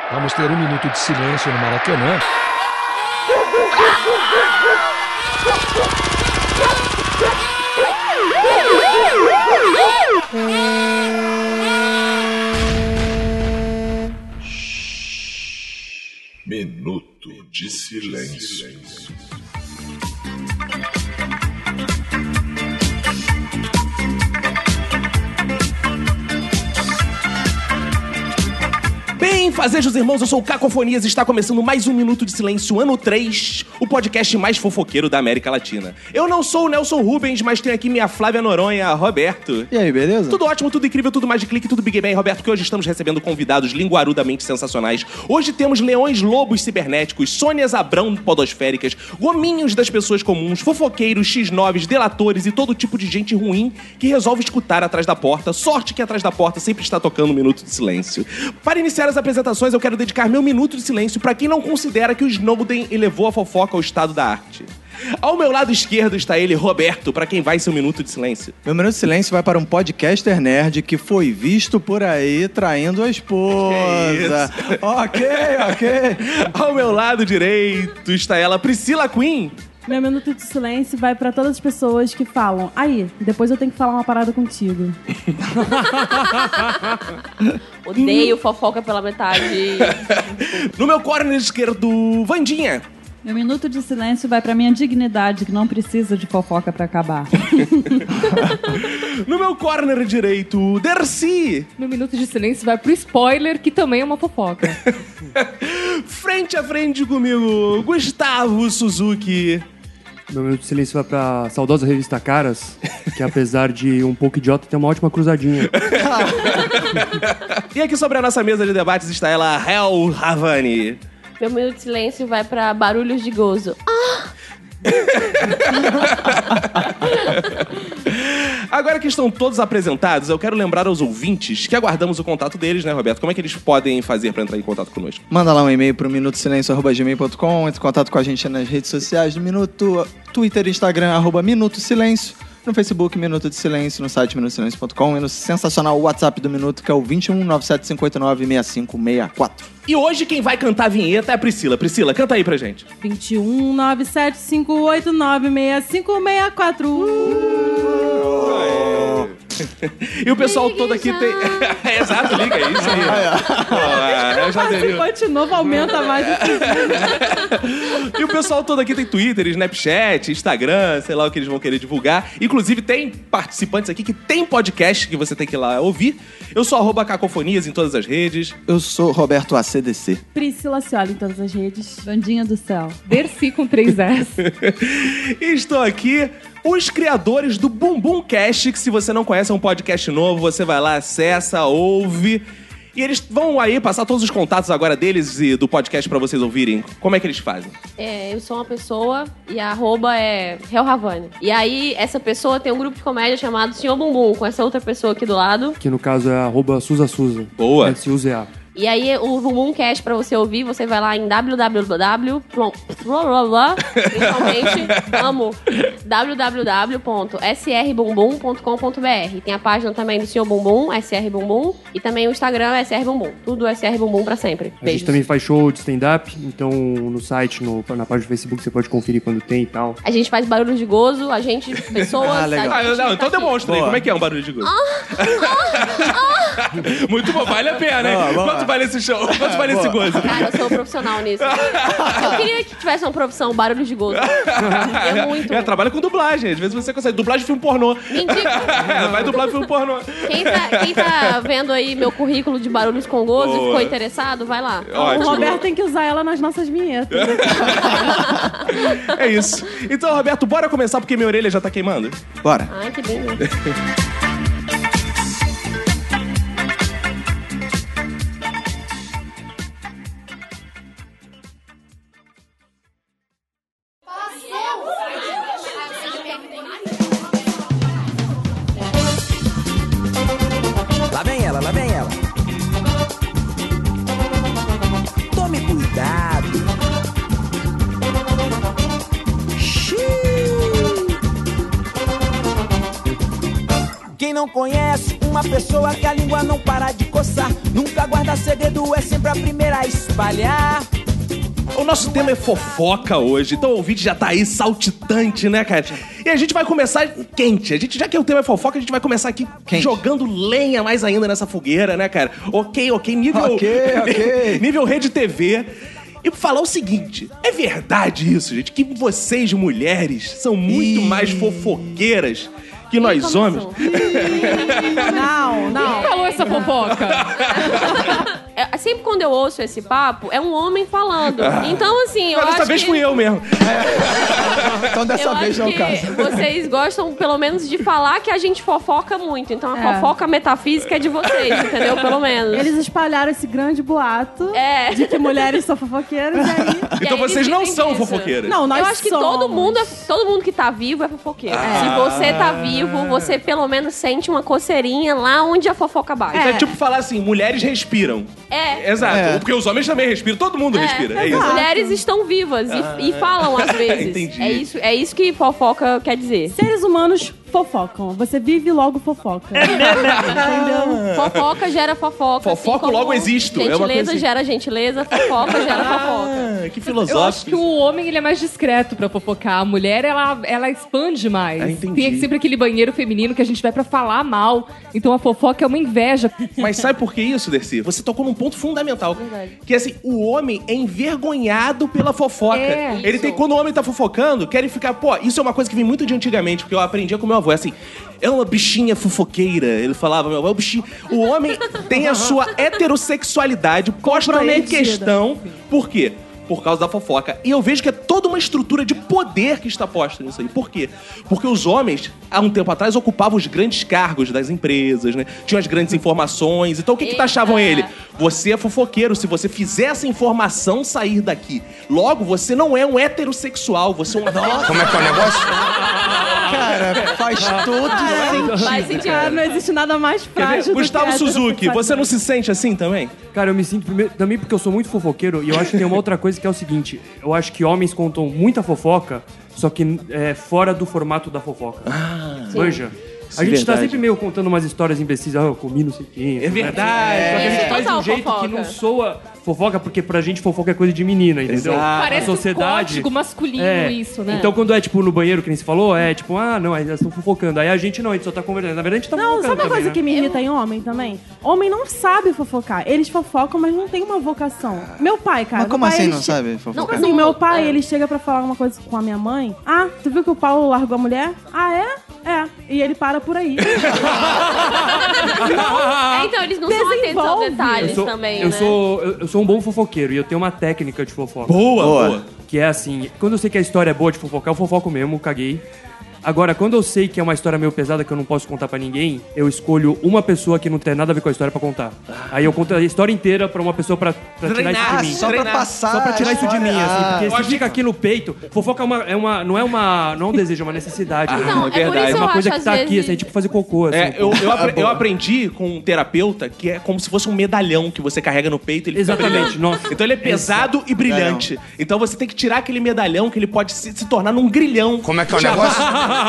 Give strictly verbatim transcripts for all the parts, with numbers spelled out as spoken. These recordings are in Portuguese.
Vamos ter um minuto de silêncio no Maracanã. Minuto de silêncio. Bem, fazejos irmãos, eu sou o Cacofonias e está começando mais um Minuto de Silêncio, ano três, o podcast mais fofoqueiro da América Latina. Eu não sou o Nelson Rubens, mas tenho aqui minha Flávia Noronha, Roberto. E aí, beleza? Tudo ótimo, tudo incrível, tudo mais de clique, tudo Big Bang, Roberto, que hoje estamos recebendo convidados linguarudamente sensacionais. Hoje temos leões lobos cibernéticos, Sônias Abrão podosféricas, gominhos das pessoas comuns, fofoqueiros, X nove, delatores e todo tipo de gente ruim que resolve escutar atrás da porta. Sorte que atrás da porta sempre está tocando um Minuto de Silêncio. Para iniciar as apresentações, eu quero dedicar meu minuto de silêncio para quem não considera que o Snowden elevou a fofoca ao estado da arte. Ao meu lado esquerdo está ele, Roberto, para quem vai ser um minuto de silêncio. Meu minuto de silêncio vai para um podcaster nerd que foi visto por aí traindo a esposa. Ok, ok. Ao meu lado direito está ela, Priscila Queen. Meu minuto de silêncio vai pra todas as pessoas que falam: aí, depois eu tenho que falar uma parada contigo. Odeio fofoca pela metade. No meu corner esquerdo, Vandinha. Meu minuto de silêncio vai pra minha dignidade, que não precisa de fofoca pra acabar. No meu corner direito, Dercy. Meu minuto de silêncio vai pro spoiler, que também é uma fofoca. Frente a frente comigo, Gustavo Suzuki. Meu minuto de silêncio vai pra saudosa revista Caras, que apesar de um pouco idiota, tem uma ótima cruzadinha. E aqui sobre a nossa mesa de debates está ela, Hel Havani. Meu minuto de silêncio vai pra barulhos de gozo. Ah! Agora que estão todos apresentados, eu quero lembrar aos ouvintes que aguardamos o contato deles, né, Roberto? Como é que eles podem fazer para entrar em contato conosco? Manda lá um e-mail pro minuto silêncio arroba gmail ponto com, entre em contato com a gente nas redes sociais do Minuto, Twitter e Instagram, arroba Minuto Silêncio, no Facebook Minuto de Silêncio, no site minuto silêncio ponto com e no sensacional WhatsApp do Minuto, que é o vinte e um, nove sete cinco oito nove, seis cinco seis quatro. E hoje quem vai cantar a vinheta é a Priscila. Priscila, canta aí pra gente. vinte e um, nove sete cinco oito nove, seis cinco seis quatro. Uh! E o pessoal ligue todo aqui já. Tem... é, exato, liga, é isso aí. Ah, eu já Se for de novo, aumenta mais. E o pessoal todo aqui tem Twitter, Snapchat, Instagram, sei lá o que eles vão querer divulgar. Inclusive tem participantes aqui que tem podcast que você tem que ir lá ouvir. Eu sou arroba Cacofonias em todas as redes. Eu sou Roberto A C D C. Priscila Cioli em todas as redes. Bandinha do céu. Dercy com três S. E estou aqui... os criadores do Bumbum Cast, que se você não conhece é um podcast novo, você vai lá, acessa, ouve. E eles vão aí passar todos os contatos agora deles e do podcast pra vocês ouvirem. Como é que eles fazem? É, eu sou uma pessoa e a arroba é Hel Havani. E aí, essa pessoa tem um grupo de comédia chamado Senhor Bumbum, com essa outra pessoa aqui do lado. Que no caso é arroba Suza Suza. Boa. S U Z A. E aí, o Bumbum Cast, pra você ouvir, você vai lá em www. Principalmente, amo, w w w ponto s r bumbum ponto com ponto b r. Tem a página também do Senhor Bumbum, S R Bumbum, e também o Instagram, S R Bumbum. Tudo S R Bumbum pra sempre. A Beijos. gente também faz show de stand-up, então no site, no, na página do Facebook, você pode conferir quando tem e tal. A gente faz barulhos de gozo, a gente, pessoas... Ah, legal. a gente Ah, não, então tá demonstra aí. Como é que é um barulho de gosto? Muito bom, vale a pena, hein? Ah, Quanto vale esse show? Quanto vale esse gozo? Cara, eu sou profissional nisso. Eu queria que tivesse uma profissão, barulhos de gozo. É muito. É, trabalha com dublagem. Às vezes você consegue. Dublagem de filme pornô. Mentira. Vai dublar filme pornô. Quem tá, quem tá vendo aí meu currículo de barulhos com gozo Boa. e ficou interessado, vai lá. Ótimo. O Roberto tem que usar ela nas nossas vinhetas. É isso. Então, Roberto, bora começar porque minha orelha já tá queimando. Bora. Ai, que lindo. Lá vem ela, lá vem ela. Tome cuidado. Xiii. Quem não conhece uma pessoa que a língua não para de coçar. Nunca guarda segredo, é sempre a primeira a espalhar. O nosso tema é fofoca hoje, então o vídeo já tá aí saltitante, né, cara? E a gente vai começar quente. A gente, já que o tema é fofoca, a gente vai começar aqui quente, jogando lenha mais ainda nessa fogueira, né, cara? Ok, ok, nível... Ok, ok. nível Rede T V. E falar o seguinte, é verdade isso, gente, que vocês, mulheres, são muito Ih. mais fofoqueiras que nós homens? Não, não. Quem falou essa fofoca? É, sempre quando eu ouço esse papo, é um homem falando. Então, assim, eu Mas acho dessa vez que... fui eu mesmo. Então dessa eu vez acho não é o que caso. vocês gostam, pelo menos, de falar que a gente fofoca muito. Então, a É. fofoca metafísica é de vocês, entendeu? Pelo menos. Eles espalharam esse grande boato É. de que mulheres são fofoqueiras e aí... E Então aí vocês eles não vivem são disso. fofoqueiras. Não, nós Eu acho que somos. todo mundo, é, todo mundo que tá vivo é fofoqueiro. Se você tá vivo, você pelo menos sente uma coceirinha lá onde a fofoca bate. Então é tipo falar assim, mulheres respiram. É. Exato. É. Porque os homens também respiram, todo mundo respira. É isso. As mulheres estão vivas e, e falam às vezes. Entendi. É isso, é isso que fofoca quer dizer. Seres humanos fofocam. Você vive logo fofoca. Entendeu? Fofoca gera fofoca. Fofoco assim como logo existo, é uma Gentileza coisa assim. gera gentileza, fofoca gera fofoca. Ah, que Eu acho que filosófico. o homem ele é mais discreto pra fofocar. A mulher, ela, ela expande mais. Ah, entendi. Tem sempre aquele banheiro feminino que a gente vai pra falar mal. Então a fofoca é uma inveja. Mas sabe por que isso, Dercy? Você tocou num ponto fundamental. Verdade. Que assim, o homem é envergonhado pela fofoca. É, Ele isso. tem, quando o homem tá fofocando, querem ficar... Pô, isso é uma coisa que vem muito de antigamente, porque eu aprendia com meu avô. É assim, é uma bichinha fofoqueira. Ele falava, meu avô, é um bichinho... O homem tem a sua heterossexualidade posta em Comprometida. questão. Por quê? Por causa da fofoca. E eu vejo que é toda uma estrutura de poder que está posta nisso aí. Por quê? Porque os homens, há um tempo atrás, ocupavam os grandes cargos das empresas, né? Tinham as grandes informações. Então, o que que Eita. taxavam ele? Você é fofoqueiro se você fizer essa informação sair daqui. Logo, você não é um heterossexual, você é um... Como é que é o negócio? Cara, faz todo sentido. Faz sentido. Cara, não existe nada mais Quer ver? frágil do Gustavo que Suzuki, você não se sente assim também? Cara, eu me sinto primeiro, também porque eu sou muito fofoqueiro e eu acho que tem uma outra coisa que é o seguinte: eu acho que homens contam muita fofoca, só que é, fora do formato da fofoca. Ah, manja. A é gente tá verdade. sempre meio contando umas histórias imbecis, ah, eu comi não sei quem. É verdade. Só que a Isso gente é faz de um total jeito fofoca. que não soa fofoca, porque pra gente fofoca é coisa de menina, entendeu? Exato. Parece A sociedade, um código masculino é. isso, né? Então quando é tipo no banheiro, que nem você falou, é tipo, ah, não, aí elas estão fofocando. Aí a gente não, a gente só tá conversando. Na verdade a gente tá Não, fofocando sabe uma também, coisa né? que me irrita em homem também? Homem não sabe fofocar. Eles fofocam, mas não tem uma vocação. Meu pai, cara. Mas como meu pai, assim ele não che- sabe Tipo fofocar? assim, meu pai, É. ele chega pra falar uma coisa com a minha mãe. Ah, tu viu que o Paulo largou a mulher? Ah, é? É. E ele para por aí. É, então, eles não são atentos aos Desenvolve. detalhes Eu sou, também, eu, né? sou, eu, eu sou um bom fofoqueiro e eu tenho uma técnica de fofoca. Boa, Boa. boa. Que é assim, quando eu sei que a história é boa de fofocar, eu fofoco mesmo, caguei. Agora, quando eu sei que é uma história meio pesada que eu não posso contar pra ninguém, eu escolho uma pessoa que não tem nada a ver com a história pra contar. Aí eu conto a história inteira pra uma pessoa pra, pra tirar isso Treinar, de mim. Só pra Treinar. passar. Só pra tirar a isso de mim, história. assim, Ah. porque Eu se acho fica aqui no peito, fofoca é uma, é uma, não é uma, não é um desejo, é uma necessidade. Então, né? é por verdade. isso É uma eu coisa acho, que tá às aqui, vezes... assim, é tipo fazer cocô, assim. É, eu, eu, apre- boa. eu aprendi com um terapeuta que é como se fosse um medalhão que você carrega no peito. Ele fica Exatamente, brilhando. nossa. Então ele é pesado e brilhante. Então você tem que tirar aquele medalhão que ele pode se, se tornar num grilhão. Como é que é o negócio?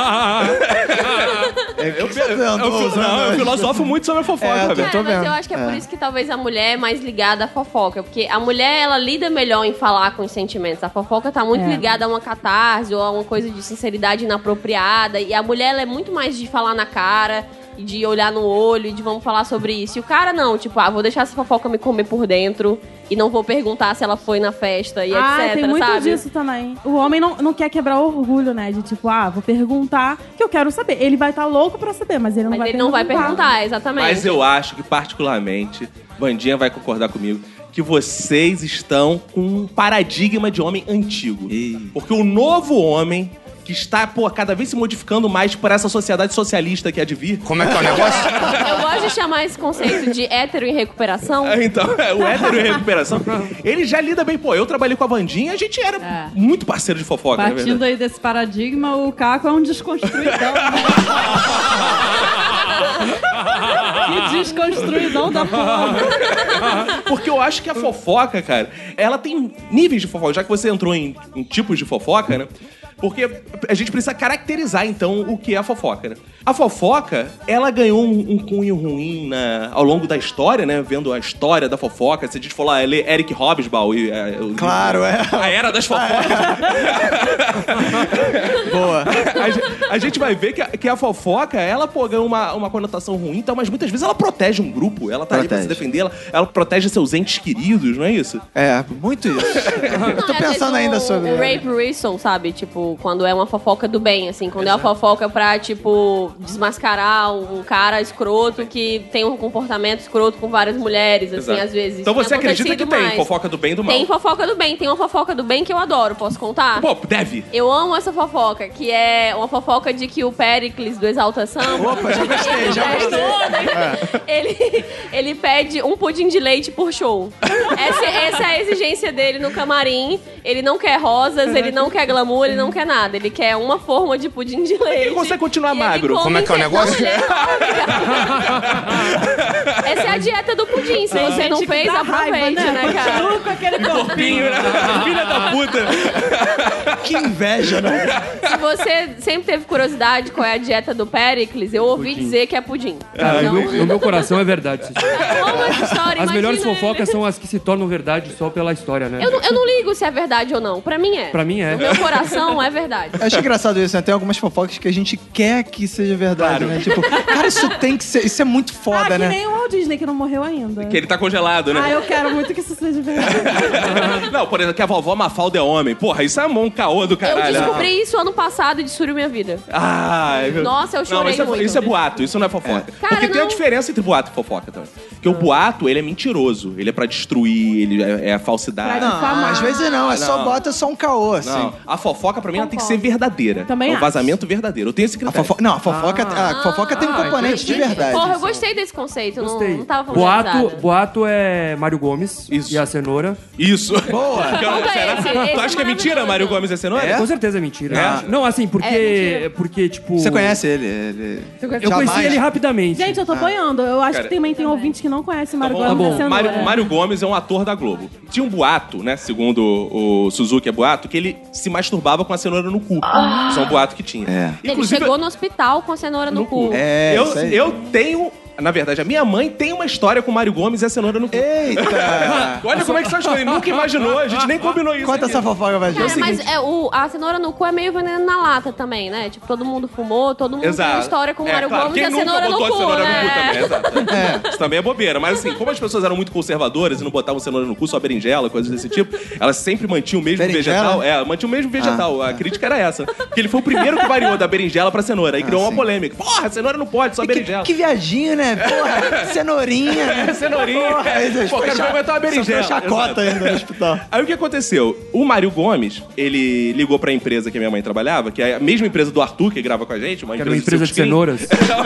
Eu, que você tá vendo? eu, eu, não, eu filosofo muito sobre a fofoca, É, eu velho. É, tô mas vendo. eu acho que é, por É. isso que talvez a mulher é mais ligada à fofoca. Porque a mulher, ela lida melhor em falar com os sentimentos. A fofoca tá muito É. ligada a uma catarse ou a uma coisa de sinceridade inapropriada. E a mulher, ela é muito mais de falar na cara, e de olhar no olho, e de vamos falar sobre isso. E o cara não, tipo, ah, vou deixar essa fofoca me comer por dentro e não vou perguntar se ela foi na festa e Ah, etc, tem muito sabe? disso também. O homem não, não quer quebrar o orgulho, né? De tipo, ah, vou perguntar que eu quero saber. Ele vai estar louco pra saber, mas ele não Mas vai ele perguntar. não vai perguntar, exatamente. Mas eu acho que, particularmente, Vandinha vai concordar comigo, que vocês estão com um paradigma de homem antigo. Porque o novo homem, que está, pô, cada vez se modificando mais para essa sociedade socialista que há de vir. Como é que é o negócio? Eu gosto de chamar esse conceito de hétero em recuperação. Então, o hétero em recuperação, ele já lida bem. Pô, eu trabalhei com a Vandinha, a gente era É. muito parceiro de fofoca, na Partindo verdade. aí desse paradigma, o Caco é um desconstruidão. né? Que desconstruidão da porra. Porque eu acho que a fofoca, cara, ela tem níveis de fofoca. Já que você entrou em, em tipos de fofoca, né? Porque a gente precisa caracterizar, então, o que é a fofoca, né? A fofoca, ela ganhou um, um cunho ruim na, ao longo da história, né? Vendo a história da fofoca. Se a gente for lá ler Eric Hobsbawm e... É, o, Claro, é. A Era das Fofocas. Boa. A, gente- a gente vai ver que a, que a fofoca, ela pô, ganha uma, uma conotação ruim, então, mas muitas vezes ela protege um grupo, ela tá ali pra se Protege. defender, ela, ela protege seus entes queridos, não é isso? É, muito isso. Eu tô Não, é, às pensando vezes, ainda o, sobre... O rape whistle, sabe? Tipo, quando é uma fofoca do bem, assim. Quando é uma fofoca pra, tipo, desmascarar um cara escroto que tem um comportamento escroto com várias mulheres, assim, Exato. às vezes. Então Tem você acredita que acontecido tem mais. fofoca do bem e do mal? Tem fofoca do bem. Tem uma fofoca do bem que eu adoro. Posso contar? Pô, deve. Eu amo essa fofoca, que é uma fofoca de que o Péricles do Exalta Samba... Opa, já gostei, já ele, gostei. ele, ele pede um pudim de leite por show. Essa, essa é a exigência dele no camarim. Ele não quer rosas, ele não quer glamour, ele não quer nada. Ele quer uma forma de pudim de leite. Ele consegue continuar E magro. ele Como é que é o come negócio? inteiro. Não, essa é a dieta do pudim. Se você não Gente, que fez, dá raiva, aproveite, né, cara? Continua com aquele corpinho. Filha da puta. Que inveja, né? Se você sempre teve curiosidade qual é a dieta do Péricles, eu ouvi Pudim. dizer que é pudim. Cara, Então, no, no meu coração é verdade. Ceci. eu amo essa história, As imagina melhores ele. fofocas são as que se tornam verdade só pela história, né? Eu não, eu não ligo se é verdade ou não. Pra mim é. Pra mim é. No meu coração é verdade. Eu acho engraçado isso, né? Tem algumas fofocas que a gente quer que seja verdade, Claro. né? Tipo, cara, isso tem que ser... Isso é muito Ah, foda, que né? nem o Walt Disney, que não morreu ainda. Que ele tá congelado, Ah, né? eu quero muito que isso seja verdade. Não, por exemplo, que a vovó Mafalda é homem. Porra, isso é um caô do Eu caralho. descobri isso ano passado e destruiu minha vida. Ai, meu... Nossa, eu chorei Não, isso é, muito. isso é boato, isso não é fofoca. Cara, Porque tem a não. diferença entre boato e fofoca também. Porque o boato, ele é mentiroso. Ele é pra destruir, ele é, é a falsidade. Pra Não, difamar. às vezes não. É só Não. bota só um caô, assim. Não, a fofoca pra mim ela tem que ser Concordo. verdadeira. Também é um acho. vazamento verdadeiro. Eu tenho esse A critério. fofo... Não, a fofoca, a fofoca tem um Ah, componente de interessante. verdade. Porra, eu gostei desse conceito. eu Não, Gostei. não tava Boato, familiarizada. boato é Mário Gomes Isso. e a cenoura. Isso. Boa. Porque eu- Conta será- esse, esse tu é acha que é mentira, maravilhoso. Mário Gomes é cenoura? É? Com certeza é mentira. É? Não, assim, porque. É mentira. porque, tipo. Você conhece ele? ele... Eu Jamais. conheci ele rapidamente. Gente, eu tô boiando. Eu acho Cara, que também tem ouvintes que não conhecem Mário Tá Gomes bom. da Cenoura. Mário, Mário Gomes é um ator da Globo. Tinha um boato, né? Segundo o Suzuki é boato, que ele se masturbava com a cenoura no cu. Isso é um boato que tinha. É. Ele chegou no hospital com a cenoura no, cu. É, eu, isso aí. eu tenho. Na verdade, a minha mãe tem uma história com o Mário Gomes e a cenoura no cu. Eita! Olha como é que são as coisas. Nunca imaginou, a gente nem combinou isso. Conta aqui. essa fofoca, vai Cara, mas é, o, a cenoura no cu é meio veneno na lata também, né? Tipo, todo mundo fumou, todo mundo tem uma história com o É, Mário claro, Gomes e quem a nunca cenoura no botou a cu, cenoura né? no cu também, exato. Isso também é bobeira. Mas assim, como as pessoas eram muito conservadoras e não botavam cenoura no cu, só berinjela, coisas desse tipo, elas sempre mantinham o mesmo Berinjela? vegetal. É, mantinham o mesmo vegetal. A crítica era essa. Porque ele foi o primeiro que variou da berinjela pra cenoura. Aí criou uma sim. polêmica. Porra, cenoura não pode, só Que, berinjela. que viadinho, né? Porra, cenourinha, né? Cenourinha. Porra, aí, Pô, quero ver aumentar uma berinjela. Sofreu chacota Exato. ainda no hospital. Aí o que aconteceu? O Mário Gomes, ele ligou pra empresa que a minha mãe trabalhava, que é a mesma empresa do Arthur, que grava com a gente, uma Que era uma empresa, empresa de cenouras.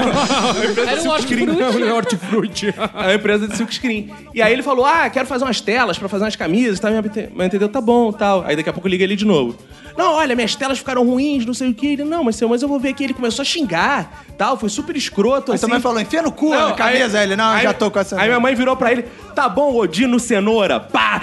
uma empresa Era de um silk screen. hortifruti. Não, hortifruti. É uma empresa de silk screen. E aí ele falou, ah, quero fazer umas telas pra fazer umas camisas, tá? Minha mãe entendeu? Tá bom, tal. Aí daqui a pouco liga ele de novo. Não, olha, minhas telas ficaram ruins, não sei o que. Ele, não, mas, seu, mas eu vou ver aqui. Ele começou a xingar, tal, foi super escroto, Aí assim. sua mãe falou, enfia no cu a camisa. Aí ele, não, aí- já tô com essa. Aí minha mãe virou pra ele, tá bom, Odino Cenoura, pá!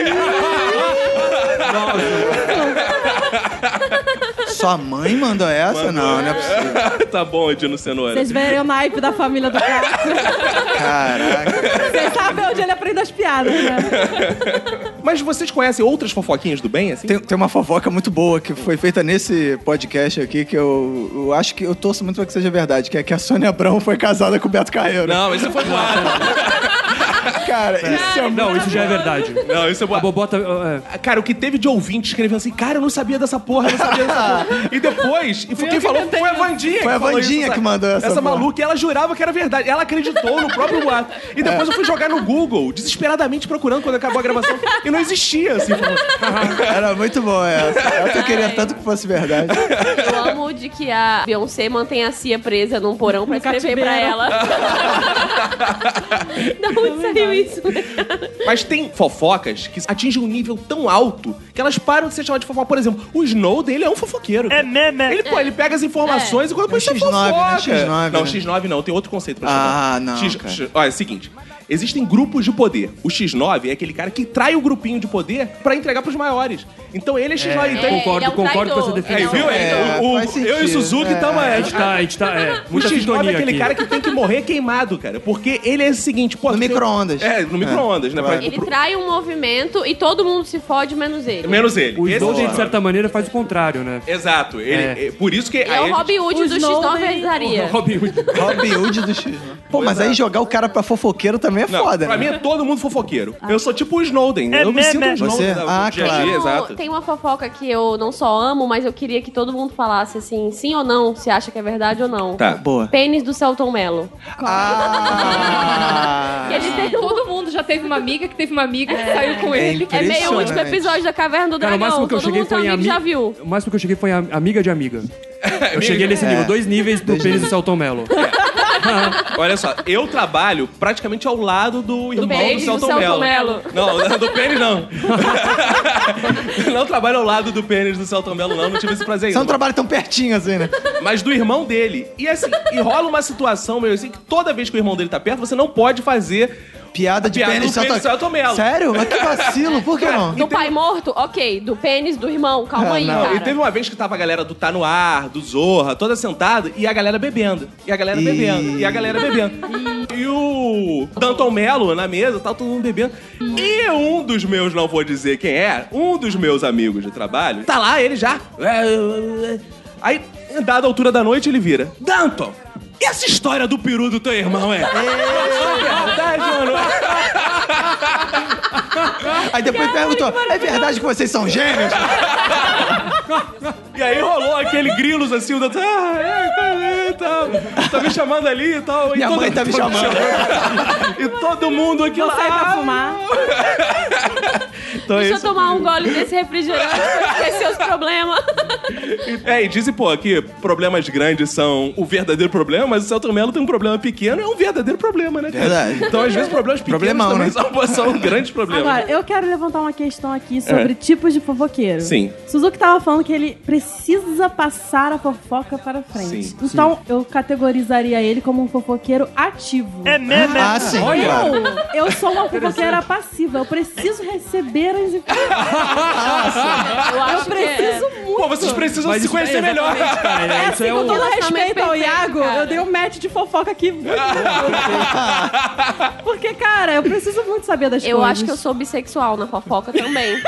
Sua mãe mandou essa? Não, não é possível. Tá bom, Odino Cenoura. Vocês verem o naipe da família do Caco. Caraca. Vocês sabem onde ele aprende as piadas, né? Mas vocês conhecem outras fofoquinhas do bem, assim? Tem, tem uma fofoca muito boa que foi feita nesse podcast aqui que eu, eu acho que eu torço muito pra que seja verdade, que é que a Sônia Abrão foi casada com o Beto Carreiro. Não, isso foi boato. Cara, isso é muito... Não, isso já é verdade. Não, isso é A boato. bobota. é, Cara, o que teve de ouvinte escrevendo assim, cara, eu não sabia dessa porra, eu não sabia dessa porra. E depois, e foi quem falou foi a Vandinha. Foi a que falou Vandinha isso, que sabe? mandou essa Essa porra. maluca, e ela jurava que era verdade. Ela acreditou no próprio boato. E depois eu fui jogar no Google, desesperadamente procurando quando acabou a gravação, e não existia, assim. falando, Era muito boa essa. Essa eu queria tanto que fosse verdade. Eu amo de que a Beyoncé mantém a Cia presa num porão pra No escrever pra cativeiro. ela. Da onde saiu isso? isso, né? Mas tem fofocas que atingem um nível tão alto que elas param de ser chamadas de fofoca. Por exemplo, o Snowden, ele é um fofoqueiro. É mesmo, Ele, pô, ele pega as informações e quando depois É você X nove, fofoca. né? X nove, não, né? X nove não. Tem outro conceito pra Ah, chamar. não, X, cara. X- olha, é o seguinte. Existem grupos de poder. O X nove é aquele cara que trai o grupinho de poder pra entregar pros maiores. Então ele é X nove. É, então, concordo, ele é um concordo com essa traidor. definição. Aí, viu? É, o, o- faz sentido. eu e o Suzuki estamos... A gente tá, a gente tá, é, O muita X nove é sintonia aquele aqui. cara que tem que morrer queimado, cara. Porque ele é o seguinte... Pô, No tu tem- micro-ondas. É, no micro-ondas, né? claro. Pra- Ele pro- trai um movimento e todo mundo se fode, menos ele. Menos ele. O Esse é Snowden, X de nove. certa maneira, faz o contrário, né? Exato. Ele, É. é. Por isso que... Ele é aí a o gente- Robin Hood O do X nove Snowden- pesaria. Robin Hood. Robin Hood do X, né? Pô, mas aí jogar o cara pra fofoqueiro também é Não, foda, pra né? mim é todo mundo fofoqueiro. Eu sou tipo o Snowden. eu me sinto o Snowden. Você? da- do Ah, dia a claro. dia, Tem um- exato. Tem uma fofoca que eu não só amo, mas eu queria que todo mundo falasse assim, sim ou não, se acha que é verdade ou não. Tá. Boa. Pênis do Celton Mello. Ah, Que ele tem um- Todo mundo já teve uma amiga que teve uma amiga que saiu com É ele. É meio o último impressionante. episódio da Caverna do Cara, o Dragão. máximo que eu Todo cheguei mundo tem foi em amigo que já ami- viu. O máximo que eu cheguei foi a amiga de amiga. Eu cheguei nesse nível, dois níveis do pênis do Celton Mello. Olha só, eu trabalho praticamente ao lado do irmão do, pênis do Celton Celton Mello. Mello. Não, do pênis não. Não trabalho ao lado do pênis do Celton Mello, não. Não tive esse prazer Você ainda. não trabalha tão pertinho assim, né? Mas do irmão dele. E assim, e rola uma situação, meu, assim, que toda vez que o irmão dele tá perto, você não pode fazer Piada de piada pênis do pênis do Celton Mello. Sério? Mas que vacilo, por que não? Do pai morto? Ok. Do pênis do irmão? Calma Ah, aí, não. cara. E teve uma vez que tava a galera do Tá No Ar, do Zorra, toda sentada, e a galera bebendo. E a galera Ih. bebendo. E a galera bebendo. E o Danton Mello na mesa, tal, todo mundo bebendo. E um dos meus, não vou dizer quem é, um dos meus amigos de trabalho, tá lá, ele já. Aí, em dada altura da noite, ele vira: Danton, e essa história do peru do teu irmão, é? É verdade, mano? Aí depois perguntou, é verdade que vocês são gêmeos? E aí rolou aquele grilos assim, o Danton, ah, é, é, tá, tá me chamando ali e tal. E Minha todo- mãe tá me todo- chamando. E todo mundo aqui Vou lá. sair pra fumar. Então, Deixa eu esse- tomar um gole desse refrigerante pra esquecer os problemas. É, e dizem, pô, que problemas grandes são o verdadeiro problema, mas o Celton Mello tem um problema pequeno, é um verdadeiro problema, né? cara? Verdade. Então, às vezes, problemas pequenos Problemão, também né? são, são grandes problemas. Agora, eu quero levantar uma questão aqui sobre tipos de fofoqueiro. Sim. Suzuki tava falando que ele precisa passar a fofoca para frente. Sim, Então, eu categorizaria ele como um fofoqueiro ativo. É mesmo? Ah, sim, Eu, claro. eu sou uma fofoqueira passiva. Eu preciso receber as informações. Eu Eu acho que é- preciso muito. Pô, vocês precisam Mas se isso- conhecer é, melhor. exatamente, cara, É isso assim, é com o... todo respeito ao perfeito, Iago, cara. eu dei um match de fofoca aqui. Porque, cara, eu preciso muito saber das Eu coisas. acho que eu sou bissexual na fofoca também.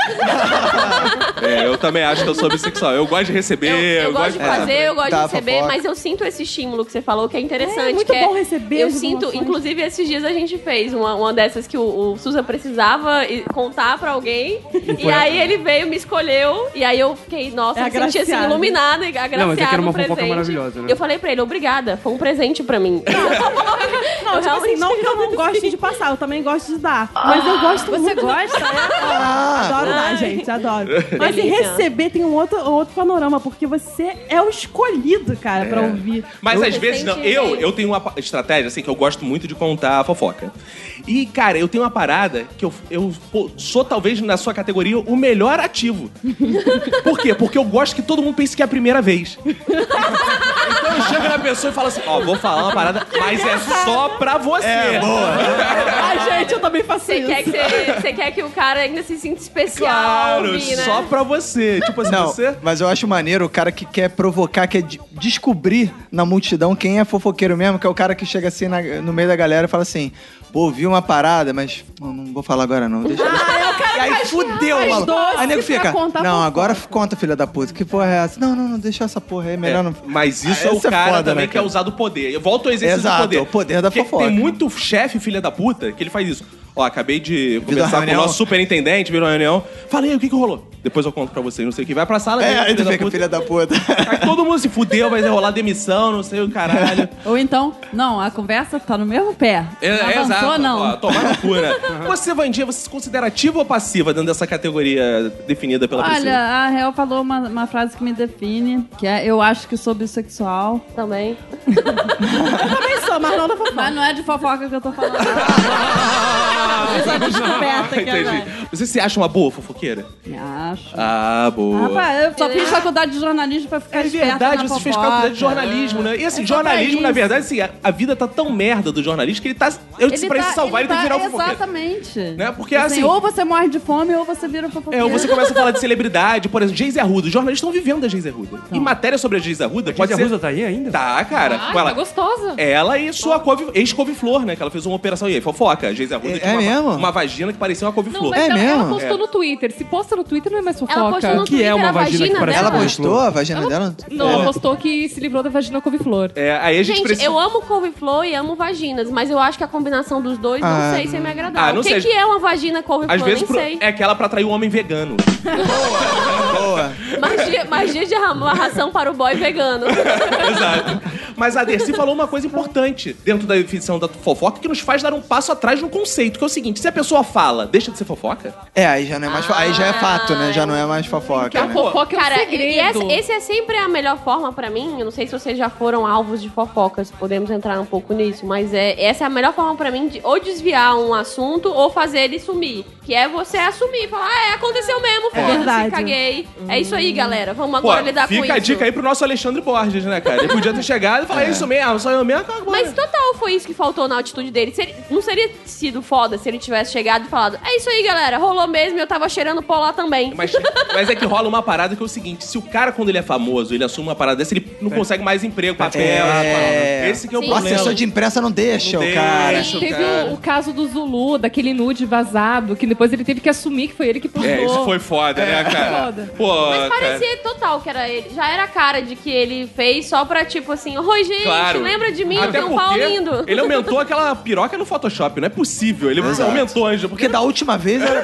É, eu também acho que eu sou bissexual. Eu gosto de receber, Eu, eu, eu gosto de fazer, eu gosto Tá, de receber, fofoca. mas eu sinto esse estímulo que você falou que é interessante. É muito que é- bom receber Eu as sinto, informações. inclusive esses dias a gente fez uma, uma dessas que o, o Susan precisava e- contar pra alguém. E, aí ele veio, me escolheu, e aí eu fiquei, nossa, É me senti assim, agraciada. iluminada e agraciada. Não, mas é que era uma um presente. fofoca maravilhosa, né? Eu falei pra ele, obrigada, foi um presente pra mim. Não, Eu tipo assim, realmente não que eu não goste de passar, eu também gosto de dar. Mas eu gosto Você muito. gosta? Ah, Adoro dar, Ai. gente, adoro. Mas assim, Delícia. receber tem um outro, um outro panorama, porque você é o escolhido, cara, pra ouvir. Mas Eu- às vezes não. senti Eu, mesmo. eu tenho uma pa- estratégia, assim, que eu gosto muito de contar a fofoca. E, cara, eu tenho uma parada que eu, eu pô, sou, talvez, na sua categoria, o melhor ativo. Por quê? Porque eu gosto que todo mundo pense que é a primeira vez. Então eu chego na pessoa e falo assim, ó, vou falar uma parada, mas é só pra você. É, boa. Ai, gente, eu também faço Você isso. quer, que você, você quer que o cara ainda se sinta especial. Claro, ouvir, né? só pra você. Tipo assim, Não, você... mas eu acho maneiro o cara que quer provocar, quer de- descobrir na multidão quem é fofoqueiro mesmo, que é o cara que chega assim na- no meio da galera e fala assim, pô, vi uma parada, mas não, não vou falar agora não, deixa E aí fudeu, faz maluco. doce Aí nego pra fica, contar não, fofoca." agora conta, filha da puta, que porra é essa? Não, não, não, deixa essa porra aí, melhor É, não... mas isso Ah, é o esse é cara foda, também né, que é cara? usar do poder. Eu volto ao exercício Exato, do poder. o poder da Porque fofoca. Tem muito chefe, filha da puta, que ele faz isso. Ó, acabei de uma conversar com o reunião. nosso superintendente, virou uma reunião. Falei, o que que rolou? Depois eu conto pra vocês, não sei o que. Vai pra sala, É, vem, aí tu filha da fica, puta. filha da puta. Aí todo mundo se fudeu, vai rolar demissão, não sei o caralho. Ou então, não, a conversa tá no mesmo pé. É, não é, avançou, exato. não. Ó, tomar no cu, né? Você, Vandinha, você se considera ativa ou passiva dentro dessa categoria definida pela Olha, Priscila? a Real falou uma, uma frase que me define, que é eu acho que sou bissexual. Também. Eu também sou, mas não da fofoca. Mas não é de fofoca que eu tô falando. essa descoberta aqui Entendi. agora. Você se acha uma boa fofoqueira? Me acho. Ah, boa. Rapaz, eu só fiz faculdade de jornalismo pra ficar É esperta verdade, na você fez fofoca. faculdade de jornalismo, né? E assim, É só pra jornalismo, na isso. verdade, assim, a, a vida tá tão merda do jornalista que ele tá. Eu disse Ele pra ele tá- se salvar, ele, tem que virar o fofoqueiro. Exatamente. Né? Porque Assim, assim. ou você morre de fome ou você vira É, fofoqueiro. ou você começa a falar de celebridade, por exemplo, Geise Arruda. Os jornalistas estão vivendo da Geise Arruda. E matéria sobre a Geise Arruda pode Geise ser... Arruda tá aí ainda? Tá, cara. Ah, Com ela... tá gostosa. Ela e sua couve... ex-couve-flor, né? Que ela fez uma operação e aí, fofoca. A Geise Arruda É- tinha é uma, mesmo? uma vagina que parecia uma Não, couve-flor. mas É ela, mesmo? ela postou É. no Twitter. Se posta no Twitter, não é mais fofoca. Ela postou no O que é Twitter uma a vagina que vagina parece dela. Ela postou a vagina dela? Não, ela postou que se livrou da vagina couve-flor. É, aí a gente, Gente, precisa... eu amo couve-flor e amo vaginas, mas eu acho que a combinação dos dois, Ah, não sei se é me agradável. Ah, não o que, sei. que é uma vagina couve-flor? Às vezes Nem pro- sei. é aquela pra atrair um homem vegano. Boa. Magia, magia de amarração para o boy vegano. Exato. Mas a Dercy falou uma coisa importante dentro da definição da fofoca que nos faz dar um passo atrás no conceito, que é o seguinte: se a pessoa fala, deixa de ser fofoca? É, aí já não é mais fo- aí já é fato, né? Já não é mais Que fofoca, a né? fofoca é um Cara, e segredo. esse, esse é sempre a melhor forma pra mim. Eu não sei se vocês já foram alvos de fofocas, podemos entrar um pouco nisso, mas é, essa é a melhor forma pra mim de ou desviar um assunto ou fazer ele sumir. Que é você assumir, falar, ah, é, aconteceu mesmo, foda-se, verdade. caguei. É isso aí, galera. Vamos Pô, agora lidar com isso. fica a dica aí pro nosso Alexandre Borges, né, cara? Ele podia ter chegado e falar, é isso mesmo, só eu mesmo. acabou. Mas total foi isso que faltou na atitude dele. Se ele- não seria sido foda se ele tivesse chegado e falado, é isso aí, galera, rolou mesmo e eu tava cheirando pó lá também. Mas, mas é que rola uma parada que é o seguinte: se o cara, quando ele é famoso, ele assume uma parada dessa, ele não consegue mais emprego, papel. É. Esse que é o Sim. O problema. assessor de imprensa não deixa Não o cara. deixa. Teve cara. o, o caso do Zulu, daquele nude vazado, que depois ele teve que assumir que foi ele que postou. É, isso foi foda, né, cara? Foda. Pô, Mas cara. parecia total que era ele. Já era a cara de que ele fez só pra, tipo assim, oi, gente, Claro. lembra de mim? Até Tem um pau porque lindo. ele aumentou aquela piroca no Photoshop, não é possível. Ele Exato. aumentou, Anja, porque Porque da última vez era.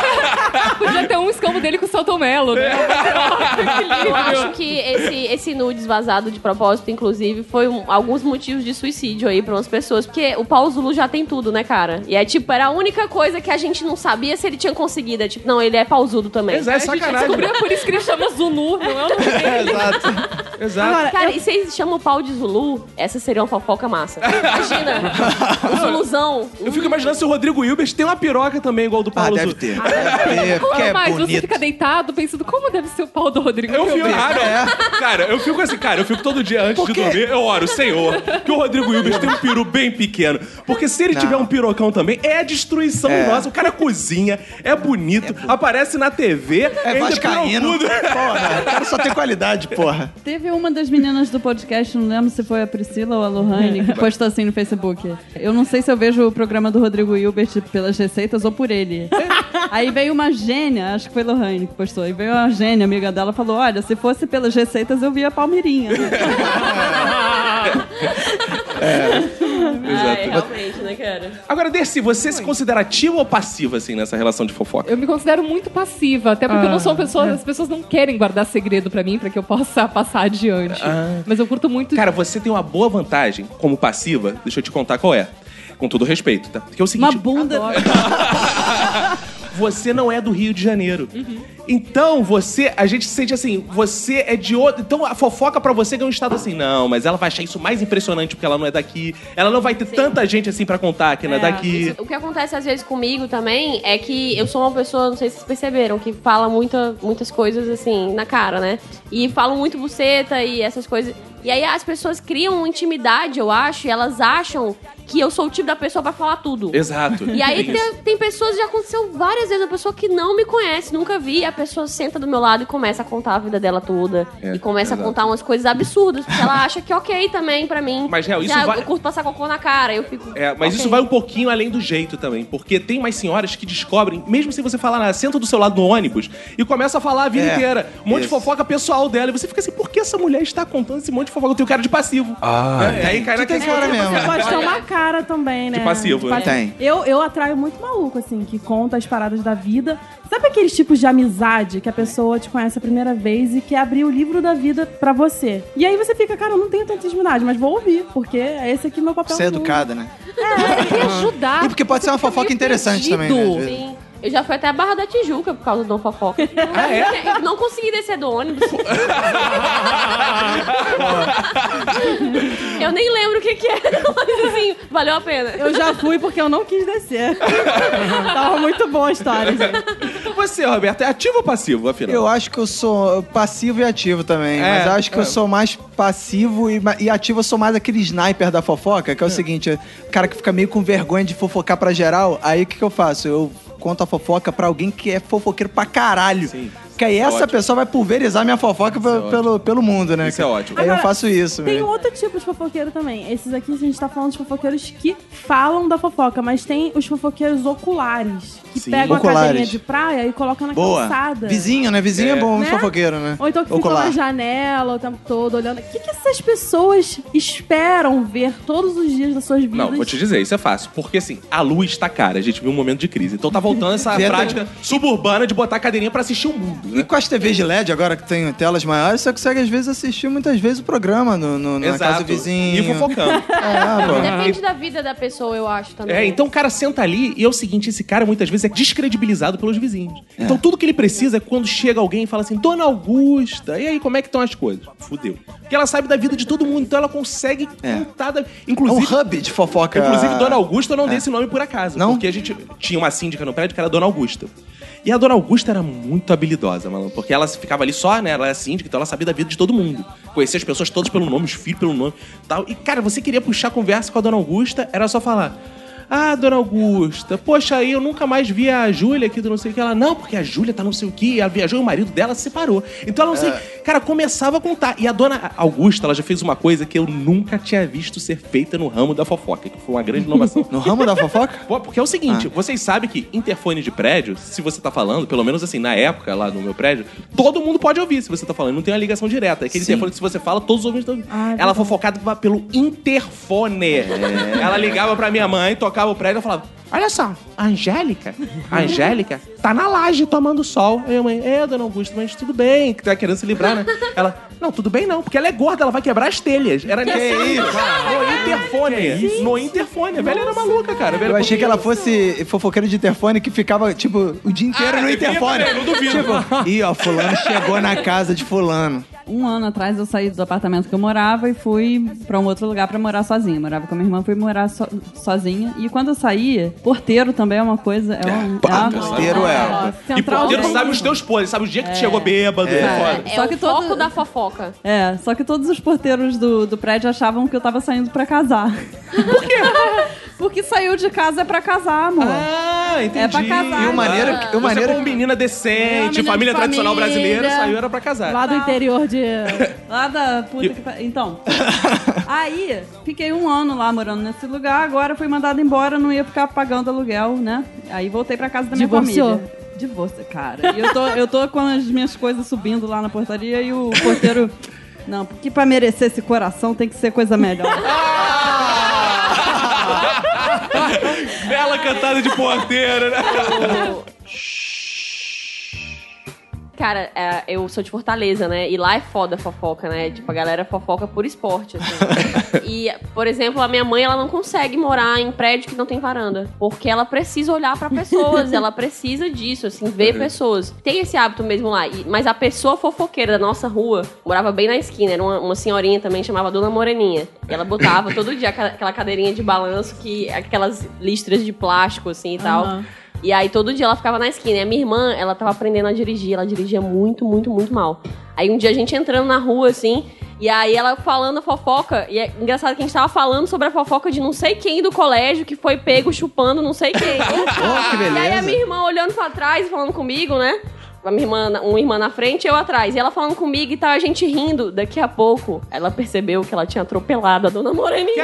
Podia ter um escambo dele com o Celton Mello, né? Eu acho que esse, esse nudes vazado de propósito, inclusive, foi um- alguns motivos de suicídio aí pra umas pessoas. Porque o Paulo Zulu já tem tudo, né, cara? E é tipo, era a única coisa que a gente não sabia se ele tinha conseguido. É tipo, não, ele é pausudo também. Exato, é sacanagem. Descobriu, é por isso que ele chama Zulu, não é o nome dele. Exato. Exato. Agora, Cara, e vocês chamam o pau de Zulu? Essa seria uma fofoca massa. Imagina, o Zuluzão. Eu fico imaginando se o Rodrigo Hilbert tem uma piroca também, igual do Ah, Paulo deve Zulu. ter. Deve ter, porque é Mas você bonito. fica deitado pensando como deve ser o pau do Rodrigo Eu fico, Hilbert. ah, não. Cara, eu fico assim, cara, eu fico todo dia antes de dormir, eu oro, Senhor, que o Rodrigo Hilbert tem um peru bem pequeno. Porque se ele Não. tiver um pirocão também, é a destruição É. nossa. O cara cozinha, é bonito, aparece na T V, É ainda vascaíno. pirocudo. Porra, o cara só tem qualidade, porra. Teve uma das meninas do podcast, não lembro se foi a Priscila ou a Lohane, que postou assim no Facebook. Eu não sei se eu vejo o programa do Rodrigo Hilbert pelas receitas ou por ele. Aí veio uma gênia, acho que foi Lohane que postou. Aí veio uma gênia, amiga dela, falou: olha, se fosse pelas receitas eu via a Palmeirinha. É, realmente, né, cara? Agora, Dercy, você se considera ativa ou passiva, assim, nessa relação de fofoca? Eu me considero muito passiva, até porque eu não sou uma pessoa. As pessoas não querem guardar segredo pra mim, pra que eu possa passar adiante. Mas eu curto muito. Cara, você tem uma boa vantagem como passiva, deixa eu te contar qual é. Com todo respeito, tá? Porque é o Uma seguinte, bunda. você não é do Rio de Janeiro. Então, você, a gente se sente assim, você é de outro. Então, a fofoca pra você ganha um estado assim, não, mas ela vai achar isso mais impressionante porque ela não é daqui. Ela não vai ter tanta gente assim pra contar que não é daqui. Isso- o que acontece às vezes comigo também é que eu sou uma pessoa, não sei se vocês perceberam, que fala muita, muitas coisas assim na cara, né? E falo muito buceta e essas coisas. E aí as pessoas criam uma intimidade, eu acho, e elas acham que eu sou o tipo da pessoa pra falar tudo. Exato. E aí Isso. tem, tem pessoas, já aconteceu várias vezes, a pessoa que não me conhece, nunca vi, a pessoa senta do meu lado e começa a contar a vida dela toda. É, e começa exato. a contar umas coisas absurdas, porque ela acha que ok também pra mim. Mas, real, isso Já, vai- eu curto passar cocô na cara, eu fico... É, mas ok. isso vai um pouquinho além do jeito também. Porque tem umas senhoras que descobrem, mesmo sem você falar nada, senta do seu lado no ônibus e começa a falar a vida É, inteira. Um monte de isso. fofoca pessoal dela. E você fica assim, por que essa mulher está contando esse monte de fofoca? Eu tenho cara de passivo. Ah, É, e aí cai Tu tem naquele- cara mesmo. Você pode ter uma cara também, né? De passivo, né? Tem. Eu, eu atraio muito maluco, assim, que conta as paradas da vida. Sabe aqueles tipos de amizade que a pessoa te conhece a primeira vez e quer abrir o livro da vida pra você? E aí você fica, cara, eu não tenho tanta intimidade, mas vou ouvir, porque é esse aqui meu papel. Você é no mundo. educada, né? E ajudar. E porque pode ser uma fofoca fica meio interessante também, né? perdido. às vezes. Sim. Eu já fui até a Barra da Tijuca por causa de uma fofoca. Ah, é? Eu não consegui descer do ônibus. Eu nem lembro o que que era, mas assim, valeu a pena. Eu já fui porque eu não quis descer. Tava muito boa a história, gente. Você, Roberto, é ativo ou passivo, afinal? Eu acho que eu sou passivo e ativo também. É, mas acho que é. eu sou mais passivo e, e ativo eu sou mais aquele sniper da fofoca, que é o seguinte, o cara que fica meio com vergonha de fofocar pra geral, aí o que, que eu faço? Eu conto a fofoca pra alguém que é fofoqueiro pra caralho. Sim. Que aí essa ótimo. pessoa vai pulverizar minha fofoca pelo, é pelo, pelo mundo, né? Isso é ótimo. Aí eu Agora, faço isso. Tem mesmo. outro tipo de fofoqueiro também. Esses aqui a gente tá falando de fofoqueiros que falam da fofoca, mas tem os fofoqueiros oculares, que Sim. pegam Oculares. a cadeirinha de praia e colocam na Boa. calçada. Vizinho, né? Vizinho é, É. bom, Né? fofoqueiro, né? Ou então que ficam Ocular. na janela o tempo todo olhando. O que, que essas pessoas esperam ver todos os dias das suas vidas? Não, vou te dizer, isso é fácil. Porque assim, a luz tá cara, a gente viu um momento de crise. Então tá voltando essa Verdade. prática suburbana de botar a cadeirinha pra assistir o mundo, E né? com as T Vs de L E D, agora que tem telas maiores, você consegue às vezes assistir muitas vezes o programa no, no, na casa do vizinho. E fofocando. É, pô. Depende da vida da pessoa, eu acho, também. É, então o cara senta ali e é o seguinte, esse cara muitas vezes é descredibilizado pelos vizinhos. Então tudo que ele precisa é quando chega alguém e fala assim, Dona Augusta, e aí, como é que estão as coisas? Fudeu. Porque ela sabe da vida de todo mundo, então ela consegue É. contar da... É um Inclusive, hub de fofoca. inclusive Dona Augusta eu não dei esse nome por acaso. Não? Porque a gente tinha uma síndica no prédio que era Dona Augusta. E a Dona Augusta era muito habilidosa, malandro, porque ela ficava ali só, né? Ela era síndica, então ela sabia da vida de todo mundo. Conhecia as pessoas todas pelo nome, os filhos pelo nome tal. E, cara, você queria puxar conversa com a Dona Augusta, era só falar... Ah, Dona Augusta, poxa, aí eu nunca mais vi a Júlia aqui do não sei o que. Ela, não, porque a Júlia tá não sei o que, ela viajou e o marido dela se separou. Então ela não sei... Cara, começava a contar. E a Dona Augusta, ela já fez uma coisa que eu nunca tinha visto ser feita no ramo da fofoca, que foi uma grande inovação. No ramo da fofoca? Pô, porque é o seguinte, vocês sabem que interfone de prédio, se você tá falando, pelo menos assim, na época lá no meu prédio, todo mundo pode ouvir se você tá falando, não tem uma ligação direta. É aquele Sim. interfone que se você fala, todos os ouvintes estão ouvindo. Ah, é Ela verdade. fofocava pelo interfone. Ela ligava pra minha mãe, tocava o prédio e falava, olha só, a Angélica, a Angélica tá na laje tomando sol. Aí a mãe, é, Dona Augusta, mas tudo bem, que tá querendo se livrar, né? Ela, não, tudo bem não, porque ela é gorda, ela vai quebrar as telhas. Era Que nesse isso? no interfone. No interfone. A velha era maluca, cara. A velha Eu achei que ela porque- fosse fofoqueira de interfone que ficava, tipo, o dia inteiro Ah, no devia interfone. também, não duvido. Tipo, ih, ó, fulano chegou na casa de fulano. Um ano atrás eu saí do apartamento que eu morava e fui pra um outro lugar pra morar sozinha. Morava com a minha irmã, fui morar so- sozinha. E quando eu saí, porteiro também é uma coisa... É, um, Pá, é uma- porteiro é. E Central porteiro do- sabe os teus podres, sabe o dia que tu chegou bêbado. É. foda. É Só o que todo- foco da fofoca. É, só que todos os porteiros do, do prédio achavam que eu tava saindo pra casar. Por quê? Porque saiu de casa é pra casar, amor. Ah, entendi. É pra casar. E o maneiro, Ah. o Você maneiro como menina decente, É, menina família de tradicional família. brasileira, saiu era pra casar. Lá do interior de... Lá da puta que... pa- Então, aí, fiquei um ano lá morando nesse lugar, agora fui mandada embora, não ia ficar pagando aluguel, né? Aí voltei pra casa da minha Divorciou? família. Divórcio, cara. E eu tô, eu tô com as minhas coisas subindo lá na portaria e o porteiro... Não, porque pra merecer esse coração tem que ser coisa melhor. Bela cantada de porteiro, né? Cara, é, eu sou de Fortaleza, né? E lá é foda a fofoca, né? Tipo, a galera fofoca por esporte, assim. E, por exemplo, a minha mãe, ela não consegue morar em prédio que não tem varanda. Porque ela precisa olhar pra pessoas, ela precisa disso, assim, ver pessoas. Tem esse hábito mesmo lá. E- mas a pessoa fofoqueira da nossa rua morava bem na esquina. Era uma, uma senhorinha também, chamava Dona Moreninha. E ela botava todo dia aquela, aquela cadeirinha de balanço, que aquelas listras de plástico, assim, e tal. Aham. E aí todo dia ela ficava na esquina. E a minha irmã, ela tava aprendendo a dirigir. Ela dirigia muito, muito, muito mal. Aí um dia a gente entrando na rua, assim, e aí ela falando a fofoca. E é engraçado que a gente tava falando sobre a fofoca de não sei quem do colégio que foi pego chupando não sei quem. Oh, que beleza. E aí a minha irmã olhando pra trás e falando comigo, né? A minha irmã, uma irmã na frente e eu atrás. E ela falando comigo e tal, a gente rindo. Daqui a pouco, ela percebeu que ela tinha atropelado a Dona Moreninha.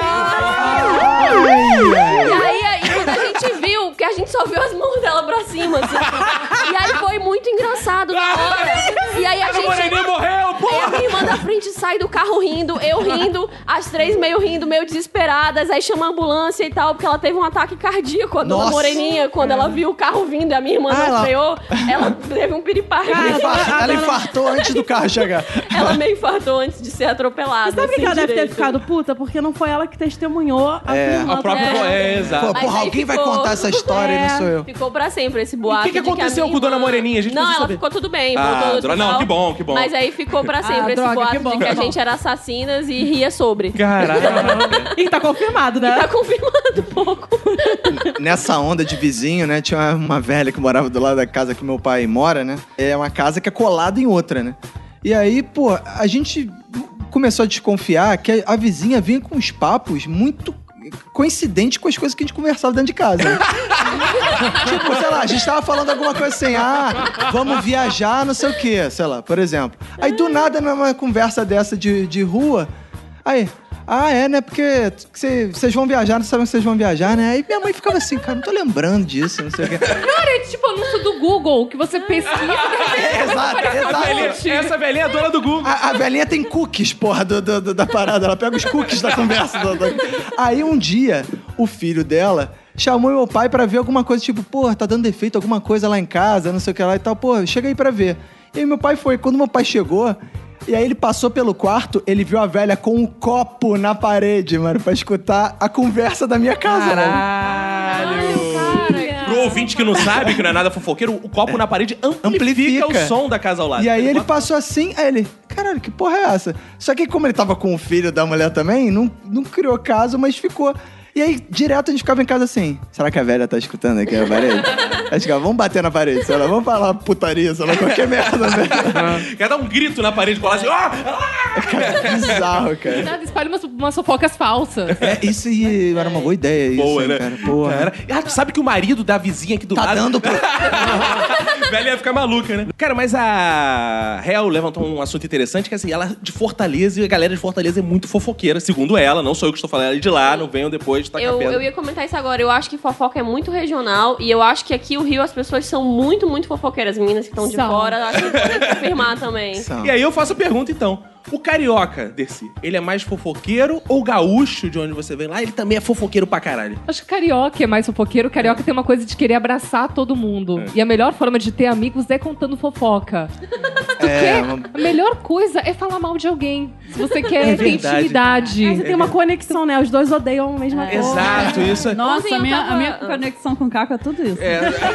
E aí, aí, quando a gente viu, porque a gente só viu as mãos dela pra cima, assim. E aí foi muito engraçado na hora. E aí a, A gente... Moreninha morreu, pô! Aí a minha irmã da frente sai do carro rindo, eu rindo, as três meio rindo, meio desesperadas. Aí chama a ambulância e tal, porque ela teve um ataque cardíaco, a dona Nossa. Moreninha, quando ela viu o carro vindo e a minha irmã Ah, não ela- freou, ela teve um piripaque. Ela infar- Ela infartou antes do carro chegar. Ela meio infartou antes de ser atropelada. Sabe por que assim, ela deve ter direito. ficado puta? Porque não foi ela que testemunhou a É, irmã A própria... É. É, exato. Pô, Mas porra, aí alguém vai ficou- contar essa história e não sou eu. Ficou pra sempre esse boato. E o que que de a aconteceu minha com Dona irmã- Moreninha? A gente Não, precisa ela saber. ficou tudo bem. Ah, voltou no droga, não, hospital. que bom, que bom. Mas aí ficou pra sempre Ah, esse droga, boato que bom, de que a que bom. gente era assassinas e ria sobre. Caralho. E tá confirmado, né? Tá confirmado um pouco. Nessa onda de vizinho, né? Tinha uma, uma velha que morava do lado da casa que meu pai mora, né? É uma casa que é colada em outra, né? E aí, pô, a gente começou a desconfiar que a, a vizinha vinha com uns papos muito coincidentes com as coisas que a gente conversava dentro de casa. Né? Tipo, sei lá, a gente tava falando alguma coisa assim, ah, vamos viajar, não sei o quê, sei lá, por exemplo. Aí do nada, numa conversa dessa de, de rua, aí, ah, é, né? Porque vocês vão viajar, não sabem que vocês vão viajar, né? Aí minha mãe ficava assim, cara, não tô lembrando disso, não sei o quê. Cara, é tipo anúncio do Google, que você pesquisa. Exato, exato. Essa velhinha é a dona do Google. A, a velhinha tem cookies, porra, do, do- do- da parada. Ela pega os cookies da conversa. do- do- Aí um dia, o filho dela chamou meu pai pra ver alguma coisa, tipo, pô, tá dando defeito alguma coisa lá em casa, não sei o que lá e tal. Pô, chega aí pra ver. E aí meu pai foi. Quando meu pai chegou, e aí ele passou pelo quarto, ele viu a velha com um copo na parede, mano, pra escutar a conversa da minha casa, mano. Caralho. Pro ouvinte que não sabe, que não é nada fofoqueiro, o copo na parede amplifica, Amplifica. o som da casa ao lado. E aí ele passou assim, aí ele, caralho, que porra é essa? Só que como ele tava com o filho da mulher também, não, não criou caso, mas ficou. E aí, direto, a gente ficava em casa assim, será que a velha tá escutando aqui na parede? A gente ficava, vamos bater na parede, sei lá, vamos falar putaria, sei lá, qualquer merda, né? Quer dar um grito na parede, colar assim, ah! Cara, bizarro, cara. Nada, espalha umas, umas fofocas falsas. É, isso aí era uma boa ideia, isso, Boa, hein, né? cara. Porra. Cara, ah, tu sabe que o marido da vizinha aqui do Tá lado... dando pro... Velha ia ficar maluca, né? Cara, mas a Hel levantou um assunto interessante, que assim, ela é de Fortaleza e a galera de Fortaleza é muito fofoqueira, segundo ela. Não sou eu que estou falando, ela é de lá, não venham depois, tá Eu, eu ia comentar isso agora. Eu acho que fofoca é muito regional e eu acho que aqui o Rio as pessoas são muito, muito fofoqueiras. As meninas que estão de São. fora, acho que podem confirmar também. São. E aí eu faço a pergunta, então. O carioca, Dercy, ele é mais fofoqueiro ou gaúcho de onde você vem lá? Ele também é fofoqueiro pra caralho. Acho que carioca é mais fofoqueiro. Carioca tem uma coisa de querer abraçar todo mundo. É. E a melhor forma de ter amigos é contando fofoca. Tu É, quer? uma- A melhor coisa é falar mal de alguém. Se você quer É ter verdade. intimidade. Aí você tem uma conexão, né? Os dois odeiam a mesma coisa. Exato, isso é... Nossa, Ontem a eu minha, tava- a minha conexão com o Caco é tudo isso.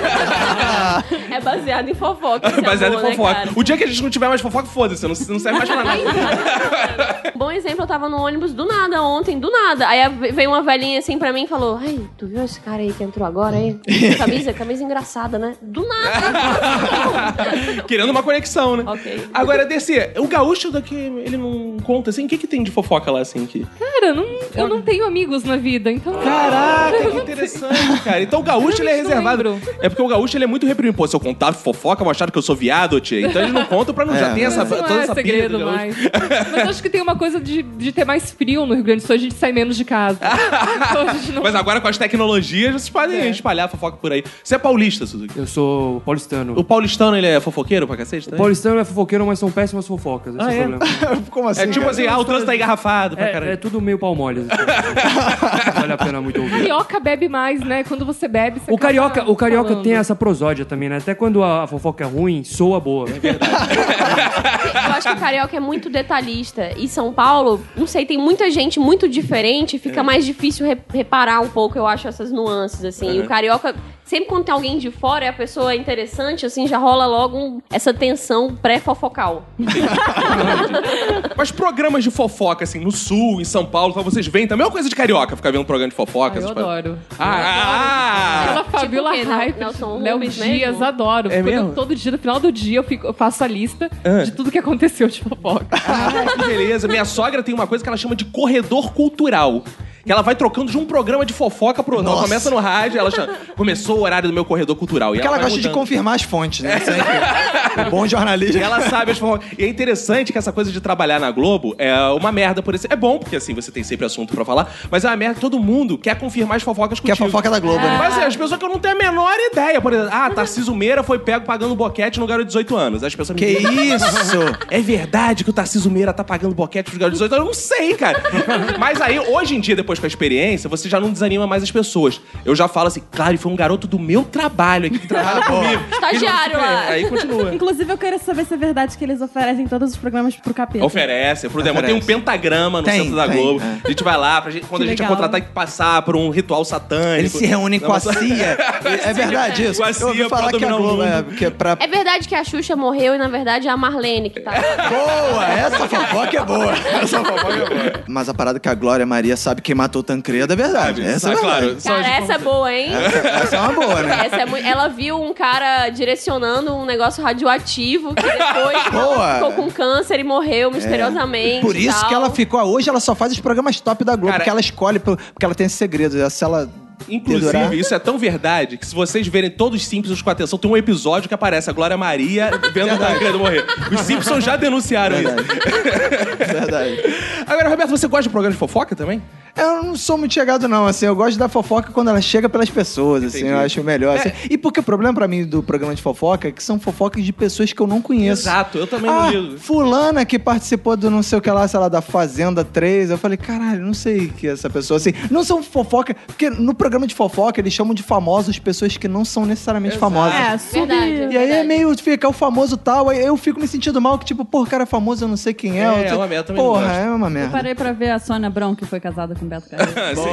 É baseado em fofoca. esse Baseado em amor, né, fofoca. cara? O dia que a gente não tiver mais fofoca, foda-se, não, não serve mais pra nada. Bom exemplo, eu tava no ônibus do nada ontem, do nada. Aí a- veio uma velhinha assim pra mim e falou: ai, tu viu esse cara aí que entrou agora aí? Camisa, camisa engraçada, né? Do nada. Querendo uma conexão, né? Ok. Agora, Dercy, o gaúcho daqui, ele não conta, assim, o que que tem de fofoca lá, assim, que... Cara, não, eu não tenho amigos na vida, então... Caraca, que interessante, cara. Então o gaúcho, ele é Realmente não reservado. lembro. É porque o gaúcho, ele é muito reprimido. Pô, se eu contar fofoca, vão achar que eu sou viado, tia. Então eles não contam pra não É. já ter essa, Isso não toda é essa pilha segredo do gaúcho. mais. Mas acho que tem uma coisa de, de ter mais frio no Rio Grande do Sul, a gente sai menos de casa. Então a gente não... Mas agora com as tecnologias, vocês podem É. espalhar a fofoca por aí. Você é paulista, Suzuki? Eu sou paulistano. O paulistano, ele é fofoqueiro pra cacete? O também? paulistano é fofoqueiro, mas são péssimas fofocas. Esse Ah, é é? o problema. Como assim, É tipo cara? assim, ah, o trânsito tá engarrafado pra É, caralho. é tudo meio palmole. Assim. Vale a pena muito ouvir. Carioca bebe mais, né? Quando você bebe, você O carioca, acaba o carioca falando. tem essa prosódia também, né? Até quando a, a fofoca é ruim, soa boa. É verdade. Eu acho que o carioca é muito detalhista. E São Paulo, não sei, tem muita gente muito diferente, fica mais difícil re- reparar um pouco, eu acho, essas nuances, assim. E o carioca, sempre quando tem alguém de fora e a pessoa é interessante, assim, já rola logo um- essa tensão pré-fofocal. Mas programas de fofoca, assim, no Sul, em São Paulo, então vocês veem também. É uma coisa de carioca, ficar vendo programa de fofoca. Ah, eu essas paradas. adoro. Ah, ah, Aquela Tipo Fabiola o quê? Nel- Hype, Nelson Léo Rubens Dias, mesmo? adoro. É Quando eu- mesmo? todo dia, no final do dia, eu, fico- eu faço a lista Ah. de tudo que aconteceu de fofoca. Ah, que beleza. Minha sogra tem uma coisa que ela chama de corredor cultural. que ela vai trocando de um programa de fofoca pro outro. Ela começa no rádio, ela chama, começou o horário do meu corredor cultural. Porque e ela, ela gosta mudando. de confirmar as fontes, né? Sempre. O bom jornalismo. E ela sabe as fofocas. E é interessante que essa coisa de trabalhar na Globo é uma merda por esse. É bom, porque assim, você tem sempre assunto pra falar, mas é uma merda que todo mundo quer confirmar as fofocas contigo. Que é a fofoca da Globo, né? Mas assim, as pessoas que eu não tenho a menor ideia. Por exemplo, ah, Tarcísio Meira foi pego pagando boquete no garoto de dezoito anos. As pessoas Que me dizem, isso? é verdade que o Tarcísio Meira tá pagando boquete pros garotos de dezoito anos? Eu não sei, cara. Mas aí, hoje em dia, depois com a experiência, você já não desanima mais as pessoas. Eu já falo assim, claro, e foi um garoto do meu trabalho aqui que trabalha comigo. Estagiário lá. Aí continua. Inclusive, eu quero saber se é verdade que eles oferecem todos os programas pro capeta. Oferece. Pro demônio tem um pentagrama no Tem, centro da tem, Globo. é. A gente vai lá, pra gente, quando Que a gente é legal. contratar, tem que passar por um ritual satânico. Eles se reúnem com a C I A. É verdade isso? Com a C I A Eu ouvi pra falar que a dominar o Globo é, mundo. que é pra... É verdade que a Xuxa morreu e, na verdade, é a Marlene que tá... Boa! Essa fofoca é boa. Essa fofoca é boa. Mas a parada que a Glória Maria sabe quem matou o Tancredo é verdade. Essa é Ah, verdade. claro. Só Cara, a gente- essa é boa, hein? Essa é uma boa, né? Essa é muito... Ela viu um cara direcionando um negócio radioativo que depois Boa. ficou com câncer e morreu misteriosamente. Por e isso tal. que ela ficou... Hoje ela só faz os programas top da Globo, Cara, porque ela escolhe, porque ela tem esse segredo. Se ela... Inclusive, dedurar- isso é tão verdade que se vocês verem todos os Simpsons com atenção, tem um episódio que aparece a Glória Maria vendo o Tancredo morrer. Os Simpsons já denunciaram Verdade. isso. Verdade. Agora, Roberto, você gosta de programa de fofoca também? Eu não sou muito chegado, não. Assim, eu gosto da fofoca quando ela chega pelas pessoas, assim, Entendi. eu acho melhor. assim. E porque o problema pra mim do programa de fofoca é que são fofocas de pessoas que eu não conheço. Exato, eu também Ah, não ligo. fulana que participou do não sei o que lá, sei lá, da Fazenda três. Eu falei, caralho, não sei que é essa pessoa, assim. Não são fofoca, porque no programa de fofoca eles chamam de famosos pessoas que não são necessariamente Exato. famosas. É, sub... Verdade. E aí é Verdade. meio, fica o famoso tal, aí eu fico me sentindo mal, que tipo, porra, cara famoso, eu não sei quem é. É, eu sei- é uma merda, também não Porra, gosto. é uma Eu merda. parei pra ver a Sônia Abrão, que foi casada com o Beto Carreiro.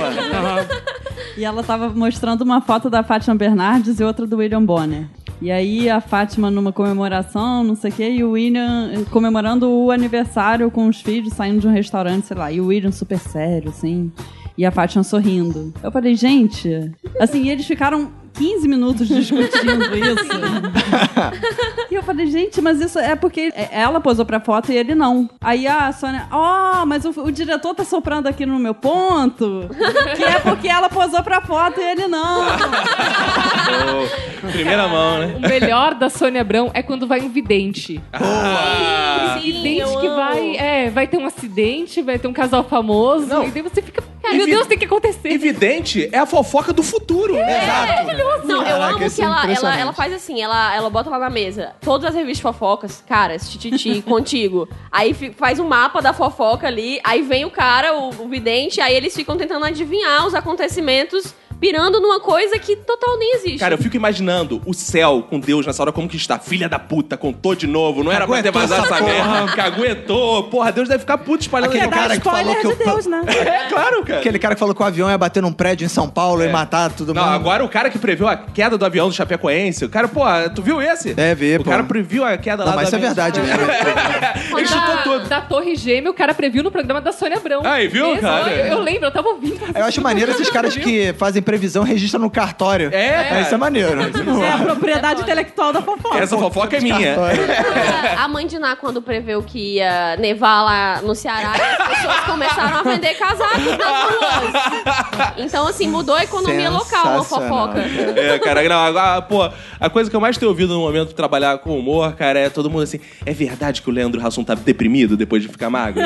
E ela tava mostrando uma foto da Fátima Bernardes e outra do William Bonner. E aí a Fátima numa comemoração, não sei o quê, e o William eh, comemorando o aniversário com os filhos, saindo de um restaurante, sei lá. E o William super sério, assim. E a Fátima sorrindo. Eu falei, gente... Assim, e eles ficaram quinze minutos discutindo isso. E eu falei, gente, mas isso é porque ela posou pra foto e ele não. Aí a Sônia, ó, oh, mas o, o diretor tá soprando aqui no meu ponto, que é porque ela posou pra foto e ele não. Ô, primeira mão, né? O melhor da Sônia Abrão é quando vai um vidente. Ah, Sim, Vidente eu que amo. vai, é, vai ter um acidente, vai ter um casal famoso, Não. e daí você fica, E meu vi- Deus, tem que acontecer. Evidente, é a fofoca do futuro. Exato. Não, eu Caraca, amo isso que é ela, ela, impressionante. ela faz assim, ela, ela bota lá na mesa todas as revistas fofocas, cara, tititi, contigo. Aí fi- faz um mapa da fofoca ali, aí vem o cara, o, o vidente, aí eles ficam tentando adivinhar os acontecimentos, pirando numa coisa que total nem existe. Cara, eu fico imaginando o céu com Deus nessa hora como que está. Filha da puta, contou de novo. Não era pra ter Caguetou vazado essa essa porra. merda. Caguetou. Porra, Deus deve ficar puto espalhando Aquele aquele cara que falou Spoiler que de o... Deus, né? É, claro, cara. Aquele cara que falou que o avião ia bater num prédio em São Paulo e matar todo Não, mundo. agora o cara que previu a queda do avião do Chapecoense, o cara, pô, tu viu esse? É, vi, O pô. cara previu a queda Não, lá mas do isso é avião. verdade mesmo. Ele chutou tudo. Da Torre Gêmea, o cara previu no programa da Sônia Abrão. Aí, viu, Mesmo, cara? Eu, eu lembro, eu tava ouvindo. Eu acho maneiro esses caras que fazem previsão e registram no cartório. É, cara. Isso é maneiro. É a propriedade intelectual da fofoca. Essa fofoca é minha. Cartório. A mãe de Ná, quando preveu que ia nevar lá no Ceará, as pessoas começaram a vender casacos nas ruas. Então, assim, mudou a economia local, uma Sensacional, fofoca. É, cara, não, agora, pô, a coisa que eu mais tenho ouvido no momento de trabalhar com humor, cara, é todo mundo assim, é verdade que o Leandro Hassum tá deprimido depois de ficar magro?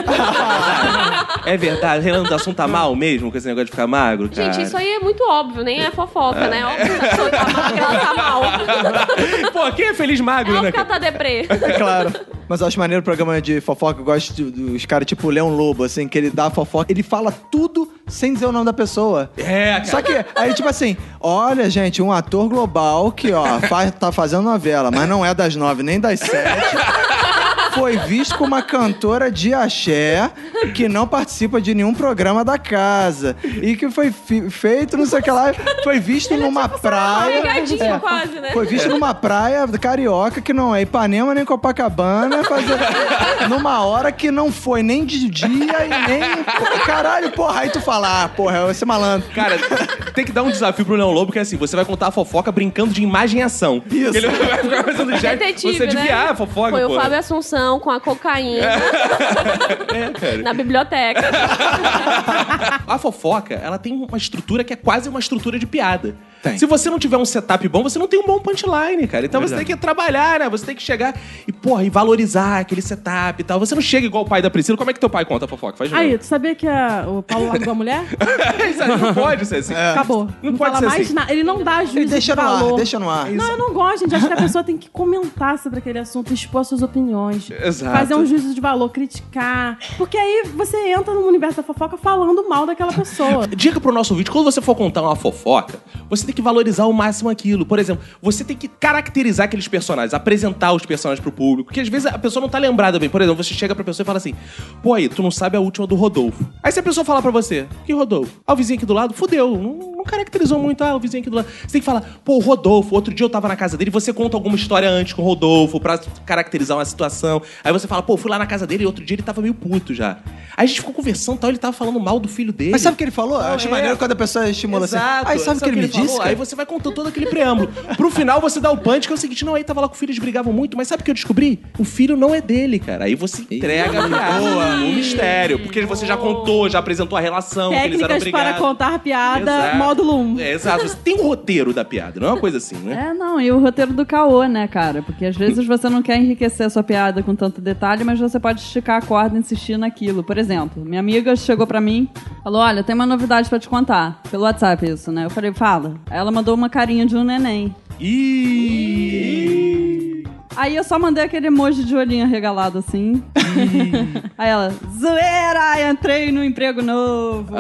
É verdade, o Leandro Hassum tá mal mesmo com esse negócio de ficar magro, cara? Gente, isso aí é muito óbvio, nem é fofoca, né? Óbvio que a pessoa tá magra, ela tá mal. Pô, quem é feliz magro, É né, óbvio que ela cara? tá deprê. É claro. Mas eu acho maneiro o programa de fofoca. Eu gosto de- dos caras tipo o Leão Lobo, assim, que ele dá a fofoca. Ele fala tudo sem dizer o nome da pessoa. É, cara. Só que, aí, tipo assim, olha, gente, um ator global que, ó, faz, tá fazendo novela, mas não é das nove nem das sete. Foi visto com uma cantora de axé que não participa de nenhum programa da casa. E que foi fi- feito, não sei o que lá, foi visto numa praia. Pegadinha É, quase, né? Foi visto numa praia carioca que não é Ipanema nem Copacabana, fazer, numa hora que não foi nem de dia e nem. Caralho, porra, aí tu fala, ah, porra, vai ser malandro. Cara, tem que dar um desafio pro Leão Lobo, que é assim, você vai contar a fofoca brincando de imagem e ação. Isso. Ele vai ficar fazendo gesto, Detetive, você adivinhar né? a fofoca, Foi pô. o Fábio Assunção com a cocaína É, cara. na biblioteca. A fofoca, ela tem uma estrutura que é quase uma estrutura de piada. Tem. Se você não tiver um setup bom, você não tem um bom punchline, cara. Então você Verdade. tem que trabalhar, né? Você tem que chegar e, porra, e valorizar aquele setup e tal. Você não chega igual o pai da Priscila. Como é que teu pai conta a fofoca? Faz de Aí, novo. tu sabia que a- o Paulo largou a mulher? Isso aí não pode ser assim. Acabou. Não Não, pode fala ser mais assim. nada. Ele não dá Ele juízo deixa de no ar, valor. deixa no ar. Não, eu não gosto, gente. Acho que a pessoa tem que comentar sobre aquele assunto, expor suas opiniões. Exato. Fazer um juízo de valor, criticar. Porque aí você entra no universo da fofoca falando mal daquela pessoa. Dica pro nosso vídeo, quando você for contar uma fofoca, você tem que valorizar ao máximo aquilo. Por exemplo, você tem que caracterizar aqueles personagens, apresentar os personagens pro público, porque às vezes a pessoa não tá lembrada bem. Por exemplo, você chega pra pessoa e fala assim, pô, aí, tu não sabe a última do Rodolfo. Aí se a pessoa falar pra você, que Rodolfo? Ah, o vizinho aqui do lado? Fudeu, não, não caracterizou muito, ah, o vizinho aqui do lado. Você tem que falar, pô, o Rodolfo, outro dia eu tava na casa dele, você conta alguma história antes com o Rodolfo pra caracterizar uma situação. Aí você fala, pô, fui lá na casa dele e outro dia ele tava meio puto já. Aí a gente ficou conversando e tal, ele tava falando mal do filho dele. Mas sabe o que ele falou? Eu acho é. maneiro quando a pessoa estimula Exato. assim. Aí sabe o que ele me falou? disse, cara? Aí você vai contando todo aquele preâmbulo. Pro final você dá o punch, que é o seguinte, não, aí tava lá com o filho, eles brigavam muito, mas sabe o que eu descobri? O filho não é dele, cara. Aí você entrega a piada, o mistério, porque você já contou, já apresentou a relação, que eles eram Técnicas para brigados. contar piada, Exato. módulo um. É, exato. Você tem um roteiro da piada, não é uma coisa assim, né? É, não, e o roteiro do caô, né, cara? Porque às vezes você não quer enriquecer a sua piada com tanto detalhe, mas você pode esticar a corda e insistir naquilo. Por exemplo, minha amiga chegou pra mim, falou, olha, tem uma novidade pra te contar. Pelo WhatsApp isso, né? Eu falei, fala. Aí ela mandou uma carinha de um neném. Ih! Aí eu só mandei aquele emoji de olhinho arregalado assim. Aí ela, zoeira, entrei no emprego novo.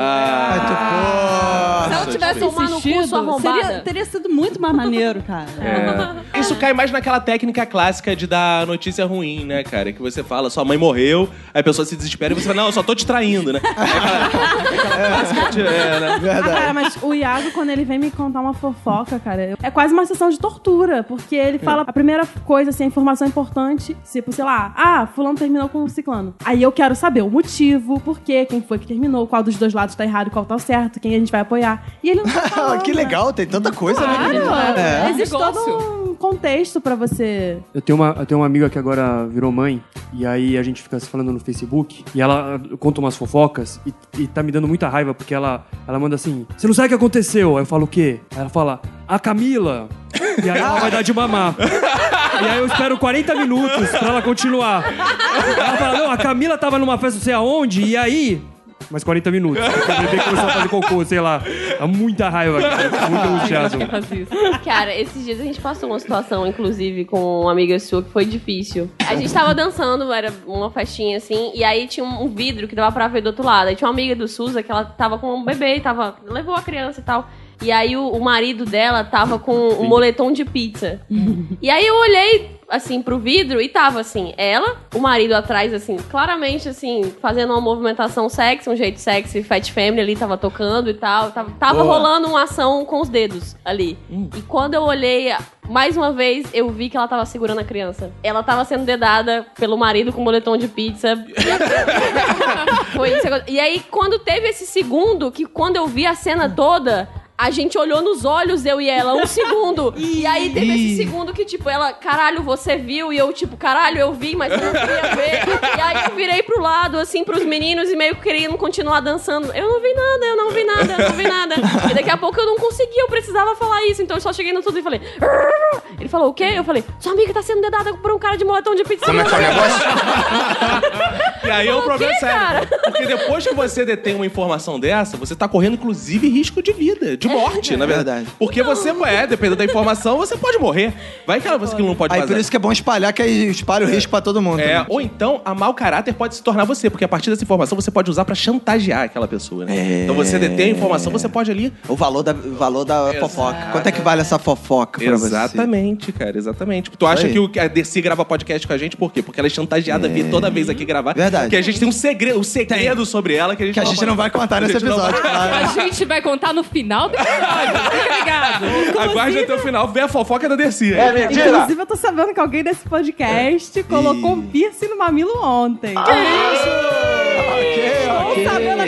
Ah, Se ela tivesse Tomar no cu, insistido, sua arrombada. seria, teria sido muito mais maneiro, cara. É. Isso cai mais naquela técnica clássica de dar notícia ruim, né, cara? Que você fala, sua mãe morreu, aí a pessoa se desespera e você fala, não, eu só tô te traindo, né? Aí aquela, aquela clássica de- é, né? Ah, cara, mas o Iago, quando ele vem me contar uma fofoca, cara, é quase uma sessão de tortura, porque ele fala a primeira coisa, assim, a informação importante, tipo, sei lá, ah, fulano terminou com o ciclano. Aí eu quero saber o motivo, o porquê, quem foi que terminou, qual dos dois lados tá errado e qual tá o certo, quem a gente vai apoiar. E ele não tá falando. Que legal, tem tanta coisa, né? Claro, É. existe Negócio. todo um contexto pra você... Eu tenho, uma, eu tenho uma amiga que agora virou mãe, e aí a gente fica se falando no Facebook, e ela conta umas fofocas, e, e tá me dando muita raiva, porque ela, ela manda assim, você não sabe o que aconteceu? Aí eu falo, o quê? Aí ela fala, a Camila. E aí ela vai dar de mamar. E aí eu espero quarenta minutos pra ela continuar. Ela fala, não, a Camila tava numa festa não sei aonde, e aí... Mais quarenta minutos. O bebê começou a fazer cocô, sei lá. Há muita raiva, cara. Muito angustiado. Faz isso. Cara, esses dias a gente passou uma situação, inclusive, com uma amiga sua que foi difícil. A gente tava dançando, era uma festinha assim, e aí tinha um vidro que dava pra ver do outro lado. Aí tinha uma amiga do Suza que ela tava com um bebê, tava, levou a criança e tal. E aí o, o marido dela tava com um moletom de pizza. E aí eu olhei, assim, pro vidro e tava, assim, ela, o marido atrás, assim, claramente, assim, fazendo uma movimentação sexy, um jeito sexy, Fat Family ali, tava tocando e tal. Tava, tava rolando uma ação com os dedos ali. E quando eu olhei, mais uma vez, eu vi que ela tava segurando a criança. Ela tava sendo dedada pelo marido com moletom de pizza. E a- Foi isso. E aí, quando teve esse segundo, que quando eu vi a cena toda... A gente olhou nos olhos, eu e ela, um segundo. E aí teve esse segundo que, tipo, ela, caralho, você viu? E eu, tipo, caralho, eu vi, mas eu não queria ver. E aí eu virei pro lado, assim, pros meninos e meio que queriam continuar dançando. Eu não vi nada, eu não vi nada, eu não vi nada. E daqui a pouco eu não conseguia, eu precisava falar isso. Então eu só cheguei no tudo e falei... Ele falou, o quê? Eu falei, sua amiga tá sendo dedada por um cara de moletom de pizza. Como é que é o negócio? E aí é o problema quê, sério. cara? Porque depois que você detém uma informação dessa, você tá correndo, inclusive, risco de vida, de morte, na verdade. verdade. Porque você, é, dependendo da informação, você pode morrer. Vai que ela- você que não pode Aí fazer. por isso que é bom espalhar, que aí espalha o risco pra todo mundo. É, né? ou então, a mau caráter pode se tornar você, porque a partir dessa informação você pode usar pra chantagear aquela pessoa, né? É. Então você detém a informação, você pode ali... O valor da, o valor da fofoca. Quanto é que vale essa fofoca pra você? Exatamente, cara, exatamente. Tu acha aí. que o- que a Dercy grava podcast com a gente por quê? Porque ela é chantageada a vir toda vez aqui gravar. Verdade. Que a gente tem um segredo, um segredo sobre ela que a gente, Que a gente não vai contar nesse A gente não vai- episódio, claro. A gente vai contar no final do episódio. Fica ligado. Aguarde até o final, vê a fofoca da Dercy. Inclusive, eu tô sabendo que alguém desse podcast colocou um piercing no mamilo ontem. Ok, Tô ok. sabendo aqui em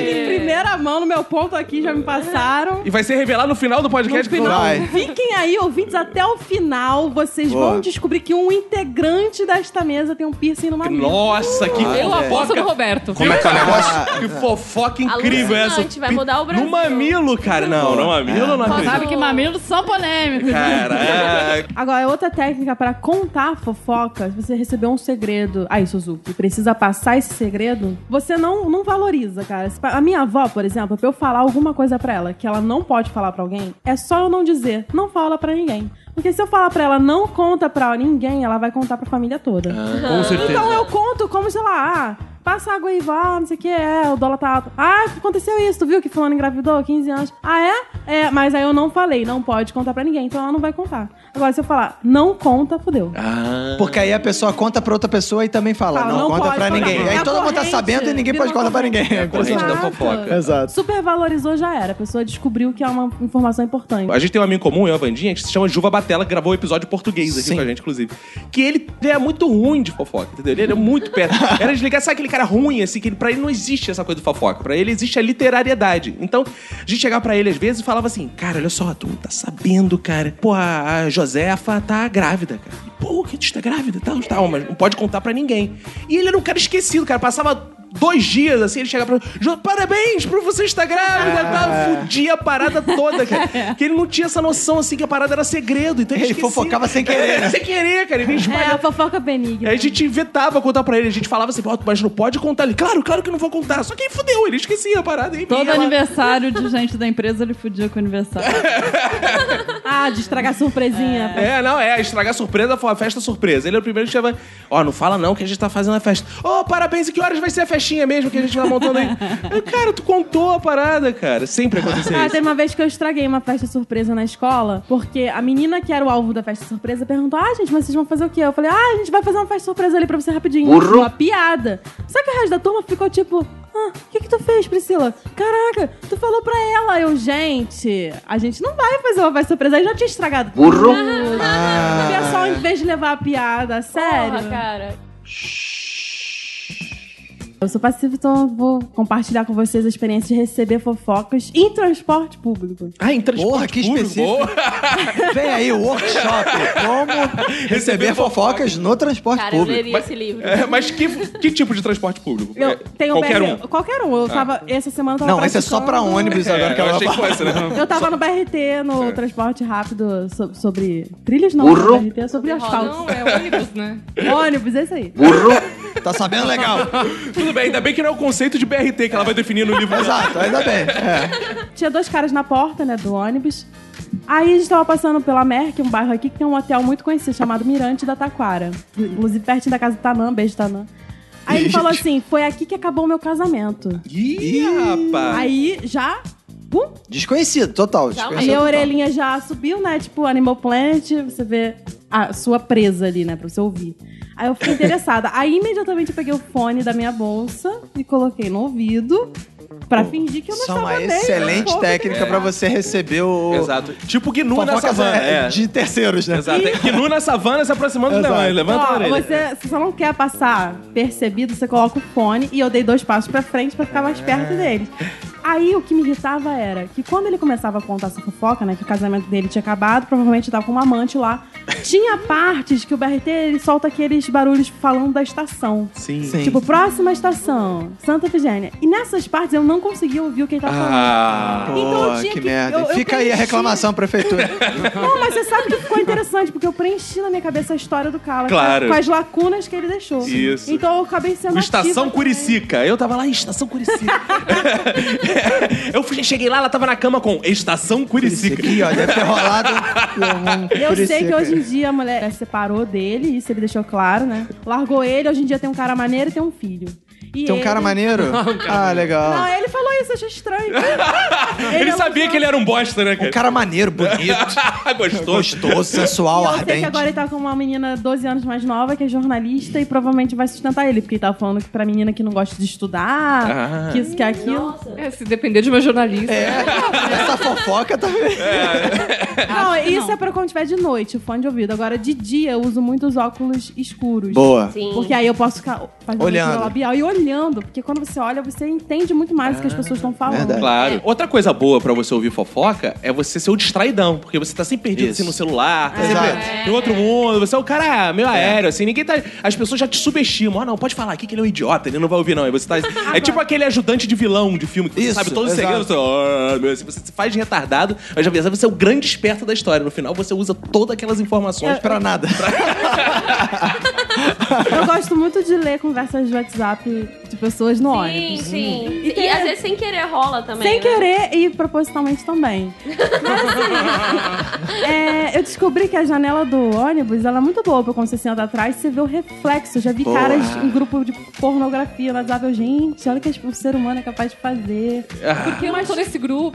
primeira mão no meu ponto aqui, já me passaram. E vai ser revelado no final do podcast? No final. Vai. Fiquem aí, ouvintes, até o final. Vocês Boa. vão descobrir que um integrante desta mesa tem um piercing no mamilo. Nossa, que Eu aposto no Roberto. Como é que é o negócio? Que fofoca incrível essa. Alucinante, vai mudar o Brasil. No mamilo, cara. Não, no mamilo não acredito. Sabe que mamilos são polêmicos. Caraca. Agora, outra técnica para contar fofoca, se você recebeu um segredo... Aí, Suzuki, precisa passar esse segredo, você não, não valoriza, cara. A minha avó, por exemplo, pra eu falar alguma coisa pra ela que ela não pode falar pra alguém, é só eu não dizer, não fala pra ninguém. Porque se eu falar pra ela, não conta pra ninguém, ela vai contar pra família toda. Com certeza. Então eu conto como, sei lá, ah, passa água aí, vá, não sei o que, é, o dólar tá alto. Ah, aconteceu isso, tu viu que fulano engravidou, quinze anos. Ah, é? É, mas aí eu não falei, não pode contar pra ninguém, então ela não vai contar. Agora, se eu falar, não conta, fudeu. Ah. Porque aí a pessoa conta pra outra pessoa e também fala, Fala, não, não conta pode pra contar. ninguém. É Aí a todo mundo tá corrente, sabendo e ninguém vira pode uma contar pra ninguém. É a corrente da Exato. fofoca. Exato. Super valorizou, já era. A pessoa descobriu que é uma informação importante. A gente tem um amigo comum, eu e a Vandinha, que se chama Juva Batella, que gravou um episódio em português aqui Sim. com a gente, inclusive. Que ele é muito ruim de fofoca, entendeu? Ele é muito perto. Era desligar, sabe aquele cara ruim, assim, que ele, pra ele não existe essa coisa do fofoca. Pra ele existe a literariedade. Então, a gente chegava pra ele às vezes e falava assim, cara, olha só, tu tá sabendo, cara. Pô, a Josefa tá grávida, cara. Pô, que tu está grávida e tal, tal, mas não pode contar pra ninguém. E ele era um cara esquecido, cara. Passava dois dias, assim, ele chegava pra Jo, parabéns por você estar grávida e tal. Fudia a parada toda, cara. Porque ele não tinha essa noção, assim, que a parada era segredo. Então ele, Ele esquecia. fofocava sem querer, né? Sem querer, cara. Ele É, a espalhava. fofoca benigna. Aí a gente vetava contar pra ele. A gente falava assim, pô, mas não pode contar. Ele, claro, claro que não vou contar. Só que aí fudeu, ele esquecia a parada. Aí Todo vinha lá. aniversário de gente da empresa, ele fudia com o aniversário. Ah, de estragar surpresinha. É, não, é, estragar surpresa foi uma festa surpresa. Ele é o primeiro que chama. Ó, não fala não que a gente tá fazendo a festa. Ô, parabéns, e que horas vai ser a festinha mesmo que a gente tá montando aí? Aí, cara, tu contou a parada, cara. Sempre aconteceu Ah, isso. teve uma vez que eu estraguei uma festa surpresa na escola, porque a menina que era o alvo da festa surpresa perguntou: ah, gente, mas vocês vão fazer o quê? Eu falei: ah, a gente vai fazer uma festa surpresa ali pra você rapidinho. Burro. Uma piada. Só que o resto da turma ficou tipo: ah, o que que tu fez, Priscila? Caraca, tu falou pra ela. Eu, gente, a gente não vai fazer uma festa surpresa. Aí já tinha estragado tudo. Burro. O pessoal, em vez de levar a piada a sério... Porra, cara. Eu sou passiva, então eu vou compartilhar com vocês a experiência de receber fofocas em transporte público. Ah, em transporte Porra, que público? específico. Boa. Vem aí o workshop. Como receber fofocas no transporte Cara, eu público. leria esse livro. É, mas que, que tipo de transporte público? Eu É, tenho qualquer B um. um. Qualquer um. Eu tava, essa semana eu tava Não, esse é só pra praticando- ônibus agora É, que eu ela achei que vai fosse, né? Eu tava no B R T, no transporte rápido, so- sobre... Trilhas não, Burro. no B R T, sobre asfalto. Não, é ônibus, né? Ônibus, esse aí. Burro. Tá sabendo legal? Tudo bem, ainda bem que não é o conceito de B R T que ela vai definir no livro. Exato, ainda bem. É. Tinha dois caras na porta, né, do ônibus. Aí a gente tava passando pela Merck, um bairro aqui que tem um hotel muito conhecido chamado Mirante da Taquara. Inclusive pertinho da casa do Tanã, beijo Tanã. Aí ele falou assim, foi aqui que acabou o meu casamento. Ih, rapaz. Aí já... Pum, Desconhecido, total. a Desconhecido minha total. orelhinha já subiu, né? Tipo, Animal Planet, você vê a sua presa ali, né? Pra você ouvir. Aí eu fiquei interessada. Aí imediatamente eu peguei o fone da minha bolsa e coloquei no ouvido pra fingir que eu não Isso é estava uma bem. excelente Um técnica pra você receber o... Exato. Tipo Gnu na Fofocas savana. é, É. de terceiros, né? Exato. É Gnu na savana se aproximando do Exato. leão. Levanta a Ó, orelha. você, se você não quer passar percebido, você coloca o fone e eu dei dois passos pra frente pra ficar mais perto deles. Aí o que me irritava era que quando ele começava a contar essa fofoca, né, que o casamento dele tinha acabado, provavelmente tava com uma amante lá, tinha partes que o B R T ele solta aqueles barulhos falando da estação. Sim. Sim. Tipo, próxima estação, Santa Efigênia. E nessas partes eu não conseguia ouvir o que ele tava falando. Ah. Então eu Pô, tinha que que- merda. eu- eu Fica aí a preenchi- reclamação, prefeitura. Não, mas você sabe que ficou interessante, porque eu preenchi na minha cabeça a história do cara. Claro. Com as lacunas que ele deixou. Isso. Então eu acabei sendo O Estação ativa também. Curicica. Eu tava lá em Estação Curicica. Eu fui- cheguei lá, ela tava na cama com Estação Curicica. Aqui, ó, deve ter rolado. Eu sei que hoje em dia a mulher se separou dele, isso ele deixou claro, né? Largou ele, hoje em dia tem um cara maneiro e tem um filho. E Tem um ele- cara maneiro? Ah, legal. Não, ele falou isso, eu achei estranho. Ele sabia que ele era um bosta, né, Um cara? cara maneiro, bonito, Gostoso. gostoso, sensual, E eu sei ardente. que agora ele tá com uma menina doze anos mais nova, que é jornalista, e provavelmente vai sustentar ele, porque ele tava falando que pra menina que não gosta de estudar, Ah. que isso, que aquilo. É, se depender de uma jornalista. É, essa fofoca também. Não, isso é pra quando tiver de noite, o fone de ouvido. Agora, de dia, eu uso muito os óculos escuros. Boa. Sim. Porque aí eu posso ficar fazendo Olhando. leitura labial e olhando. Porque quando você olha, você entende muito mais o que as pessoas pessoas estão falando. Verdade. Claro. Outra coisa boa pra você ouvir fofoca é você ser o distraidão, porque você tá sempre perdido Isso. assim no celular, tá Exato. sempre em outro mundo, você é o cara meio aéreo, assim, ninguém tá... As pessoas já te subestimam. Ah, não, pode falar aqui que ele é um idiota, ele não vai ouvir não. Aí você tá... É tipo aquele ajudante de vilão de filme, que você Isso, sabe todos os exato. segredos, você, oh, meu, assim, você se faz de retardado, mas já pensa, você é o grande esperto da história. No final, você usa todas aquelas informações Pra nada. Eu gosto muito de ler conversas de WhatsApp de pessoas no Sim, ônibus. sim. E E, tem- às vezes sem querer rola também. Sem né? querer e propositalmente também. Mas assim, é, eu descobri que a janela do ônibus ela é muito boa pra quando você senta atrás, você vê o reflexo. Eu já vi Boa. caras em grupo de pornografia no WhatsApp. Eu, gente, olha o que o ser humano é capaz de fazer. Porque eu não tô nesse grupo.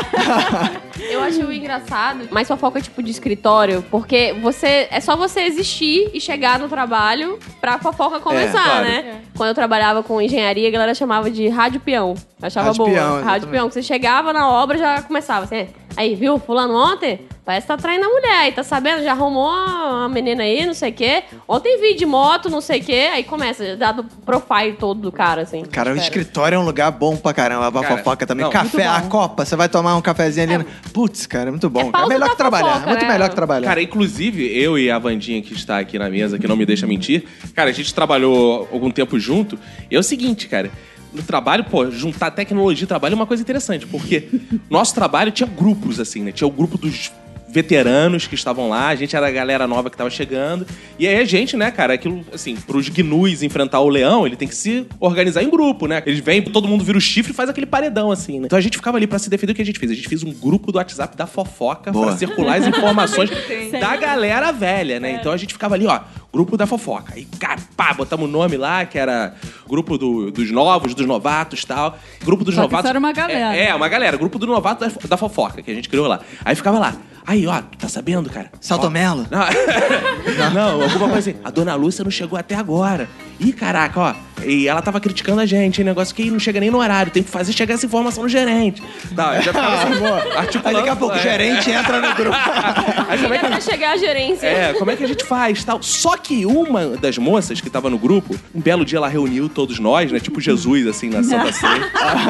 Eu acho engraçado, mas fofoca tipo de escritório, porque você é só você existir e chegar no trabalho pra fofoca começar, claro. né? Quando eu trabalhava com engenharia, a galera chamava de rádio peão. Eu achava Rádio boa. peão, rádio exatamente. peão, que você chegava na obra já começava assim, aí, viu, fulano ontem? Parece que tá traindo a mulher, aí tá sabendo? Já arrumou uma menina aí, não sei o quê. Ontem vi de moto, não sei o quê. Aí começa, dá do profile todo do cara, assim. Cara, o Espera. escritório é um lugar bom pra caramba, pra Cara, fofoca também. não, Café, muito a bom. copa, você vai tomar um cafezinho ali. Putz, cara, é muito bom. É cara. É pausa melhor da que trabalhar. fofoca, muito né? melhor que trabalhar. Cara, inclusive, eu e a Vandinha que está aqui na mesa, que não me deixa mentir, cara, a gente trabalhou algum tempo junto, e é o seguinte, cara, no trabalho, pô, juntar tecnologia e trabalho é uma coisa interessante, porque nosso trabalho tinha grupos, assim, né? Tinha o grupo dos veteranos que estavam lá, a gente era a galera nova que tava chegando, e aí a gente, né, cara, aquilo, assim, pros gnus enfrentar o leão, ele tem que se organizar em grupo, né? Eles vêm, todo mundo vira o chifre e faz aquele paredão, assim, né? Então a gente ficava ali pra se defender. O que a gente fez? A gente fez um grupo do WhatsApp da fofoca Boa. pra circular as informações da galera velha, né? Então a gente ficava ali, ó, grupo da fofoca. E, cara, pá, botamos o nome lá, que era grupo do- dos novos, dos novatos e tal. Grupo dos Só que novatos. isso era uma galera. É, é, uma galera. Grupo do novato da, da fofoca, que a gente criou lá. Aí ficava lá. Aí, ó, tá sabendo, cara? Saltomelo? Não, não, alguma coisa assim. A dona Lúcia não chegou até agora. Ih, caraca, ó. E ela tava criticando a gente, hein? Negócio que não chega nem no horário. Tem que fazer chegar essa informação no gerente. Tá, já ficava assim, Aí articulando. daqui a pouco o É. gerente entra no grupo. Aí como é que a Até chegar a gerência. é, como é que a gente faz, tal? Só que uma das moças que tava no grupo, um belo dia ela reuniu todos nós, né? Tipo Jesus, assim, na Santa Ceia.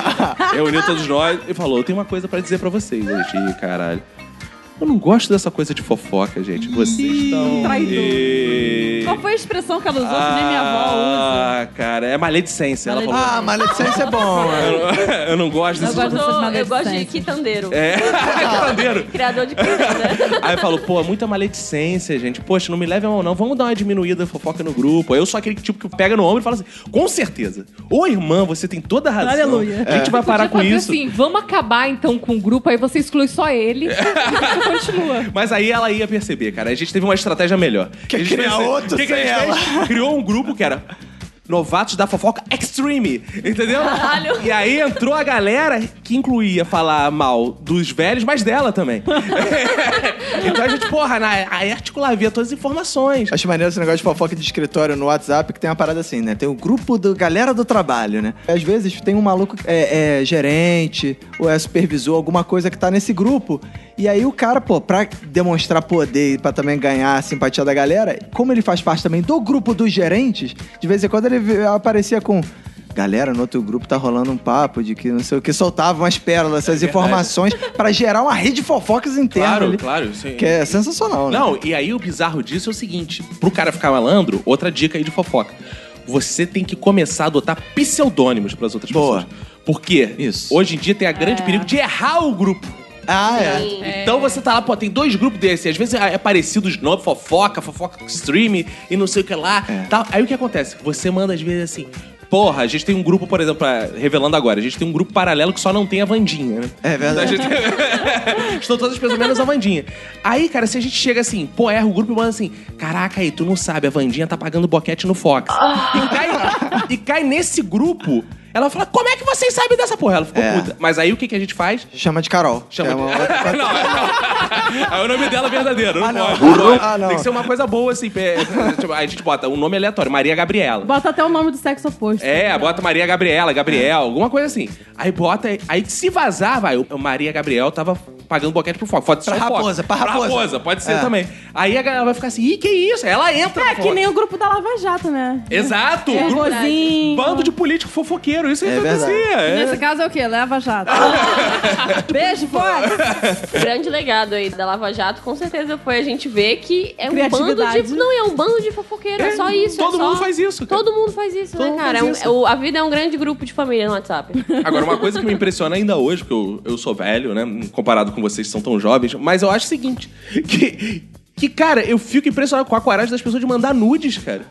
Reuniu todos nós e falou, eu tenho uma coisa pra dizer pra vocês. A gente, ih, caralho. Eu não gosto dessa coisa de fofoca, gente. Vocês estão... traidor. E- Qual foi a expressão que ela usou que nem minha avó usa? Ah, cara, é maledicência. Ela falou. Ah, maledicência é bom. né? Eu não, eu não gosto Eu desse gosto Eu, dessas sou- eu gosto de maledicências. quitandeiro. É, quitandeiro. Criador de quitanda. Aí falou, pô, muita maledicência, gente. Poxa, não me leve a mão, não. Vamos dar uma diminuída fofoca no grupo. Aí eu sou aquele tipo que pega no ombro e fala assim, com certeza. Ô, irmã, você tem toda a razão. Aleluia. A gente vai parar com Podia fazer isso. assim, vamos acabar então com o grupo, aí você exclui só ele e você continua. Mas aí ela ia perceber, cara. A gente teve uma estratégia melhor. Quer A gente criar fez- outro O que, que a sem gente fez? Criou um grupo que era Novatos da Fofoca Extreme, entendeu? Caralho. E aí entrou a galera que incluía falar mal dos velhos, mas dela também. Então a gente, porra, na, aí articulava, via todas as informações. Acho maneiro esse negócio de fofoca de escritório no WhatsApp, que tem uma parada assim, né? Tem o grupo do galera do trabalho, né? Às vezes tem um maluco que é, é gerente ou é supervisor, alguma coisa que tá nesse grupo. E aí o cara, pô, pra demonstrar poder e pra também ganhar a simpatia da galera, como ele faz parte também do grupo dos gerentes, de vez em quando ele aparecia com... Galera, no outro grupo tá rolando um papo de que não sei o que, soltava umas pérolas, essas informações pra gerar uma rede de fofocas interna Claro, ali. claro. Sim. Que é sensacional, né? Não, e aí o bizarro disso é o seguinte: pro cara ficar malandro, outra dica aí de fofoca. Você tem que começar a adotar pseudônimos pras outras Boa. pessoas. Porque Isso. hoje em dia tem a grande perigo de errar o grupo. Ah, é. Então você tá lá, pô, tem dois grupos desses. Às vezes é parecido os nomes, fofoca, fofoca extreme e não sei o que lá. É. Tal. Aí o que acontece? Você manda às vezes assim... Porra, a gente tem um grupo, por exemplo, pra- revelando agora, a gente tem um grupo paralelo que só não tem a Vandinha, né? É verdade. Então a gente... Estão todas as pessoas menos a Vandinha. Aí, cara, se a gente chega assim, pô, erra o grupo e manda assim, caraca aí, tu não sabe, a Vandinha tá pagando boquete no Fox. E, cai, e cai nesse grupo, ela fala, como é que vocês sabem dessa porra? Ela ficou É. puta. Mas aí o que, que a gente faz? Chama de Carol. Chama É de... uma outra- não, não. É o nome dela verdadeiro. Não Ah, não. pode. Não pode. Ah, não. Tem que ser uma coisa boa, assim. pe- tipo, aí a gente bota um nome aleatório, Maria Gabriela. Bota até o nome do sexo oposto. É, bota Maria Gabriela, Gabriel, alguma coisa assim. Aí bota, aí se vazar, vai, o Maria Gabriel tava pagando boquete pro foco. Pode ser Pra fofoca. raposa, pra raposa. pode ser É. também. Aí a galera vai ficar assim, ih, que isso? Ela entra É na que fofoca. nem o grupo da Lava Jato, né? Exato. grupo- Nervosinho. Bando de político fofoqueiro. Isso que É acontecia. É. Nesse caso é o quê? Leva jato. Beijo, Fox. Grande legado aí da Lava Jato, com certeza foi a gente ver que é um bando Criatividade. de... Não, é um bando de fofoqueiro, é, É, só isso. todo é só- mundo faz isso, cara. Todo mundo faz isso, Todo né, mundo cara? faz É um- isso. é o- a vida é um grande grupo de família no WhatsApp. Agora, uma coisa que me impressiona ainda hoje, porque eu, eu sou velho, né? Comparado com vocês que são tão jovens, mas eu acho o seguinte: que, que, cara, eu fico impressionado com a coragem das pessoas de mandar nudes, cara.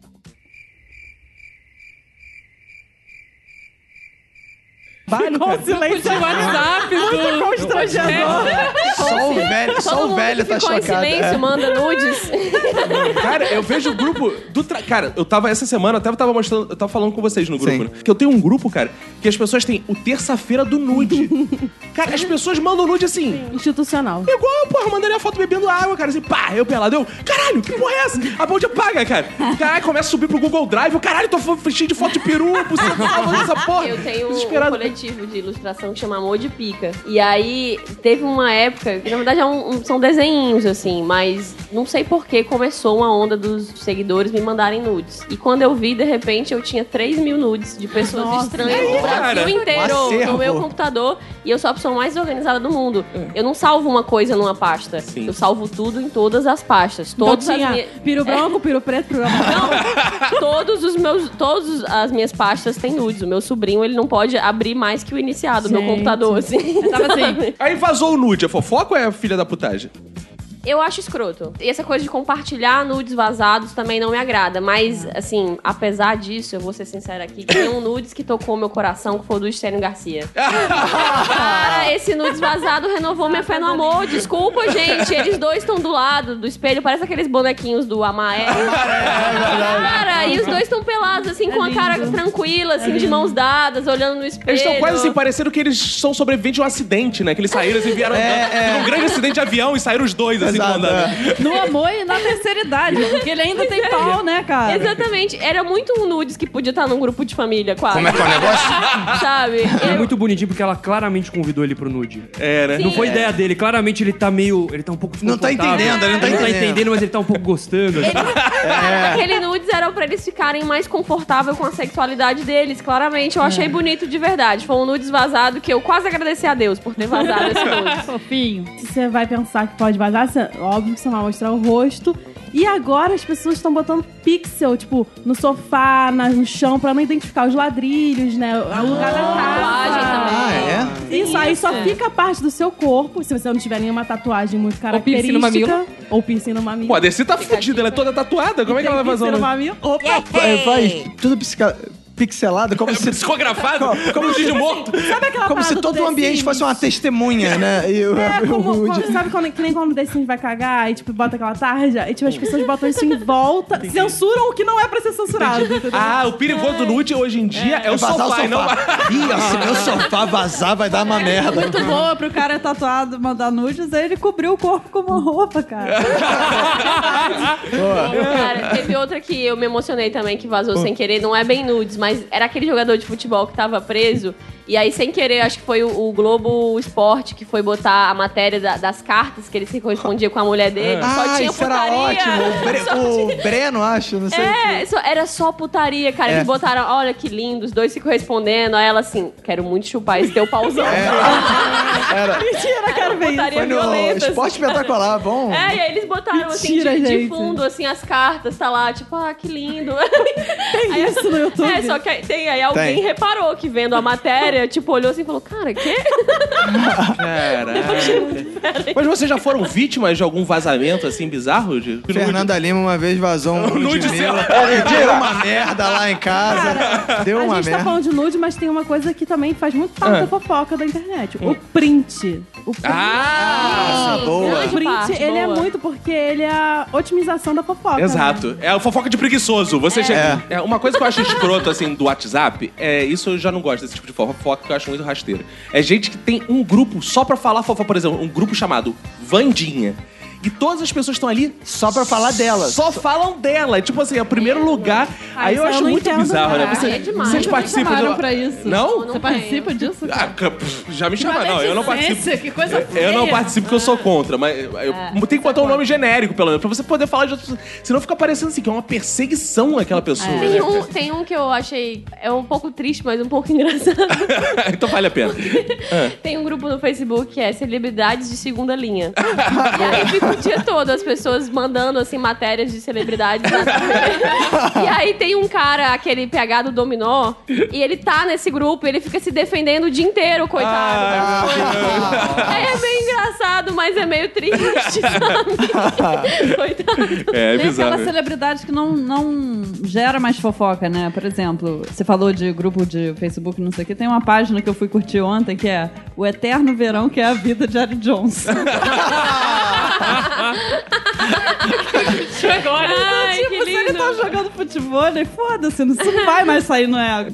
Vale, Com cara. silêncio De WhatsApp, muito do- constrangedor. Só o velho, só Todo o mundo velho que tá ficou em chocado. silêncio, É. manda nudes. Cara, eu vejo o grupo do. Tra... Cara, eu tava essa semana, eu até tava mostrando, eu tava falando com vocês no grupo, Sim. né? Que eu tenho um grupo, cara, que as pessoas têm o terça-feira do nude. Cara, as pessoas mandam nude assim. Institucional. Igual, porra, mandaria a foto bebendo água, cara, assim, pá, eu pelado, eu, caralho, que porra é essa? A Bond apaga, cara. Caralho, começa a subir pro Google Drive, eu, caralho, tô f- cheio de foto de peru, você fala essa porra. Eu tenho um Desesperado. coletivo de ilustração que chama Amor de Pica. E aí, teve uma época, que na verdade é um- um- são desenhinhos, assim, mas não sei por que começou uma onda dos seguidores me mandarem nudes. E quando eu vi, de repente, eu tinha três mil nudes de pessoas Nossa, estranhas aí, do Brasil cara? inteiro Um acervo. no meu computador. E eu sou a pessoa mais organizada do mundo. Eu não salvo uma coisa numa pasta. Sim. Eu salvo tudo em todas as pastas. Todas Então as tinha minhas... piro branco, piro preto, piro amarelo. Não, todos os meus, todas as minhas pastas têm nudes. O meu sobrinho, ele não pode abrir mais que o iniciado do meu Gente. computador, assim. Eu tava assim. Aí vazou o nude, é fofoca ou é filha da putagem? Eu acho escroto. E essa coisa de compartilhar nudes vazados também não me agrada. Mas, assim, apesar disso, eu vou ser sincera aqui, tem um nudes que tocou meu coração, que foi o do Estênio Garcia. Cara, esse nudes vazado renovou minha fé no amor. Desculpa, gente. Eles dois estão do lado do espelho, parece aqueles bonequinhos do Amaé. Cara, e os dois estão pelados, assim, com a cara tranquila, assim, de mãos dadas, olhando no espelho. Eles estão quase assim, parecendo que eles são sobreviventes de um acidente, né? Que eles saíram assim, vieram É, de um grande acidente de avião e saíram os dois, assim, Exato, mandando. é. No amor e na terceira idade. Porque ele ainda tem pau, né, cara? Exatamente. Era muito um nudes que podia estar num grupo de família, quase. Como é que é o negócio? Sabe? É Eu- muito bonitinho porque ela claramente convidou ele pro nude. É, né? Sim. Não foi ideia dele, claramente ele tá meio. Ele tá um pouco Não tá desconfortável. entendendo, ele não tá Ele entendendo. mas ele tá um pouco gostando. assim. Cara, aquele nudes era pra eles ficarem mais confortáveis com a sexualidade deles, claramente. Eu achei bonito de verdade. Foi um nudes vazado que eu quase agradeci a Deus por ter vazado esse nudes. Fofinho. Se você vai pensar que pode vazar, você, óbvio que você vai mostrar o rosto. E agora as pessoas estão botando pixel, tipo, no sofá, na- no chão, pra não identificar os ladrilhos, né? O lugar da Tatuagem casa. Ah, é? Isso, aí só fica a parte do seu corpo, se você não tiver nenhuma tatuagem muito piercing no característica. mamilo. Ou piercing no mamilo. Pô, a Desci tá fudida, ela é toda tatuada. Como é que ela vai vazar Piercing o no nude? mamilo. Opa! É, faz tudo psica- pixelado, como se, Psicografado? Como vídeo morto? Sabe aquela como se parada do todo o The ambiente Sims? fosse uma testemunha, né? E o, É, o como, nude. como- sabe quando, que nem quando o The Sims vai cagar e, tipo, bota aquela tarja? E, tipo, as pessoas botam isso em volta, censuram o que não é pra ser censurado. entendeu? Ah, o perigoso do nude hoje em dia é, o Vazar sofá, o e não... sofá. Ih, ó, se meu sofá vazar, vai dar uma merda. Muito boa pro cara tatuado mandar nudes, aí ele cobriu o corpo com uma roupa, cara. Cara, teve outra que eu me emocionei também, que vazou sem querer. Não é bem nudes, mas era aquele jogador de futebol que tava preso. E aí, sem querer, acho que foi o, o Globo Esporte que foi botar a matéria da- das cartas que ele se correspondia com a mulher dele. só Ah, tinha isso era putaria. ótimo. O, Bre- Só o Breno, acho, não sei. É, só- era só putaria, cara. É. Eles botaram, olha que lindo, os dois se correspondendo. Aí ela assim, quero muito chupar esse teu pauzão. Era, Mentira, quero ver isso. Putaria foi no violenta. Esporte Espetacular, bom. É, e aí eles botaram assim Mentira, de, de gente. fundo, assim, as cartas, tá lá, tipo, ah, que lindo. Tem isso no YouTube? É, só que aí, tem, aí alguém Tem. reparou que vendo a matéria, tipo, olhou assim e falou, cara, quê? Caraca. Mas vocês já foram vítimas de algum vazamento, assim, bizarro? De... Fernanda Lima uma vez vazou um nude nude meu. Deu uma merda lá em casa. Deu A uma gente tá merda. falando de nude, mas tem uma coisa que também faz muito parte Ah. da fofoca da internet. O print. O print, Ah! Sim, boa. o grande print parte, ele é boa. muito porque ele é a otimização da fofoca. Exato. Né? É a fofoca de preguiçoso. Você chega... É, uma coisa que eu acho escroto, assim, do WhatsApp, é isso eu já não gosto desse tipo de fofoca, que eu acho muito rasteira. É gente que tem um grupo só pra falar fofoca, por exemplo, um grupo chamado Vandinha. e todas as pessoas estão ali Só pra falar dela. só falam dela. Tipo assim, é o primeiro lugar. Ah, Aí eu isso eu acho não muito entendo, bizarro, né? cara. Você- É demais. Vocês Me participam chamaram de... pra isso. Não? Não Você participa disso? Ah, pff, já me chamaram. Não, eu não participo. Maledicência, que coisa Eu não feia. participo porque eu sou contra, mas eu eu tenho que botar um nome genérico, pelo menos, pra você poder falar de outros. Senão fica parecendo assim, que é uma perseguição àquela pessoa. Tem né? um, tem um que eu achei é um pouco triste, mas um pouco engraçado. Então vale a pena. Tem um grupo no Facebook que é Celebridades de Segunda Linha. E aí fica o dia todo as pessoas mandando assim matérias de celebridades. Na... E aí tem um cara, aquele P H do Dominó, e ele tá nesse grupo, e ele fica se defendendo o dia inteiro, coitado. Ah, é meio engraçado, mas é meio triste, sabe? Coitado. É, é Tem bizarro. aquelas celebridades que não, não gera mais fofoca, né? Por exemplo, você falou de grupo de Facebook, não sei o que. Tem uma página que eu fui curtir ontem que é O Eterno Verão, que é a vida de Ari Johnson. Agora, ai, tipo, que se ele lindo. tá jogando futebol, foda-se, isso não vai mais sair no ego.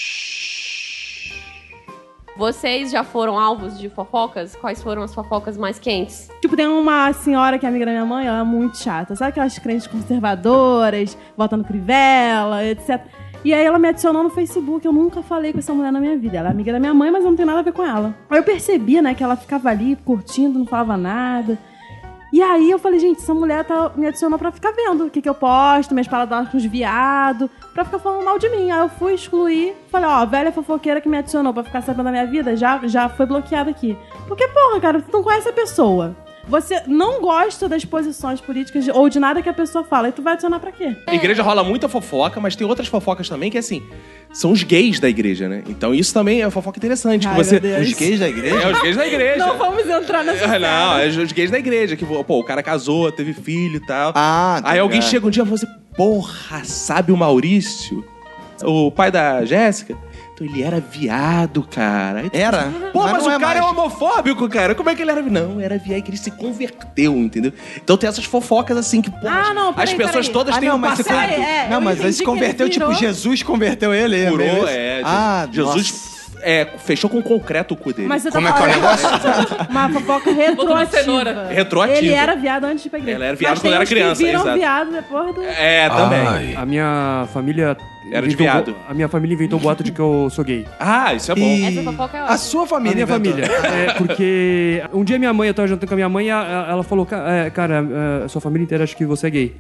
Vocês já foram alvos de fofocas? Quais foram as fofocas mais quentes? Tipo, tem uma senhora que é amiga da minha mãe, ela é muito chata. Sabe aquelas crentes conservadoras, votando Crivella, etcétera. E aí ela me adicionou no Facebook. Eu nunca falei com essa mulher na minha vida. Ela é amiga da minha mãe, mas eu não tenho nada a ver com ela. Aí eu percebi, né, que ela ficava ali curtindo, não falava nada. E aí eu falei, gente, essa mulher tá, me adicionou pra ficar vendo o que, que eu posto, minhas palavras com os viados, pra ficar falando mal de mim. Aí eu fui excluir, falei, ó, a velha fofoqueira que me adicionou pra ficar sabendo da minha vida já, já foi bloqueada aqui. Porque, porra, cara, você não conhece a pessoa. Você não gosta das posições políticas de- ou de nada que a pessoa fala. E tu vai adicionar pra quê? A igreja rola muita fofoca, mas tem outras fofocas também que, assim, são os gays da igreja, né? Então isso também é uma fofoca interessante. Ai, que você... meu Deus. Os gays da igreja? É, os gays da igreja. Não vamos entrar nessa É, não, série. é os gays da igreja. Que, pô, o cara casou, teve filho e tal. Ah, tá Aí alguém ligado. chega um dia e fala assim, porra, sabe o Maurício? O pai da Jéssica? Então ele era viado, cara. Aí tu Era? pensa, Pô, mas, Mas o não é cara é mais. homofóbico, cara. Como é que ele era? Não, era viado que ele se converteu, entendeu? Então tem essas fofocas assim que, pô, Ah, não, as peraí, pessoas peraí. todas Ah, têm não, um mas se passado. Peraí, é, Não, eu mas aí entendi se que ele converteu, tipo, virou- Jesus converteu ele. é Curou, mesmo? é. Ah, Jesus é, fechou com concreto o cu dele. Mas você tá Como é que é o falando uma fofoca retroativa. Retroativa. Ele era viado antes de ir pra igreja. Ela era viado Mas tem quando era uns que criança, viram exato. viado depois do... É, também. A minha família... Era de inventou- viado. A minha família inventou o boato de que eu sou gay. Ah, isso é bom. E Essa fofoca é a ótima. sua A família, minha inventou. família. É, porque um dia minha mãe, eu tava jantando com a minha mãe e a- a- ela falou, "Ca- é, cara, é, a sua família inteira acha que você é gay."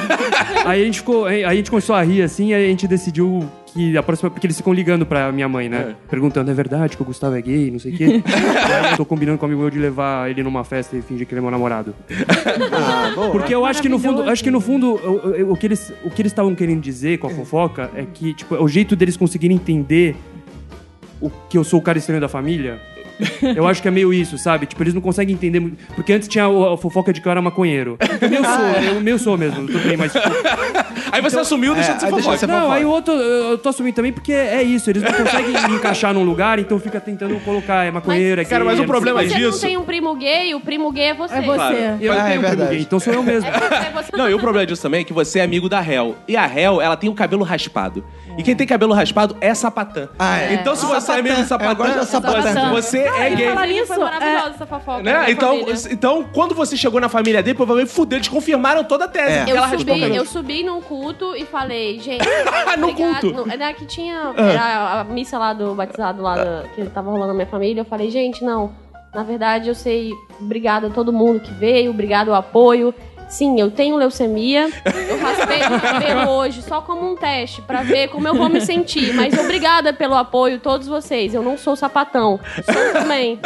Aí a gente ficou, aí a gente começou a rir assim, aí a gente decidiu que a próxima, porque eles ficam ligando pra minha mãe, né? Perguntando, é verdade que o Gustavo é gay, não sei o quê. Aí eu tô combinando com um amigo meu de levar ele numa festa e fingir que ele é meu namorado. Ah, boa. Porque eu acho que no fundo, acho que no fundo o, o- o que eles o que eles estavam querendo dizer com a fofoca é que tipo, o jeito deles conseguirem entender o que eu sou o cara estranho da família. Eu acho que é meio isso, sabe? Tipo, eles não conseguem entender muito. Porque antes tinha a, a fofoca de que eu era maconheiro. Eu meio sou, eu meio sou mesmo, tudo bem, mas. Tipo, Aí você assumiu, deixa de ser aí deixa de fofoca. ser não, fofoca. aí o outro, eu eu tô assumindo também porque é isso, eles não conseguem me encaixar num lugar, então fica tentando colocar, é maconheiro, é Cara, gay, mas o é não problema sei Se o quê. você disso- não tem um primo gay, o primo gay é você. É você. Claro. Eu Ah, tenho é um primo verdade. gay, então sou eu mesmo. É você, você Não, e o problema disso também é que você é amigo da Hel. E a Hel, ela tem o cabelo raspado. E quem tem cabelo raspado é sapatã. Ah, é. Então se você é amigo do sapatã, Eu gosto da sapatã. você é e gay. falar Foi nisso, maravilhosa é, essa fofoca. Né? da Então, família. então, quando você chegou na família dele, provavelmente fudeu, eles confirmaram toda a tese. É. porque Eu ela subi, raspou o cabelo. eu subi num culto e falei, gente. No obrigado. culto? Não, era que tinha. Era a missa lá do batizado lá da- que tava rolando na minha família. Eu falei, gente, não. Na verdade, eu sei. Obrigada a todo mundo que veio, obrigado ao apoio. Sim, eu tenho leucemia. Eu raspei o cabelo hoje só como um teste pra ver como eu vou me sentir. Mas obrigada pelo apoio, todos vocês. Eu não sou sapatão. Sou também.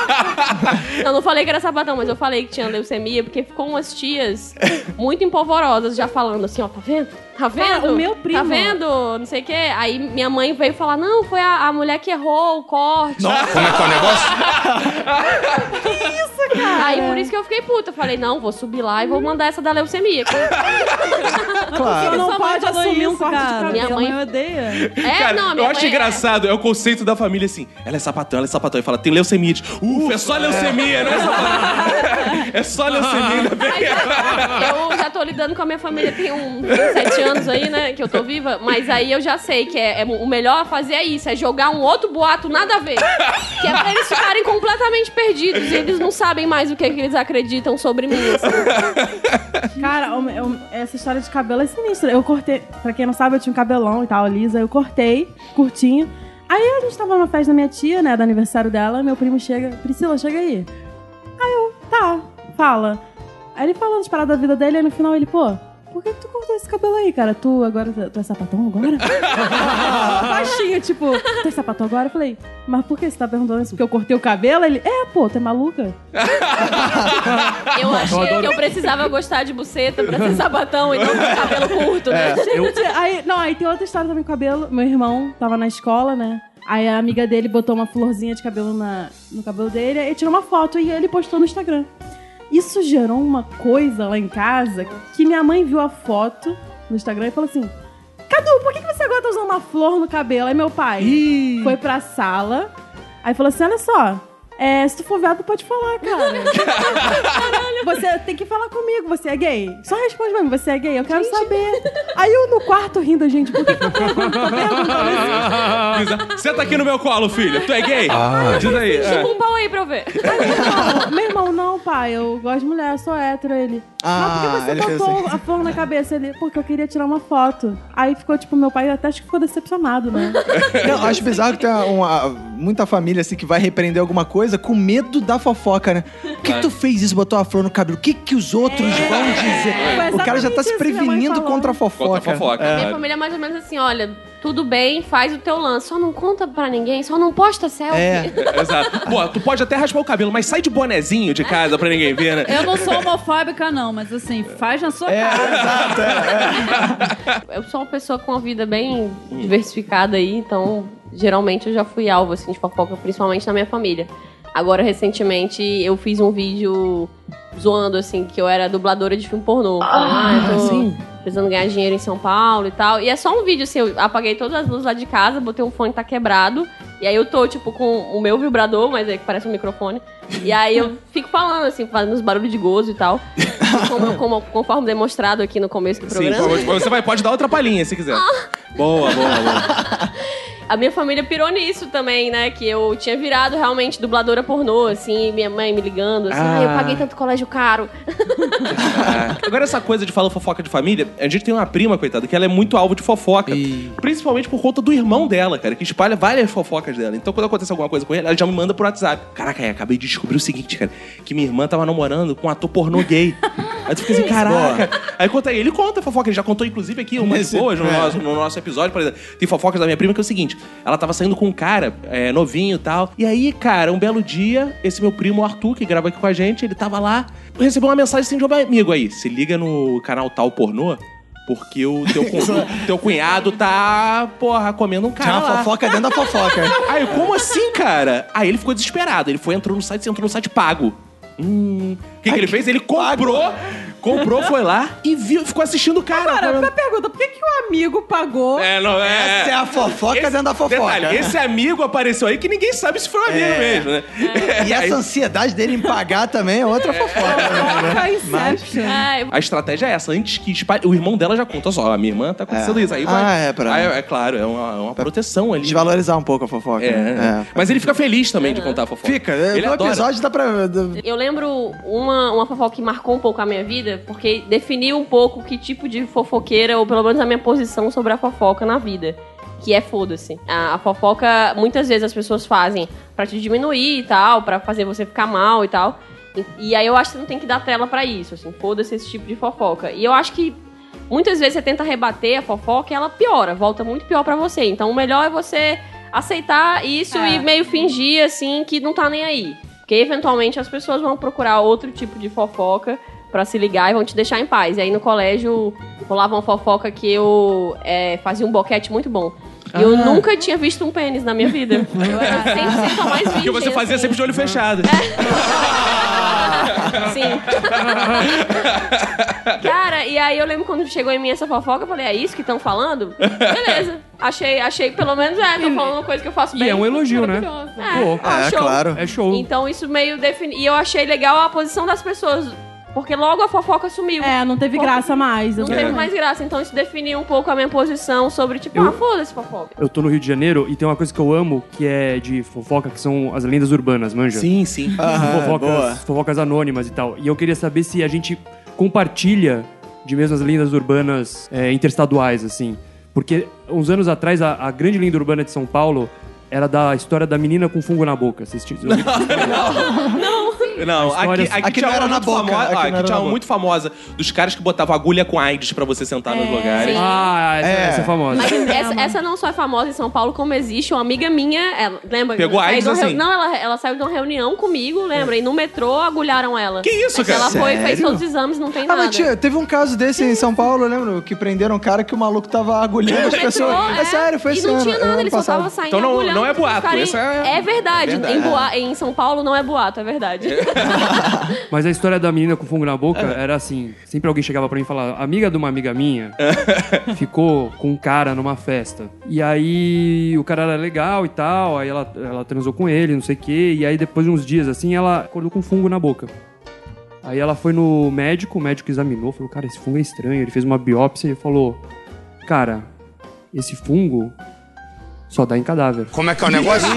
Eu não falei que era sapatão, mas eu falei que tinha leucemia, porque ficou umas tias muito empolvorosas já falando assim, ó, tá vendo? Tá vendo? Ah, o meu primo. Tá vendo? Não sei o quê. Aí minha mãe veio falar, não, foi a, a mulher que errou o corte. Como é que é o negócio? Aí por isso que eu fiquei puta. Eu falei, não, vou subir lá e vou mandar essa da leucemia. Claro. Você não Sua mãe pode falou assumir um isso, corte de cara. cabelo. Minha Sua mãe- mãe odeia. É, Cara, não, minha eu acho mãe é- engraçado, é o conceito da família assim. Ela é sapatão, ela é sapatão. E fala, tem leucemia. Ufa, é só leucemia, não é sapatão. É só leucemia, ainda bem. Mas é, eu já tô lidando com a minha família tem uns sete anos aí, né? Que eu tô viva. Mas aí eu já sei que é, é o melhor a fazer é isso: é jogar um outro boato nada a ver. Que é pra eles ficarem completamente perdidos. E eles não sabem sabem mais o que, é que eles acreditam sobre mim, assim. Cara, eu- eu- essa história de cabelo é sinistra. Eu cortei, pra quem não sabe, eu tinha um cabelão e tal, lisa. Eu cortei, curtinho. Aí a gente tava numa festa da minha tia, né, do aniversário dela. Meu primo chega, Priscila, chega aí. Aí eu, tá, fala. Aí ele falando as paradas da vida dele, e no final ele, pô, por que, que tu cortou esse cabelo aí, cara? Tu agora, tu é sapatão agora? Baixinho, tipo, tu é sapatão agora? Eu falei, mas por que você tá perguntando isso? Porque eu cortei o cabelo? Ele, é, pô, tu é maluca? Eu achei que eu precisava gostar de buceta pra ser sabatão e não com cabelo curto, né? Gente, aí, não, aí tem outra história também com o cabelo. Meu irmão tava na escola, né? Aí a amiga dele botou uma florzinha de cabelo na, no cabelo dele e tirou uma foto e ele postou no Instagram. Isso gerou uma coisa lá em casa que minha mãe viu a foto no Instagram e falou assim: Cadu, por que que você agora tá usando uma flor no cabelo? Aí meu pai Ih. foi pra sala, aí falou assim: olha só, é, se tu for viado, pode falar, cara. Caralho, você tem que falar comigo, você é gay? Só responde pra mim, você é gay? Eu quero saber. Aí eu no quarto rindo, gente, por que que eu pergunto? Tô perguntando isso. Senta aqui no meu colo, filho. Tu é gay? Diz aí. é. Chupa um pau aí pra eu ver. Aí, meu, irmão, meu irmão, não, pai, eu gosto de mulher, eu sou hétero. Ele, Ah, mas por que ele você fez botou assim. a flor na cabeça? Ele, porque eu queria tirar uma foto. Aí ficou, tipo, meu pai até acho que ficou decepcionado, né? Não, acho bizarro que tem uma, muita família assim que vai repreender alguma coisa com medo da fofoca, né? Por que, que tu fez isso? Botou a flor no cabelo? O que, que os outros vão dizer? Foi O cara já tá exatamente se isso que minha mãe prevenindo falou. contra a fofoca. Contra a fofoca. É. Minha família é mais ou menos assim, olha, tudo bem, faz o teu lance, só não conta pra ninguém, só não posta selfie. É. Exato. Pô, tu pode até raspar o cabelo, mas sai de bonezinho de casa pra ninguém ver, né? Eu não sou homofóbica, não, mas assim, faz na sua É, cara. exato, é, é. Eu sou uma pessoa com uma vida bem diversificada aí, então geralmente eu já fui alvo assim, de fofoca, principalmente na minha família. Agora, recentemente, eu fiz um vídeo zoando, assim, que eu era dubladora de filme pornô. Ah, eu tô sim. precisando ganhar dinheiro em São Paulo e tal. E é só um vídeo, assim, eu apaguei todas as luzes lá de casa, botei um fone que tá quebrado. E aí eu tô, tipo, com o meu vibrador, mas é que parece um microfone. E aí eu fico falando, assim, fazendo uns barulhos de gozo e tal. Como, como- conforme demonstrado aqui no começo do Sim, programa. pô, você vai, pode dar outra palhinha se quiser. Boa, boa, boa. A minha família pirou nisso também, né? Que eu tinha virado realmente dubladora pornô, assim, minha mãe me ligando, assim, Ah. ah, eu paguei tanto colégio caro. Ah, agora, essa coisa de falar fofoca de família, a gente tem uma prima, coitada, que ela é muito alvo de fofoca. Ih. Principalmente por conta do irmão dela, cara, que espalha várias fofocas dela. Então, quando acontece alguma coisa com ele, ela já me manda por WhatsApp. Caraca, eu acabei de descobrir o seguinte, cara, que minha irmã tava namorando com um ator pornô gay. Aí tu fica assim, caraca. Aí conta aí, ele conta a fofoca, ele já contou, inclusive, aqui umas Nesse- boas no é. nosso, no nosso episódio, por exemplo. Tem fofocas da minha prima que é o seguinte: ela tava saindo com um cara é, novinho e tal. E aí, cara, um belo dia, esse meu primo, o Arthur, que grava aqui com a gente, ele tava lá, recebeu uma mensagem assim de um amigo aí: se liga no canal tal pornô, porque o teu, cu- teu cunhado tá, porra, comendo um cara Tinha uma lá. fofoca dentro da fofoca. Aí, como assim, cara? Aí ele ficou desesperado. Ele foi, entrou no site, entrou no site pago. Hum. O que, que ele fez? Ele comprou, comprou, foi lá e viu, ficou assistindo o cara. Cara, minha pergunta, por que, que o amigo pagou? É, não, é. Essa é a fofoca Esse- dentro da fofoca. Detalhe, esse amigo apareceu aí que ninguém sabe se foi um amigo É. mesmo, né? E Aí, essa ansiedade dele em pagar também é outra fofoca. Fofoca Mas- Inception. Ai, a estratégia é essa, antes que espalhe... O irmão dela já conta só, a minha irmã tá acontecendo É. isso. Aí Ah, vai... é pra- Aí, é claro, é uma, uma proteção ali. Desvalorizar um pouco a fofoca. É. né? Mas ele fica feliz também de contar a fofoca. Fica, Ele no adora. episódio dá pra. eu lembro uma, uma fofoca que marcou um pouco a minha vida, porque definiu um pouco que tipo de fofoqueira, ou pelo menos a minha posição sobre a fofoca na vida. Que é foda-se. A, a fofoca, muitas vezes as pessoas fazem pra te diminuir e tal, pra fazer você ficar mal e tal. E, e aí eu acho que você não tem que dar trela pra isso, assim, foda-se esse tipo de fofoca. E eu acho que muitas vezes você tenta rebater a fofoca e ela piora, volta muito pior pra você. Então o melhor é você aceitar isso É. e meio fingir, assim, que não tá nem aí. Porque eventualmente as pessoas vão procurar outro tipo de fofoca pra se ligar e vão te deixar em paz. E aí no colégio rolava uma fofoca que eu é, fazia um boquete muito bom. E eu nunca tinha visto um pênis na minha vida. Eu era cem por cento a mais virgem. Porque você fazia assim. sempre de olho fechado. Sim. Cara, e aí eu lembro quando chegou em mim essa fofoca, eu falei, é isso que estão falando? Beleza. Achei, achei que pelo menos é, estão falando uma coisa que eu faço E bem. é um elogio, né? Maravilhosa. É, Pô, ah, É, show. claro. é show. Então isso meio defini... E eu achei legal a posição das pessoas. Porque logo a fofoca sumiu. É, não teve Fofoca- graça mais. Não exatamente. teve mais graça. Então isso definiu um pouco a minha posição sobre, tipo, Eu- ah, foda-se fofoca. Eu tô no Rio de Janeiro e tem uma coisa que eu amo, que é de fofoca, que são as lendas urbanas, manja? Sim, sim. Aham, fofocas, boa. fofocas anônimas e tal. E eu queria saber se a gente compartilha de mesmas lendas urbanas é, interestaduais, assim. Porque uns anos atrás, a, a grande lenda urbana de São Paulo era da história da menina com fungo na boca. Vocês tinham- Não, aqui, Histórias- aqui, Aqui tinha não era uma na muito boca, famosa, aqui ó, não aqui era tinha na uma boca. muito famosa dos caras que botavam agulha com AIDS pra você sentar nos lugares. Ah, essa É. essa é famosa. Mas essa, essa não só é famosa em São Paulo, como existe uma amiga minha, ela, lembra? Pegou Saiu AIDS de uma reu- assim? Não, ela, ela saiu de uma reunião comigo, lembra? E no metrô agulharam ela. Que isso, Mas cara? Ela foi, fez Sério? todos os exames, não tem Ah, nada. mas tinha, teve um caso desse em São Paulo, eu lembro, que prenderam um cara que o maluco tava agulhando as No pessoas. metrô, É sério, foi E esse não ano. tinha ano nada, ele só passado. tava saindo Então não- agulhando não é os boato, caras. isso é- É verdade. verdade. Em, boa- em São Paulo não é boato, é verdade. Mas a história da menina com fungo na boca era assim: sempre alguém chegava pra mim e falava, amiga de uma amiga minha ficou com um cara numa festa. E aí o cara era legal e tal, aí ela, ela transou com ele, não sei o quê, e aí depois de uns dias assim, ela acordou com fungo na boca. Aí ela foi no médico, o médico examinou, falou, cara, esse fungo é estranho. Ele fez uma biópsia e falou, cara, esse fungo só dá em cadáver. Como é que é o negócio?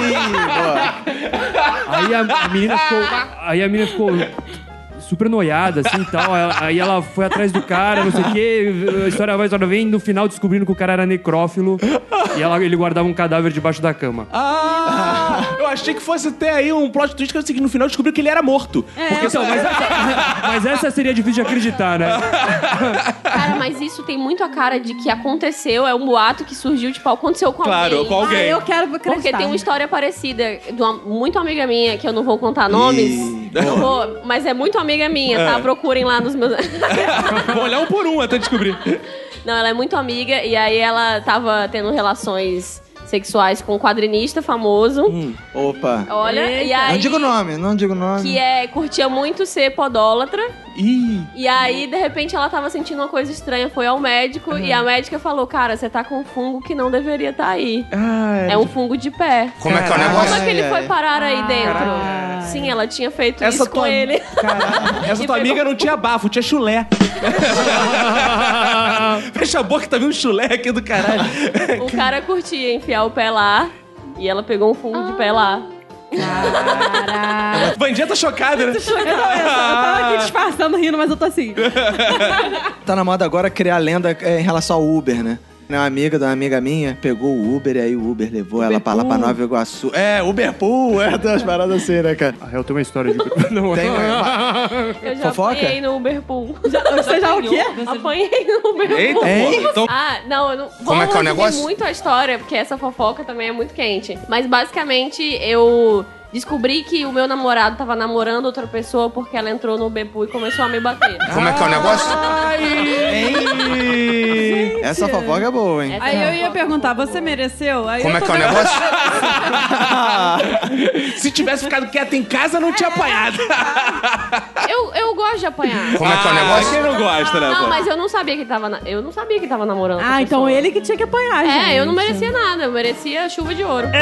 Aí a, a menina ficou. Aí a menina ficou super noiada, assim e tal. Ela- Aí ela foi atrás do cara, não sei o quê. A história vai, a história vem, no final descobrindo que o cara era necrófilo. E ela, ele guardava um cadáver debaixo da cama. Ah! Eu achei que fosse ter aí um plot twist que era o seguinte: no final descobriu que ele era morto. Porque, então, mas, essa, mas essa seria difícil de acreditar, né? Cara, mas isso tem muito a cara de que aconteceu, é um boato que surgiu, tipo, aconteceu com Claro, alguém. com alguém. Ah, eu quero acreditar. Porque tem uma história parecida de uma muito amiga minha, que eu não vou contar nomes, não vou, mas é muito amiga minha, tá? Procurem lá nos meus... Vou olhar um por um até descobrir. Não, ela é muito amiga, e aí ela tava tendo relações sexuais com um quadrinista famoso. Opa. Olha, e aí... Não digo nome, não digo nome. Que é, curtia muito ser podólatra. Ih. E aí, de repente, ela tava sentindo uma coisa estranha, foi ao médico, e a médica falou, cara, você tá com um fungo que não deveria estar aí. Ah, É um fungo de pé. Como é que é o Como negócio? é que ele Ai, foi ai. parar aí dentro? Sim, ela tinha feito Essa isso com tua- ele. Essa E tua pegou- amiga não tinha bafo, tinha chulé. Fecha a boca, tá vendo um chulé aqui do caralho. O cara curtia enfiar o pé lá, e ela pegou um fungo de pé lá. Vandinha tá chocada, né? Eu tava aqui disfarçando, rindo, mas eu tô assim. Tá na moda agora criar lenda é, em relação ao Uber, né? Uma amiga de uma amiga minha pegou o Uber e aí o Uber levou ela pra lá pra Nova Iguaçu. É, Uber Pool, é, tem umas paradas assim, né, cara? A real tem uma história de. Não, Tem uma... Eu já Fofoca? apanhei no Uberpool. Você já o quê? Apanhei no Uberpool. Eita, Hein? porra. Então, Ah, não, eu não Como vou é que é o resumir negócio? muito a história, porque essa fofoca também é muito quente. Mas basicamente eu descobri que o meu namorado tava namorando outra pessoa porque ela entrou no Uberpool e começou a me bater. Como é que é o negócio? Hein? Essa fofoca é boa, hein? Essa Aí é a eu ia fofoca. perguntar, você mereceu? Aí Como eu é tô que é o vendo- negócio? se tivesse ficado quieto em casa, não tinha apanhado. Eu, eu gosto de apanhar. Como é que é o Ah, negócio? quem não gosta, né? Não, pô? mas eu não sabia que tava na... Eu não sabia que tava namorando outra Ah, então pessoa. ele que tinha que apanhar, gente. É, eu não merecia nada, eu merecia chuva de ouro.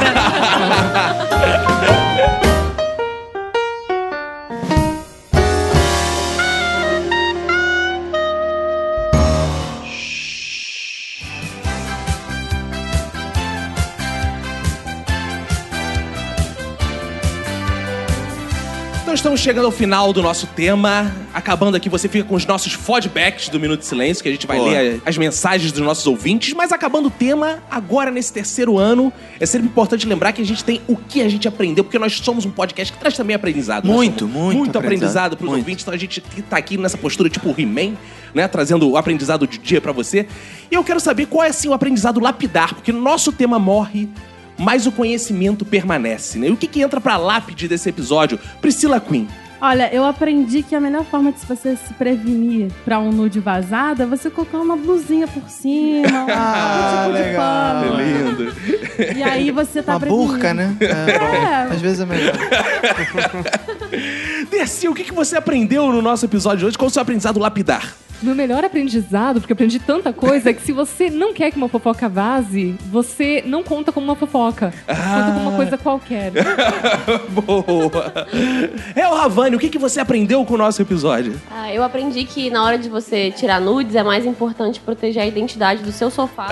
Então estamos chegando ao final do nosso tema. Acabando aqui, você fica com os nossos feedbacks do Minuto de Silêncio, que a gente vai Boa. ler as mensagens dos nossos ouvintes. Mas acabando o tema, agora nesse terceiro ano, é sempre importante lembrar que a gente tem o que a gente aprendeu, porque nós somos um podcast que traz também aprendizado. Nós Muito, somos muito Muito aprendizado aprendizado, pros muito. ouvintes. Então a gente tá aqui nessa postura tipo He-Man, né? Trazendo o aprendizado de dia pra você. E eu quero saber qual é, assim, o aprendizado lapidar, porque no nosso tema morre, mas o conhecimento permanece, né? E o que que entra pra lápide desse episódio? Priscila Queen. Olha, eu aprendi que a melhor forma de você se prevenir pra um nude vazado é você colocar uma blusinha por cima, um Ah, tipo de legal. pano. Lindo. E aí você tá Uma prevenindo. burca, né? É, bom. Às vezes é melhor. Dercy, o que que você aprendeu no nosso episódio de hoje? Qual o seu aprendizado lapidar? Meu melhor aprendizado, porque eu aprendi tanta coisa, é que se você não quer que uma fofoca vaze, você não conta como uma fofoca. Ah. Conta como uma coisa qualquer. Boa. É, o Havani, o que, que você aprendeu com o nosso episódio? Ah, eu aprendi que na hora de você tirar nudes é mais importante proteger a identidade do seu sofá.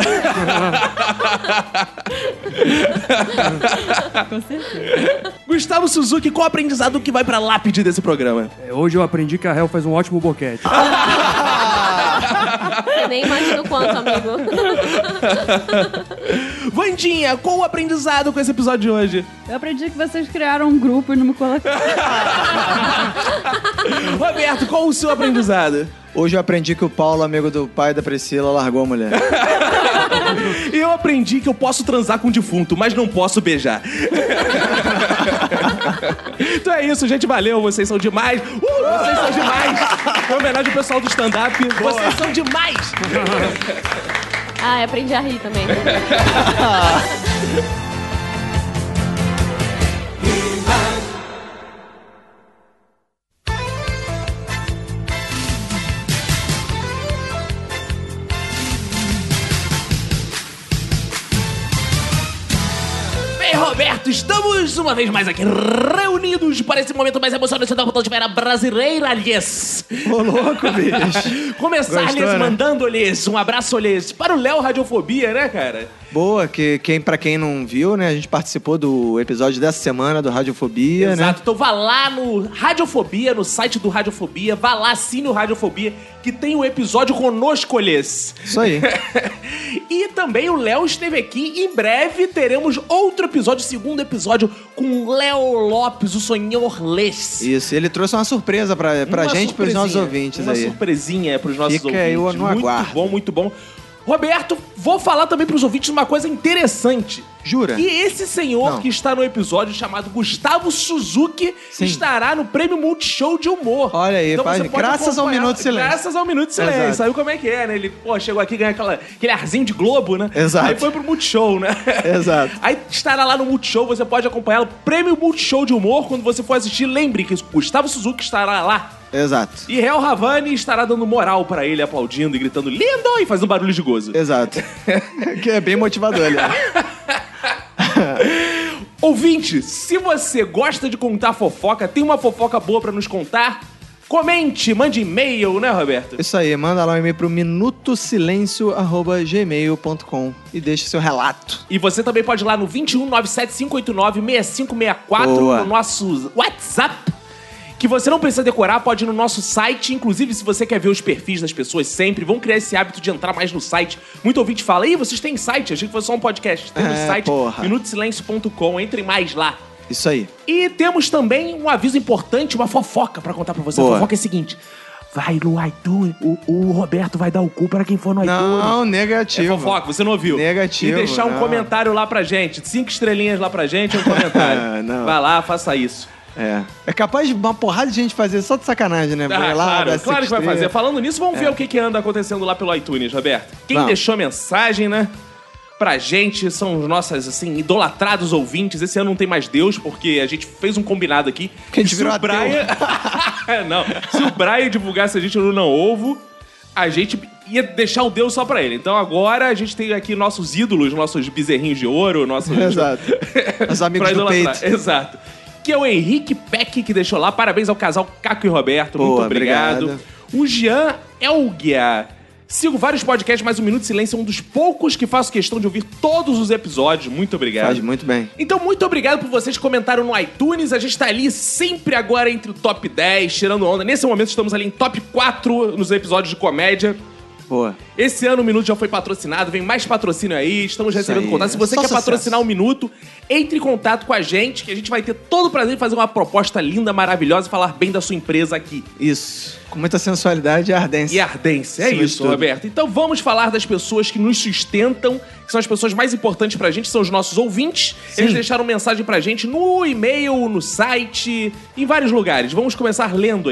Com certeza. Gustavo Suzuki, qual o aprendizado que vai pra lápide desse programa? É, hoje eu aprendi que a Hel faz um ótimo boquete. Você nem imagina o quanto, amigo. Vandinha, qual o aprendizado com esse episódio de hoje? Eu aprendi que vocês criaram um grupo e não me colocaram. Roberto, qual o seu aprendizado? Hoje eu aprendi que o Paulo, amigo do pai da Priscila, largou a mulher. E eu aprendi que eu posso transar com um defunto, mas não posso beijar. Então é isso, gente. Valeu, vocês são demais. Uh, vocês são demais. Em homenagem ao pessoal do stand-up. Vocês são demais. Ah, eu aprendi a rir também. Roberto, estamos uma vez mais aqui reunidos para esse momento mais emocionante da podosfera brasileira, lhes. Ô, louco, bicho. Começar-lhes Gostou, né? mandando-lhes um abraço-lhes para o Léo Radiofobia, né, cara? Boa, que quem, pra quem não viu, né, a gente participou do episódio dessa semana do Radiofobia, Exato. né? Então vá lá no Radiofobia, no site do Radiofobia, vá lá, assine o Radiofobia, que tem o episódio conosco, lhes. Isso aí. E também o Léo esteve aqui. Em breve teremos outro episódio, segundo episódio, com o Léo Lopes, o Senhor Lês. Isso, ele trouxe uma surpresa pra, pra Uma gente e pros nossos surpresinha, ouvintes uma aí. Uma surpresinha pros nossos Fica aí ouvintes. no Muito aguardo. bom, muito bom. Roberto, vou falar também pros ouvintes uma coisa interessante. Jura? Que esse senhor Não. que está no episódio chamado Gustavo Suzuki Sim. estará no Prêmio Multishow de Humor. Olha aí, Então pai, você pode graças ao acompanhar- Minuto de Silêncio. Graças ao Minuto de Silêncio. Exato. Sabe como é que é, né? Ele, pô, chegou aqui, ganha aquela, aquele arzinho de Globo, né? Exato. Aí foi pro Multishow, né? Exato. Aí estará lá no Multishow, você pode acompanhá-lo. Prêmio Multishow de Humor. Quando você for assistir, lembre que Gustavo Suzuki estará lá. Exato. E Hel Havani estará dando moral pra ele, aplaudindo e gritando lindo e fazendo barulho de gozo. Exato. Que é bem motivador ali. Ouvinte, se você gosta de contar fofoca, tem uma fofoca boa pra nos contar, comente, mande e-mail, né, Roberto? Isso aí, manda lá um e-mail pro minutosilencio arroba gmail ponto com e deixa seu relato. E você também pode ir lá no vinte e um, nove sete cinco oito nove, seis cinco seis quatro, Boa. no nosso WhatsApp, que você não precisa decorar, pode ir no nosso site. Inclusive, se você quer ver os perfis das pessoas sempre, vão criar esse hábito de entrar mais no site. Muito ouvinte fala, ih, vocês têm site? Achei que fosse só um podcast. Tem no É, site porra. minuto silencio ponto com, entrem mais lá. Isso aí. E temos também um aviso importante, uma fofoca pra contar pra você. Boa. A fofoca é a seguinte: vai no iTunes, o, o Roberto vai dar o cu pra quem for no iTunes. Não, É negativo. fofoca, você não ouviu? Negativo, E deixar um não. comentário lá pra gente. Cinco estrelinhas lá pra gente, um comentário. Não. Vai lá, faça isso. É. É capaz de uma porrada de gente fazer só de sacanagem, né? Vai Ah, lá, claro, dá claro que vai cinco fazer. estrelas. Falando nisso, vamos ver É. o que, que anda acontecendo lá pelo iTunes, Roberto. Quem Vamos. deixou mensagem, né? Pra gente, são os nossos, assim, idolatrados ouvintes. Esse ano não tem mais Deus, porque a gente fez um combinado aqui. Que a gente se virou o ateu. Brian... não, se o Brian divulgasse a gente no Não Ovo, a gente ia deixar o Deus só pra ele. Então agora a gente tem aqui nossos ídolos, nossos bezerrinhos de ouro, nossos... Exato. Os amigos pra do idolatrar. peito. Exato. Que é o Henrique Peck, que deixou lá. Parabéns ao casal Caco e Roberto. Boa, Muito obrigado. obrigado. O Jean Elguia. Sigo vários podcasts, mas o Minuto de Silêncio é um dos poucos que faço questão de ouvir todos os episódios. Muito obrigado. Faz muito bem. Então, muito obrigado por vocês que comentaram no iTunes. A gente tá ali sempre agora entre o top dez, tirando onda. Nesse momento, estamos ali em top quatro nos episódios de comédia. Boa. Esse ano o Minuto já foi patrocinado, vem mais patrocínio aí, estamos Isso recebendo aí. contato. Se você Só quer sucesso. patrocinar o Minuto, entre em contato com a gente, que a gente vai ter todo o prazer de fazer uma proposta linda, maravilhosa e falar bem da sua empresa aqui. Isso. Com muita sensualidade e ardência. E ardência, é Acima de isso, tudo. Roberto. Então vamos falar das pessoas que nos sustentam, que são as pessoas mais importantes pra gente, são os nossos ouvintes. Sim. Eles deixaram mensagem pra gente no e-mail, no site, em vários lugares. Vamos começar lendo aí.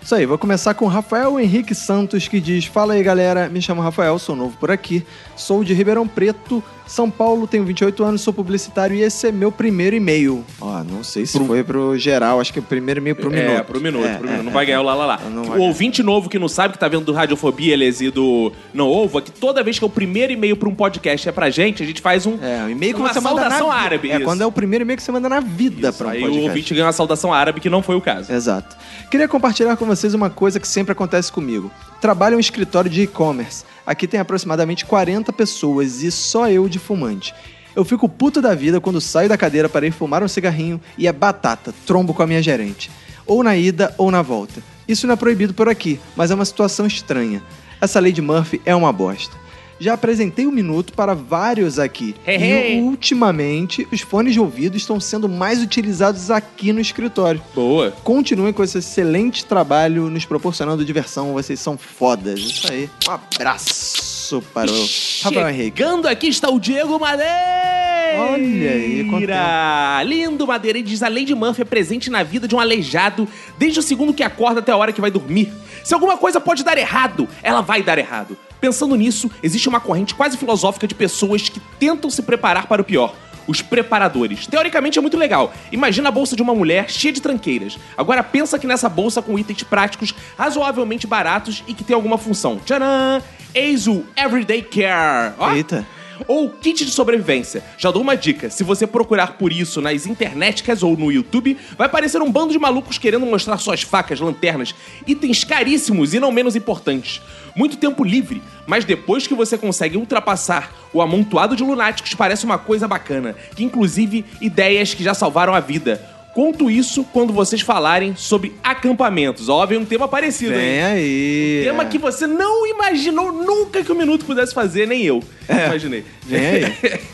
Isso aí, vou começar com o Rafael Henrique Santos, que diz: fala aí, galera, me chamo Rafael, sou novo por aqui, sou de Ribeirão Preto, São Paulo, tenho vinte e oito anos, sou publicitário e esse é meu primeiro e-mail. Ó, não sei se pro... foi pro geral, acho que é o primeiro e-mail pro minuto. É, pro minuto, é, pro minuto. É, não é, vai ganhar o lá, lá, lá. O ouvinte novo que não sabe, que tá vendo do Radiofobia, Elesi, do Não Ovo, é que toda vez que é o primeiro e-mail pra um podcast é pra gente, a gente faz um, é, um e-mail que uma você manda saudação na... árabe. É, isso. quando é o primeiro e-mail que você manda na vida isso, pra um aí podcast. Aí o ouvinte ganha uma saudação árabe, que não foi o caso. Exato. Queria compartilhar com vocês uma coisa que sempre acontece comigo. Trabalho em um escritório de e-commerce. Aqui tem aproximadamente quarenta pessoas e só eu de fumante. Eu fico puto da vida quando saio da cadeira para ir fumar um cigarrinho e é batata, trombo com a minha gerente. Ou na ida ou na volta. Isso não é proibido por aqui, mas é uma situação estranha. Essa lei de Murphy é uma bosta. Já apresentei o Minuto para vários aqui. Hey, e hey. ultimamente, os fones de ouvido estão sendo mais utilizados aqui no escritório. Boa. Continuem com esse excelente trabalho, nos proporcionando diversão. Vocês são fodas. Isso aí. Um abraço para o Rafael Henrique. Chegando aqui está o Diego Madeira. Olha aí, quanto tempo. Lindo Madeira. Ele diz: a lei de Murphy é presente na vida de um aleijado desde o segundo que acorda até a hora que vai dormir. Se alguma coisa pode dar errado, ela vai dar errado. Pensando nisso, existe uma corrente quase filosófica de pessoas que tentam se preparar para o pior. Os preparadores. Teoricamente é muito legal. Imagina a bolsa de uma mulher cheia de tranqueiras. Agora pensa que nessa bolsa com itens práticos, razoavelmente baratos e que tem alguma função. Tcharam! Eis o Everyday Care. Ó. Eita. Ou kit de sobrevivência. Já dou uma dica: se você procurar por isso nas internéticas ou no YouTube, vai aparecer um bando de malucos querendo mostrar suas facas, lanternas, itens caríssimos e não menos importantes. Muito tempo livre, mas depois que você consegue ultrapassar o amontoado de lunáticos, parece uma coisa bacana, que inclusive ideias que já salvaram a vida. Conto isso quando vocês falarem sobre acampamentos. Ó, vem um tema parecido, Vem hein? aí. Tema que você não imaginou nunca que o Minuto pudesse fazer, nem eu. É. Imaginei. Vem aí.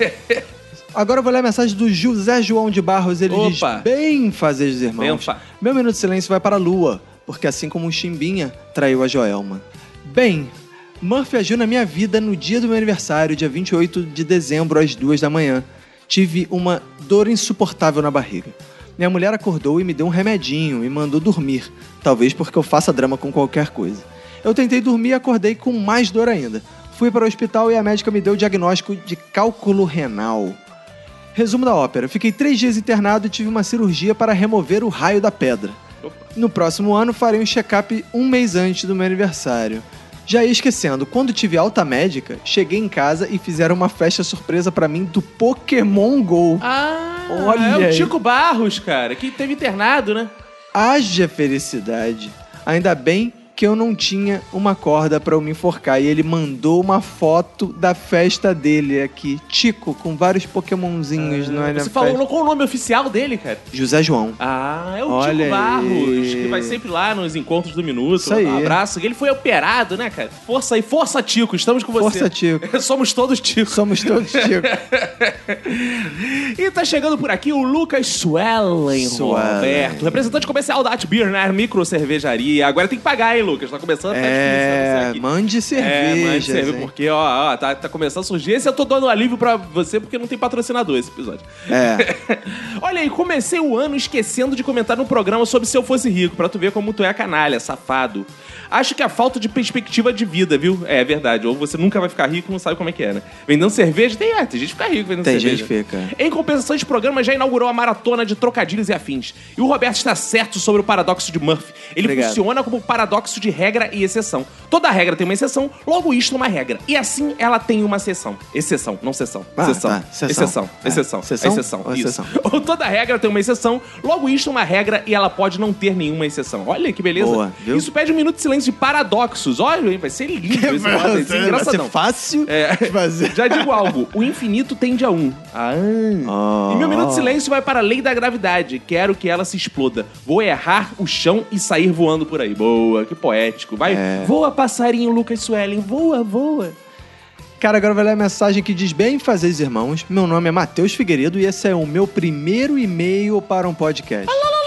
Agora eu vou ler a mensagem do José João de Barros. Ele Opa. diz: bem fazer os irmãos. Bem fa- Meu minuto de silêncio vai para a Lua, porque assim como o Chimbinha traiu a Joelma. Bem, Murphy agiu na minha vida no dia do meu aniversário, dia vinte e oito de dezembro, às duas da manhã. Tive uma dor insuportável na barriga. Minha mulher acordou e me deu um remedinho e mandou dormir, talvez porque eu faça drama com qualquer coisa. Eu tentei dormir e acordei com mais dor ainda. Fui para o hospital e a médica me deu o diagnóstico de cálculo renal. Resumo da ópera: fiquei três dias internado e tive uma cirurgia para remover o raio da pedra. No próximo ano farei um check-up um mês antes do meu aniversário. Já ia esquecendo, quando tive alta médica, cheguei em casa e fizeram uma festa surpresa pra mim do Pokémon GO. Ah, Olha é o aí. Tico Barros, cara, que teve internado, né? Haja felicidade. Ainda bem que eu não tinha uma corda pra eu me enforcar. E ele mandou uma foto da festa dele aqui. Tico, com vários Pokémonzinhos. Ah, não é, na você falou festa. qual o nome oficial dele, cara? José João. Ah, é o Olha Tico Barros, aí. que vai sempre lá nos encontros do Minuto. Isso aí. Um abraço. Ele foi operado, né, cara? Força aí, força, Tico, estamos com você. Força, Tico. Somos todos Tico. Somos todos Tico. E tá chegando por aqui o Lucas Swellen, Swellen. Roberto, representante comercial da Atbeer, né? Micro cervejaria. Agora tem que pagar, hein, Lucas? Tá começando a ficar difícil É, você aqui. mande cerveja. É, mande cerveja, porque, ó, ó tá, tá começando a surgir. Esse eu tô dando alívio pra você porque não tem patrocinador esse episódio. É. Olha aí, comecei o ano esquecendo de comentar no programa sobre Se Eu Fosse Rico, pra tu ver como tu é canalha, safado. Acho que é a falta de perspectiva de vida, viu? É, é verdade. Ou você nunca vai ficar rico e não sabe como é que é, né? Vendendo cerveja, tem, é, tem gente que fica rico vendendo Tem cerveja. gente que fica. Em compensação, esse programa já inaugurou a maratona de trocadilhos e afins. E o Roberto está certo sobre o paradoxo de Murphy. Ele Obrigado. funciona como paradoxo de regra e exceção. Toda regra tem uma exceção, logo isto é uma regra. E assim ela tem uma exceção. Exceção, não exceção. Ah, exceção. tá. Exceção. Exceção. É. Exceção. Exceção Exceção. ou Isso. exceção? Ou toda regra tem uma exceção, logo isto é uma regra e ela pode não ter nenhuma exceção. Olha que beleza. Boa, viu? Isso pede um minuto de silêncio de paradoxos. Olha, hein, vai ser lindo esse modo, vai ser Vai ser engraçadão. fácil É. de fazer. Já digo algo, o infinito tende a um. Ah. Oh. E meu minuto de silêncio vai para a lei da gravidade. Quero que ela se exploda. Vou errar o chão e sair voando por aí. Boa, que poético. Vai, É. voa passarinho, Lucas Swellen. Voa, voa. Cara, agora vai ler a mensagem que diz: bem fazer, irmãos. Meu nome é Matheus Figueiredo e esse é o meu primeiro e-mail para um podcast.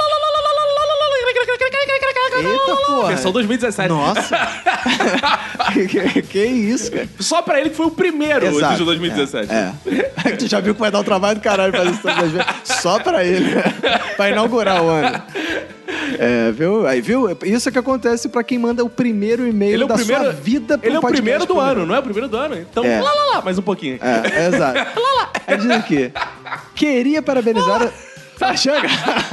Eita, porra. Versão dois mil e dezessete. Nossa. que, que isso, cara? Só pra ele que foi o primeiro Exato. de dois mil e dezessete. É, é. Tu já viu que vai dar um trabalho do caralho fazer isso todas as vezes. Só pra ele. Pra inaugurar o ano. É, viu? Aí, viu? Isso é que acontece pra quem manda o primeiro e-mail Ele é o da primeiro- sua vida pro Ele é o podcast primeiro do comigo. ano, não é o primeiro do ano? Então, É. lá, lá, lá, mais um pouquinho. É, exato. Aí diz aqui. Queria parabenizar. a- Tá, chega!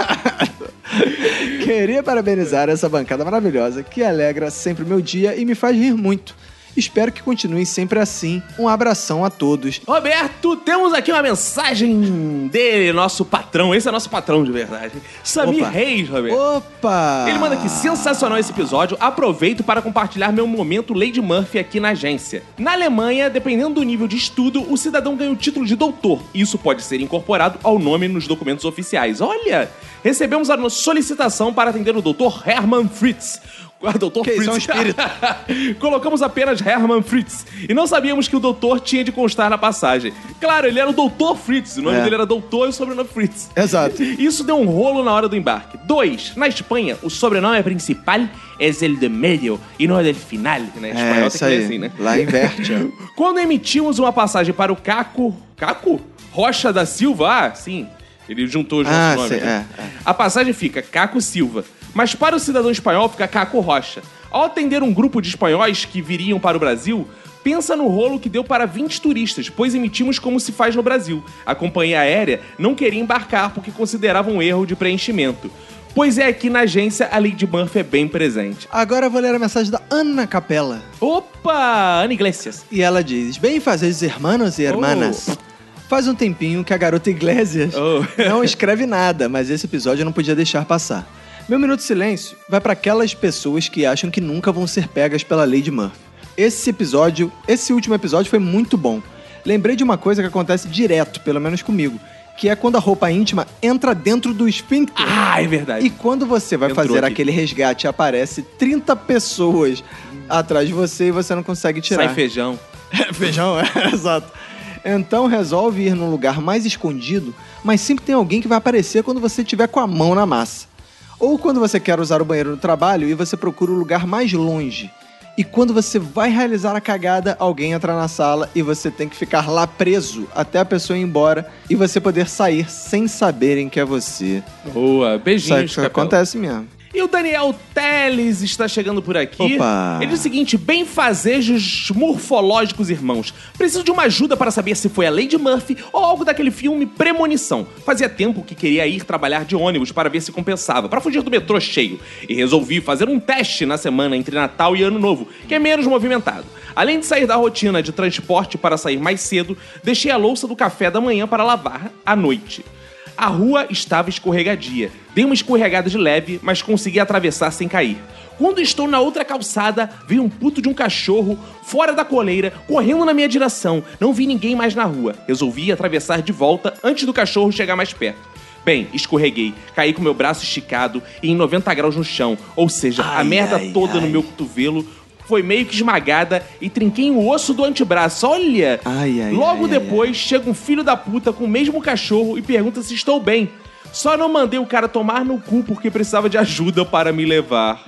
Queria parabenizar essa bancada maravilhosa que alegra sempre o meu dia e me faz rir muito. Espero que continue sempre assim. Um abração a todos. Roberto, temos aqui uma mensagem dele, nosso patrão. Esse é nosso patrão de verdade. Samir Opa. Reis, Roberto. Opa! Ele manda aqui, sensacional esse episódio. Aproveito para compartilhar meu momento Lady Murphy aqui na agência. Na Alemanha, dependendo do nível de estudo, o cidadão ganha o título de doutor. Isso pode ser incorporado ao nome nos documentos oficiais. Olha, recebemos a nossa solicitação para atender o doutor Hermann Fritz. Ah, doutor Que Fritz. isso, é um espírito. Colocamos apenas Hermann Fritz. E não sabíamos que o doutor tinha de constar na passagem. Claro, ele era o doutor Fritz. O nome É. dele era doutor e o sobrenome Fritz. Exato. Isso deu um rolo na hora do embarque. Dois, na Espanha, o sobrenome principal é el de medio e não é del final. Né? Em espanhol É, tem isso que ler aí. assim, né? Lá inverte. ó. Quando emitimos uma passagem para o Caco... Caco? Rocha da Silva? Ah, sim. Ele juntou os nossos Ah, nomes. sei, né? é, é. A passagem fica Caco Silva. Mas para o cidadão espanhol fica Caco Rocha. Ao atender um grupo de espanhóis que viriam para o Brasil, pensa no rolo que deu para vinte turistas, pois emitimos como se faz no Brasil. A companhia aérea não queria embarcar porque considerava um erro de preenchimento. Pois é aqui na agência a Lady Murphy é bem presente. Agora eu vou ler a mensagem da Ana Capella. Opa! Ana Iglesias. E ela diz: Bem fazeres hermanos e hermanas. Faz um tempinho que a garota Iglesias Oh. não escreve nada, mas esse episódio eu não podia deixar passar. Meu minuto de silêncio vai para aquelas pessoas que acham que nunca vão ser pegas pela Lady Murphy. Esse episódio, esse último episódio foi muito bom. Lembrei de uma coisa que acontece direto, pelo menos comigo, que é quando a roupa íntima entra dentro do esfíncter. Ah, é verdade. E quando você vai Entrou fazer aqui. aquele resgate, aparece trinta pessoas atrás de você e você não consegue tirar. Sai feijão. Feijão, é, exato. Então resolve ir num lugar mais escondido, mas sempre tem alguém que vai aparecer quando você estiver com a mão na massa. Ou quando você quer usar o banheiro no trabalho e você procura o lugar mais longe. E quando você vai realizar a cagada, alguém entra na sala e você tem que ficar lá preso até a pessoa ir embora e você poder sair sem saberem que é você. Boa, beijinhos, Isso Capela. acontece mesmo. E o Daniel Teles está chegando por aqui. Opa. Ele diz o seguinte: bem-fazejos morfológicos, irmãos. Preciso de uma ajuda para saber se foi a Lady Murphy ou algo daquele filme Premonição. Fazia tempo que queria ir trabalhar de ônibus para ver se compensava, para fugir do metrô cheio. E resolvi fazer um teste na semana entre Natal e Ano Novo, que é menos movimentado. Além de sair da rotina de transporte para sair mais cedo, deixei a louça do café da manhã para lavar à noite. A rua estava escorregadia. Dei uma escorregada de leve, mas consegui atravessar sem cair. Quando estou na outra calçada, veio um puto de um cachorro fora da coleira, correndo na minha direção. Não vi ninguém mais na rua. Resolvi atravessar de volta antes do cachorro chegar mais perto. Bem, escorreguei, caí com meu braço esticado e em noventa graus no chão. Ou seja, a Ai, merda ai, toda ai. no meu cotovelo foi meio que esmagada e trinquei o osso do antebraço. Olha! Ai, ai, Logo ai, depois, chega um filho da puta com o mesmo cachorro e pergunta se estou bem. Só não mandei o cara tomar no cu porque precisava de ajuda para me levar.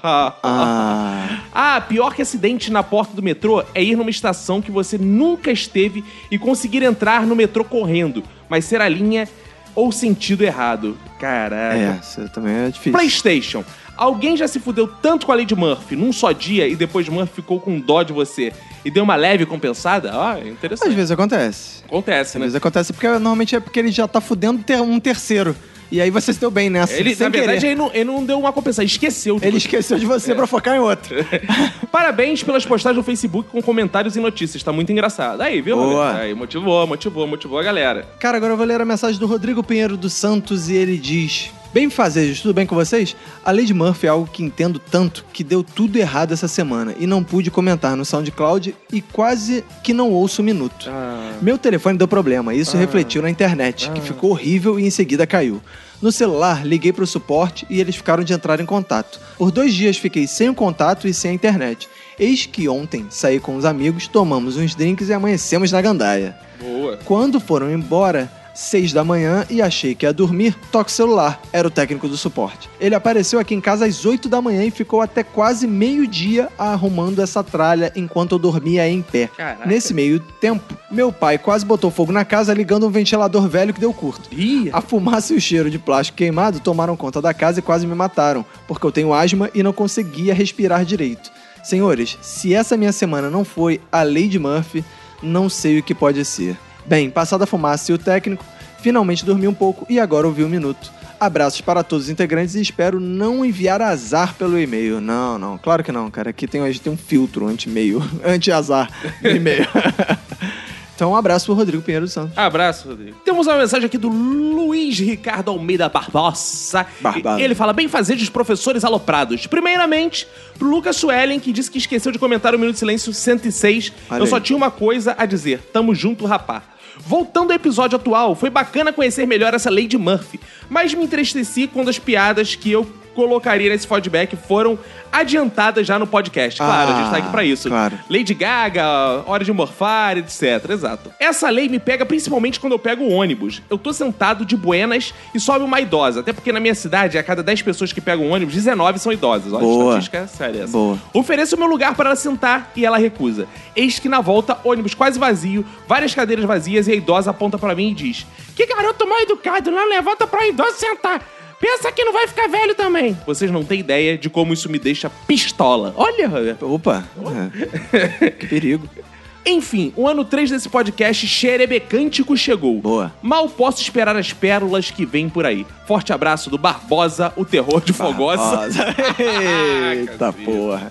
Ah. Ah, pior que acidente na porta do metrô é ir numa estação que você nunca esteve e conseguir entrar no metrô correndo, mas ser a linha ou sentido errado. Caraca. É, isso também é difícil. PlayStation. Alguém já se fudeu tanto com a Lady Murphy num só dia e depois Murphy ficou com dó de você e deu uma leve compensada? Ah, é interessante. Às vezes acontece. Acontece, Às né? vezes acontece porque normalmente é porque ele já tá fudendo ter- um terceiro. E aí você se deu bem nessa. Ele, sem na verdade, querer. ele não, ele não deu uma compensação, esqueceu de Ele você. esqueceu de você pra focar em outro. Parabéns pelas postagens no Facebook com comentários e notícias. Tá muito engraçado. Aí, viu? Boa. Roberto? Aí, motivou, motivou, motivou a galera. Cara, agora eu vou ler a mensagem do Rodrigo Pinheiro dos Santos e ele diz: Bem fazejos, tudo bem com vocês? A Lady Murphy é algo que entendo tanto que deu tudo errado essa semana e não pude comentar no SoundCloud e quase que não ouço um minuto. Ah. Meu telefone deu problema e isso refletiu na internet, que ficou horrível e em seguida caiu. No celular, liguei pro suporte e eles ficaram de entrar em contato. Por dois dias fiquei sem o contato e sem a internet. Eis que ontem saí com os amigos, tomamos uns drinks e amanhecemos na gandaia. Boa. Quando foram embora, seis da manhã e achei que ia dormir, toque o celular. Era o técnico do suporte. Ele apareceu aqui em casa às oito da manhã e ficou até quase meio-dia arrumando essa tralha enquanto eu dormia em pé. Caraca. Nesse meio tempo, meu pai quase botou fogo na casa ligando um ventilador velho que deu curto. Ih. A fumaça e o cheiro de plástico queimado tomaram conta da casa e quase me mataram, porque eu tenho asma e não conseguia respirar direito. Senhores, se essa minha semana não foi a Lady Murphy, não sei o que pode ser. Bem, passada a fumaça e o técnico, finalmente dormi um pouco e agora ouvi um minuto. Abraços para todos os integrantes e espero não enviar azar pelo e-mail. Não, não, claro que não, cara. Aqui tem, a gente tem um filtro anti-e-mail, anti-azar no e-mail. Então, um abraço pro Rodrigo Pinheiro dos Santos. Abraço, Rodrigo. Temos uma mensagem aqui do Luiz Ricardo Almeida Barbosa. Barbado. Ele fala, bem fazer dos professores aloprados. Primeiramente, pro Lucas Suelen, que disse que esqueceu de comentar o Minuto de Silêncio cento e seis. Olha Eu aí. só tinha uma coisa a dizer. Tamo junto, rapá. Voltando ao episódio atual, foi bacana conhecer melhor essa Lady Murphy, mas me entristeci quando as piadas que eu colocaria nesse feedback foram adiantadas já no podcast. Claro, Ah, a gente tá aqui pra isso. claro. Lady Gaga, Hora de Morfar, etcétera. Exato. Essa lei me pega principalmente quando eu pego o ônibus. Eu tô sentado de buenas e sobe uma idosa. Até porque na minha cidade, a cada dez pessoas que pegam o ônibus, dezenove são idosas. Olha, Boa. a estatística é séria essa. Boa. Ofereço o meu lugar para ela sentar e ela recusa. Eis que na volta, ônibus quase vazio, várias cadeiras vazias e a idosa aponta pra mim e diz: que garoto mal educado, não levanta pra idosa sentar. Pensa que não vai ficar velho também. Vocês não têm ideia de como isso me deixa pistola. Olha, Roberto. Opa, é. Que perigo. Enfim, o ano três desse podcast xerebecântico chegou. Boa. Mal posso esperar as pérolas que vêm por aí. Forte abraço do Barbosa, o terror de Fogosa. Barbosa. Eita porra.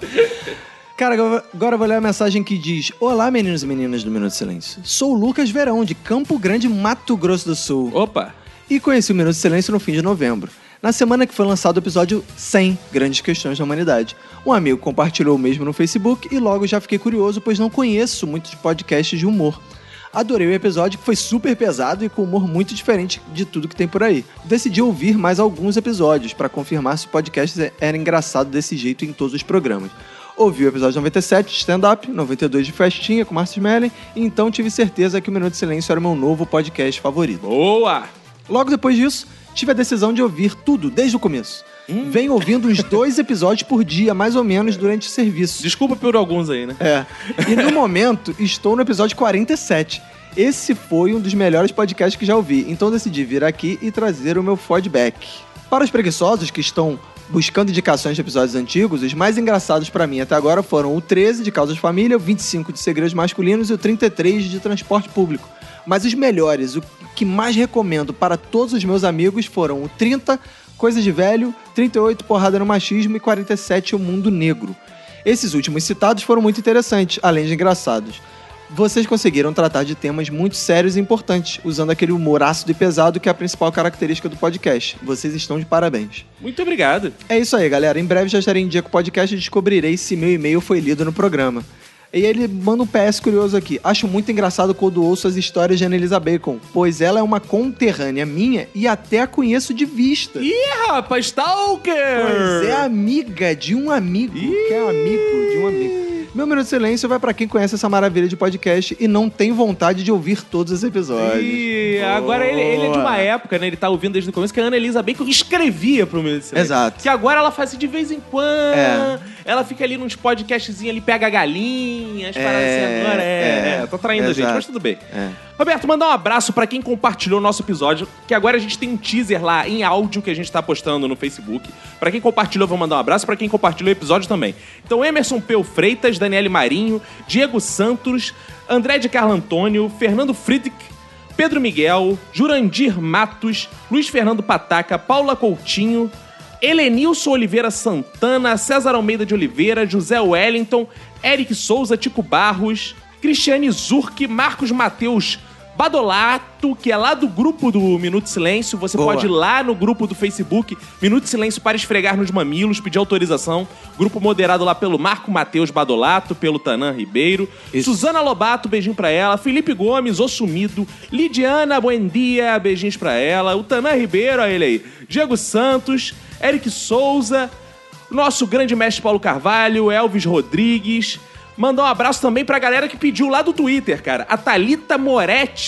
Cara, agora- agora eu vou ler a mensagem que diz: olá, meninos e meninas do Minuto de Silêncio. Sou o Lucas Verão, de Campo Grande, Mato Grosso do Sul. Opa. E conheci o Minuto de Silêncio no fim de novembro, na semana que foi lançado o episódio cem, Grandes Questões da Humanidade. Um amigo compartilhou o mesmo no Facebook e logo já fiquei curioso, pois não conheço muitos podcasts de humor. Adorei o episódio, que foi super pesado e com humor muito diferente de tudo que tem por aí. Decidi ouvir mais alguns episódios para confirmar se o podcast era engraçado desse jeito em todos os programas. Ouvi o episódio noventa e sete de stand-up, noventa e dois de festinha com Márcio Smelling, e então tive certeza que o Minuto de Silêncio era o meu novo podcast favorito. Boa. Logo depois disso, tive a decisão de ouvir tudo, desde o começo. Hum. Venho ouvindo uns dois episódios por dia, mais ou menos, durante o serviço. Desculpa por alguns aí, né? É. E no momento, estou no episódio quarenta e sete. Esse foi um dos melhores podcasts que já ouvi, então decidi vir aqui e trazer o meu feedback. Para os preguiçosos que estão buscando indicações de episódios antigos, os mais engraçados pra mim até agora foram o treze, de Causas de Família, o vinte e cinco, de Segredos Masculinos, e o trinta e três, de Transporte Público. Mas os melhores, o que mais recomendo para todos os meus amigos foram o trinta, Coisa de Velho, trinta e oito, Porrada no Machismo, e quarenta e sete, O Mundo Negro. Esses últimos citados foram muito interessantes, além de engraçados. Vocês conseguiram tratar de temas muito sérios e importantes, usando aquele humor ácido e pesado que é a principal característica do podcast. Vocês estão de parabéns. Muito obrigado. É isso aí, galera. Em breve já estarei em dia com o podcast e descobrirei se meu e-mail foi lido no programa. E ele manda um P S curioso aqui. Acho muito engraçado quando ouço as histórias de Annelisa Bacon, pois ela é uma conterrânea minha e até a conheço de vista. Ih, rapaz, Stalker! Pois é, amiga de um amigo, que é amigo de um amigo. Meu Minuto de Silêncio vai pra quem conhece essa maravilha de podcast e não tem vontade de ouvir todos os episódios. Ih, agora ele, ele é de uma época, né? Ele tá ouvindo desde o começo, que a Ana Elisa Bacon escrevia pro Minuto de Silêncio. Exato. Que agora ela faz assim de vez em quando. É. Ela fica ali nos podcastzinhos ali, pega a galinha, as É, paradas assim agora. É, é. é, tô traindo a gente, Exato. mas tudo bem. É. Roberto, mandar um abraço pra quem compartilhou o nosso episódio, que agora a gente tem um teaser lá em áudio que a gente tá postando no Facebook. Pra quem compartilhou, vou mandar um abraço. Pra quem compartilhou o episódio também. Então, Emerson Peu Freitas, Daniele Marinho, Diego Santos, André de Carlo Antônio, Fernando Friedrich, Pedro Miguel, Jurandir Matos, Luiz Fernando Pataca, Paula Coutinho, Helenilson Oliveira Santana, César Almeida de Oliveira, José Wellington, Eric Souza, Tico Barros, Cristiane Zurk, Marcos Mateus Badolato, que é lá do grupo do Minuto de Silêncio. Você Boa. pode ir lá no grupo do Facebook, Minuto de Silêncio para esfregar nos mamilos, pedir autorização. Grupo moderado lá pelo Marco Mateus Badolato, pelo Tanã Ribeiro. Isso. Suzana Lobato, beijinho pra ela. Felipe Gomes, O Sumido. Lidiana Buendia, beijinhos pra ela. O Tanã Ribeiro, olha ele aí. Diego Santos, Eric Souza, nosso grande mestre Paulo Carvalho, Elvis Rodrigues. Mandar um abraço também pra galera que pediu lá do Twitter, cara. A Thalita Moretti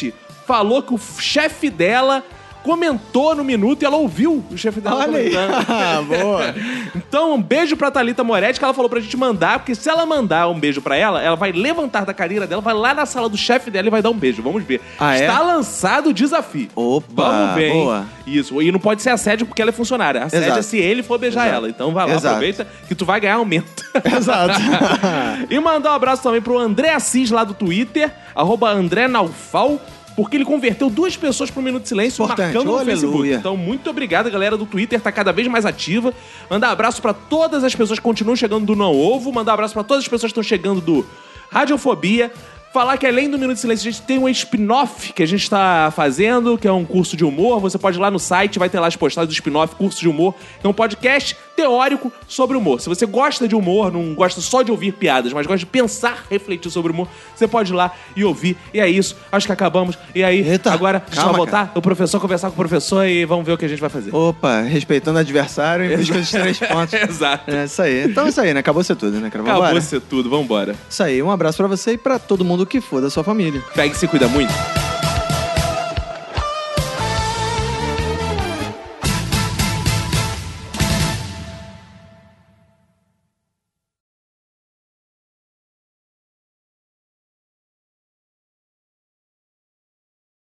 falou que o chefe dela comentou no Minuto e ela ouviu o chefe dela Olha aí. comentando. Ah, boa. Então, um beijo pra Thalita Moretti, que ela falou pra gente mandar, porque se ela mandar um beijo pra ela, ela vai levantar da cadeira dela, vai lá na sala do chefe dela e vai dar um beijo. Vamos ver. Ah, é? Está lançado o desafio. Opa, Vamos ver, hein? boa. Isso. E não pode ser assédio porque ela é funcionária. Assédio Exato. é se ele for beijar Exato. ela. Então vai lá, Exato. aproveita que tu vai ganhar aumento. Exato. E mandar um abraço também pro André Assis lá do Twitter, arroba André Naufal, porque ele converteu duas pessoas pro Minuto de Silêncio, Importante. marcando no Aleluia. Facebook. Então, muito obrigado, a galera do Twitter tá cada vez mais ativa. Mandar um abraço pra todas as pessoas que continuam chegando do Não Ovo. Mandar um abraço pra todas as pessoas que estão chegando do Radiofobia. Falar que além do Minuto de Silêncio, a gente tem um spin-off que a gente tá fazendo, que é um curso de humor. Você pode ir lá no site, vai ter lá as postagens do spin-off, curso de humor. É um podcast teórico sobre humor. Se você gosta de humor, não gosta só de ouvir piadas, mas gosta de pensar, refletir sobre humor, você pode ir lá e ouvir. E é isso. Acho que acabamos. E aí, Eita, agora a gente calma, vai voltar, o professor conversar com o professor e vamos ver o que a gente vai fazer. Opa, respeitando o adversário em busca dos três pontos. Exato. É isso aí. Então é isso aí, né? Acabou ser tudo, né? Cara? Acabou Vambora. ser tudo, vambora. Isso aí, um abraço pra você e pra todo mundo que for da sua família. Pega e se cuida muito.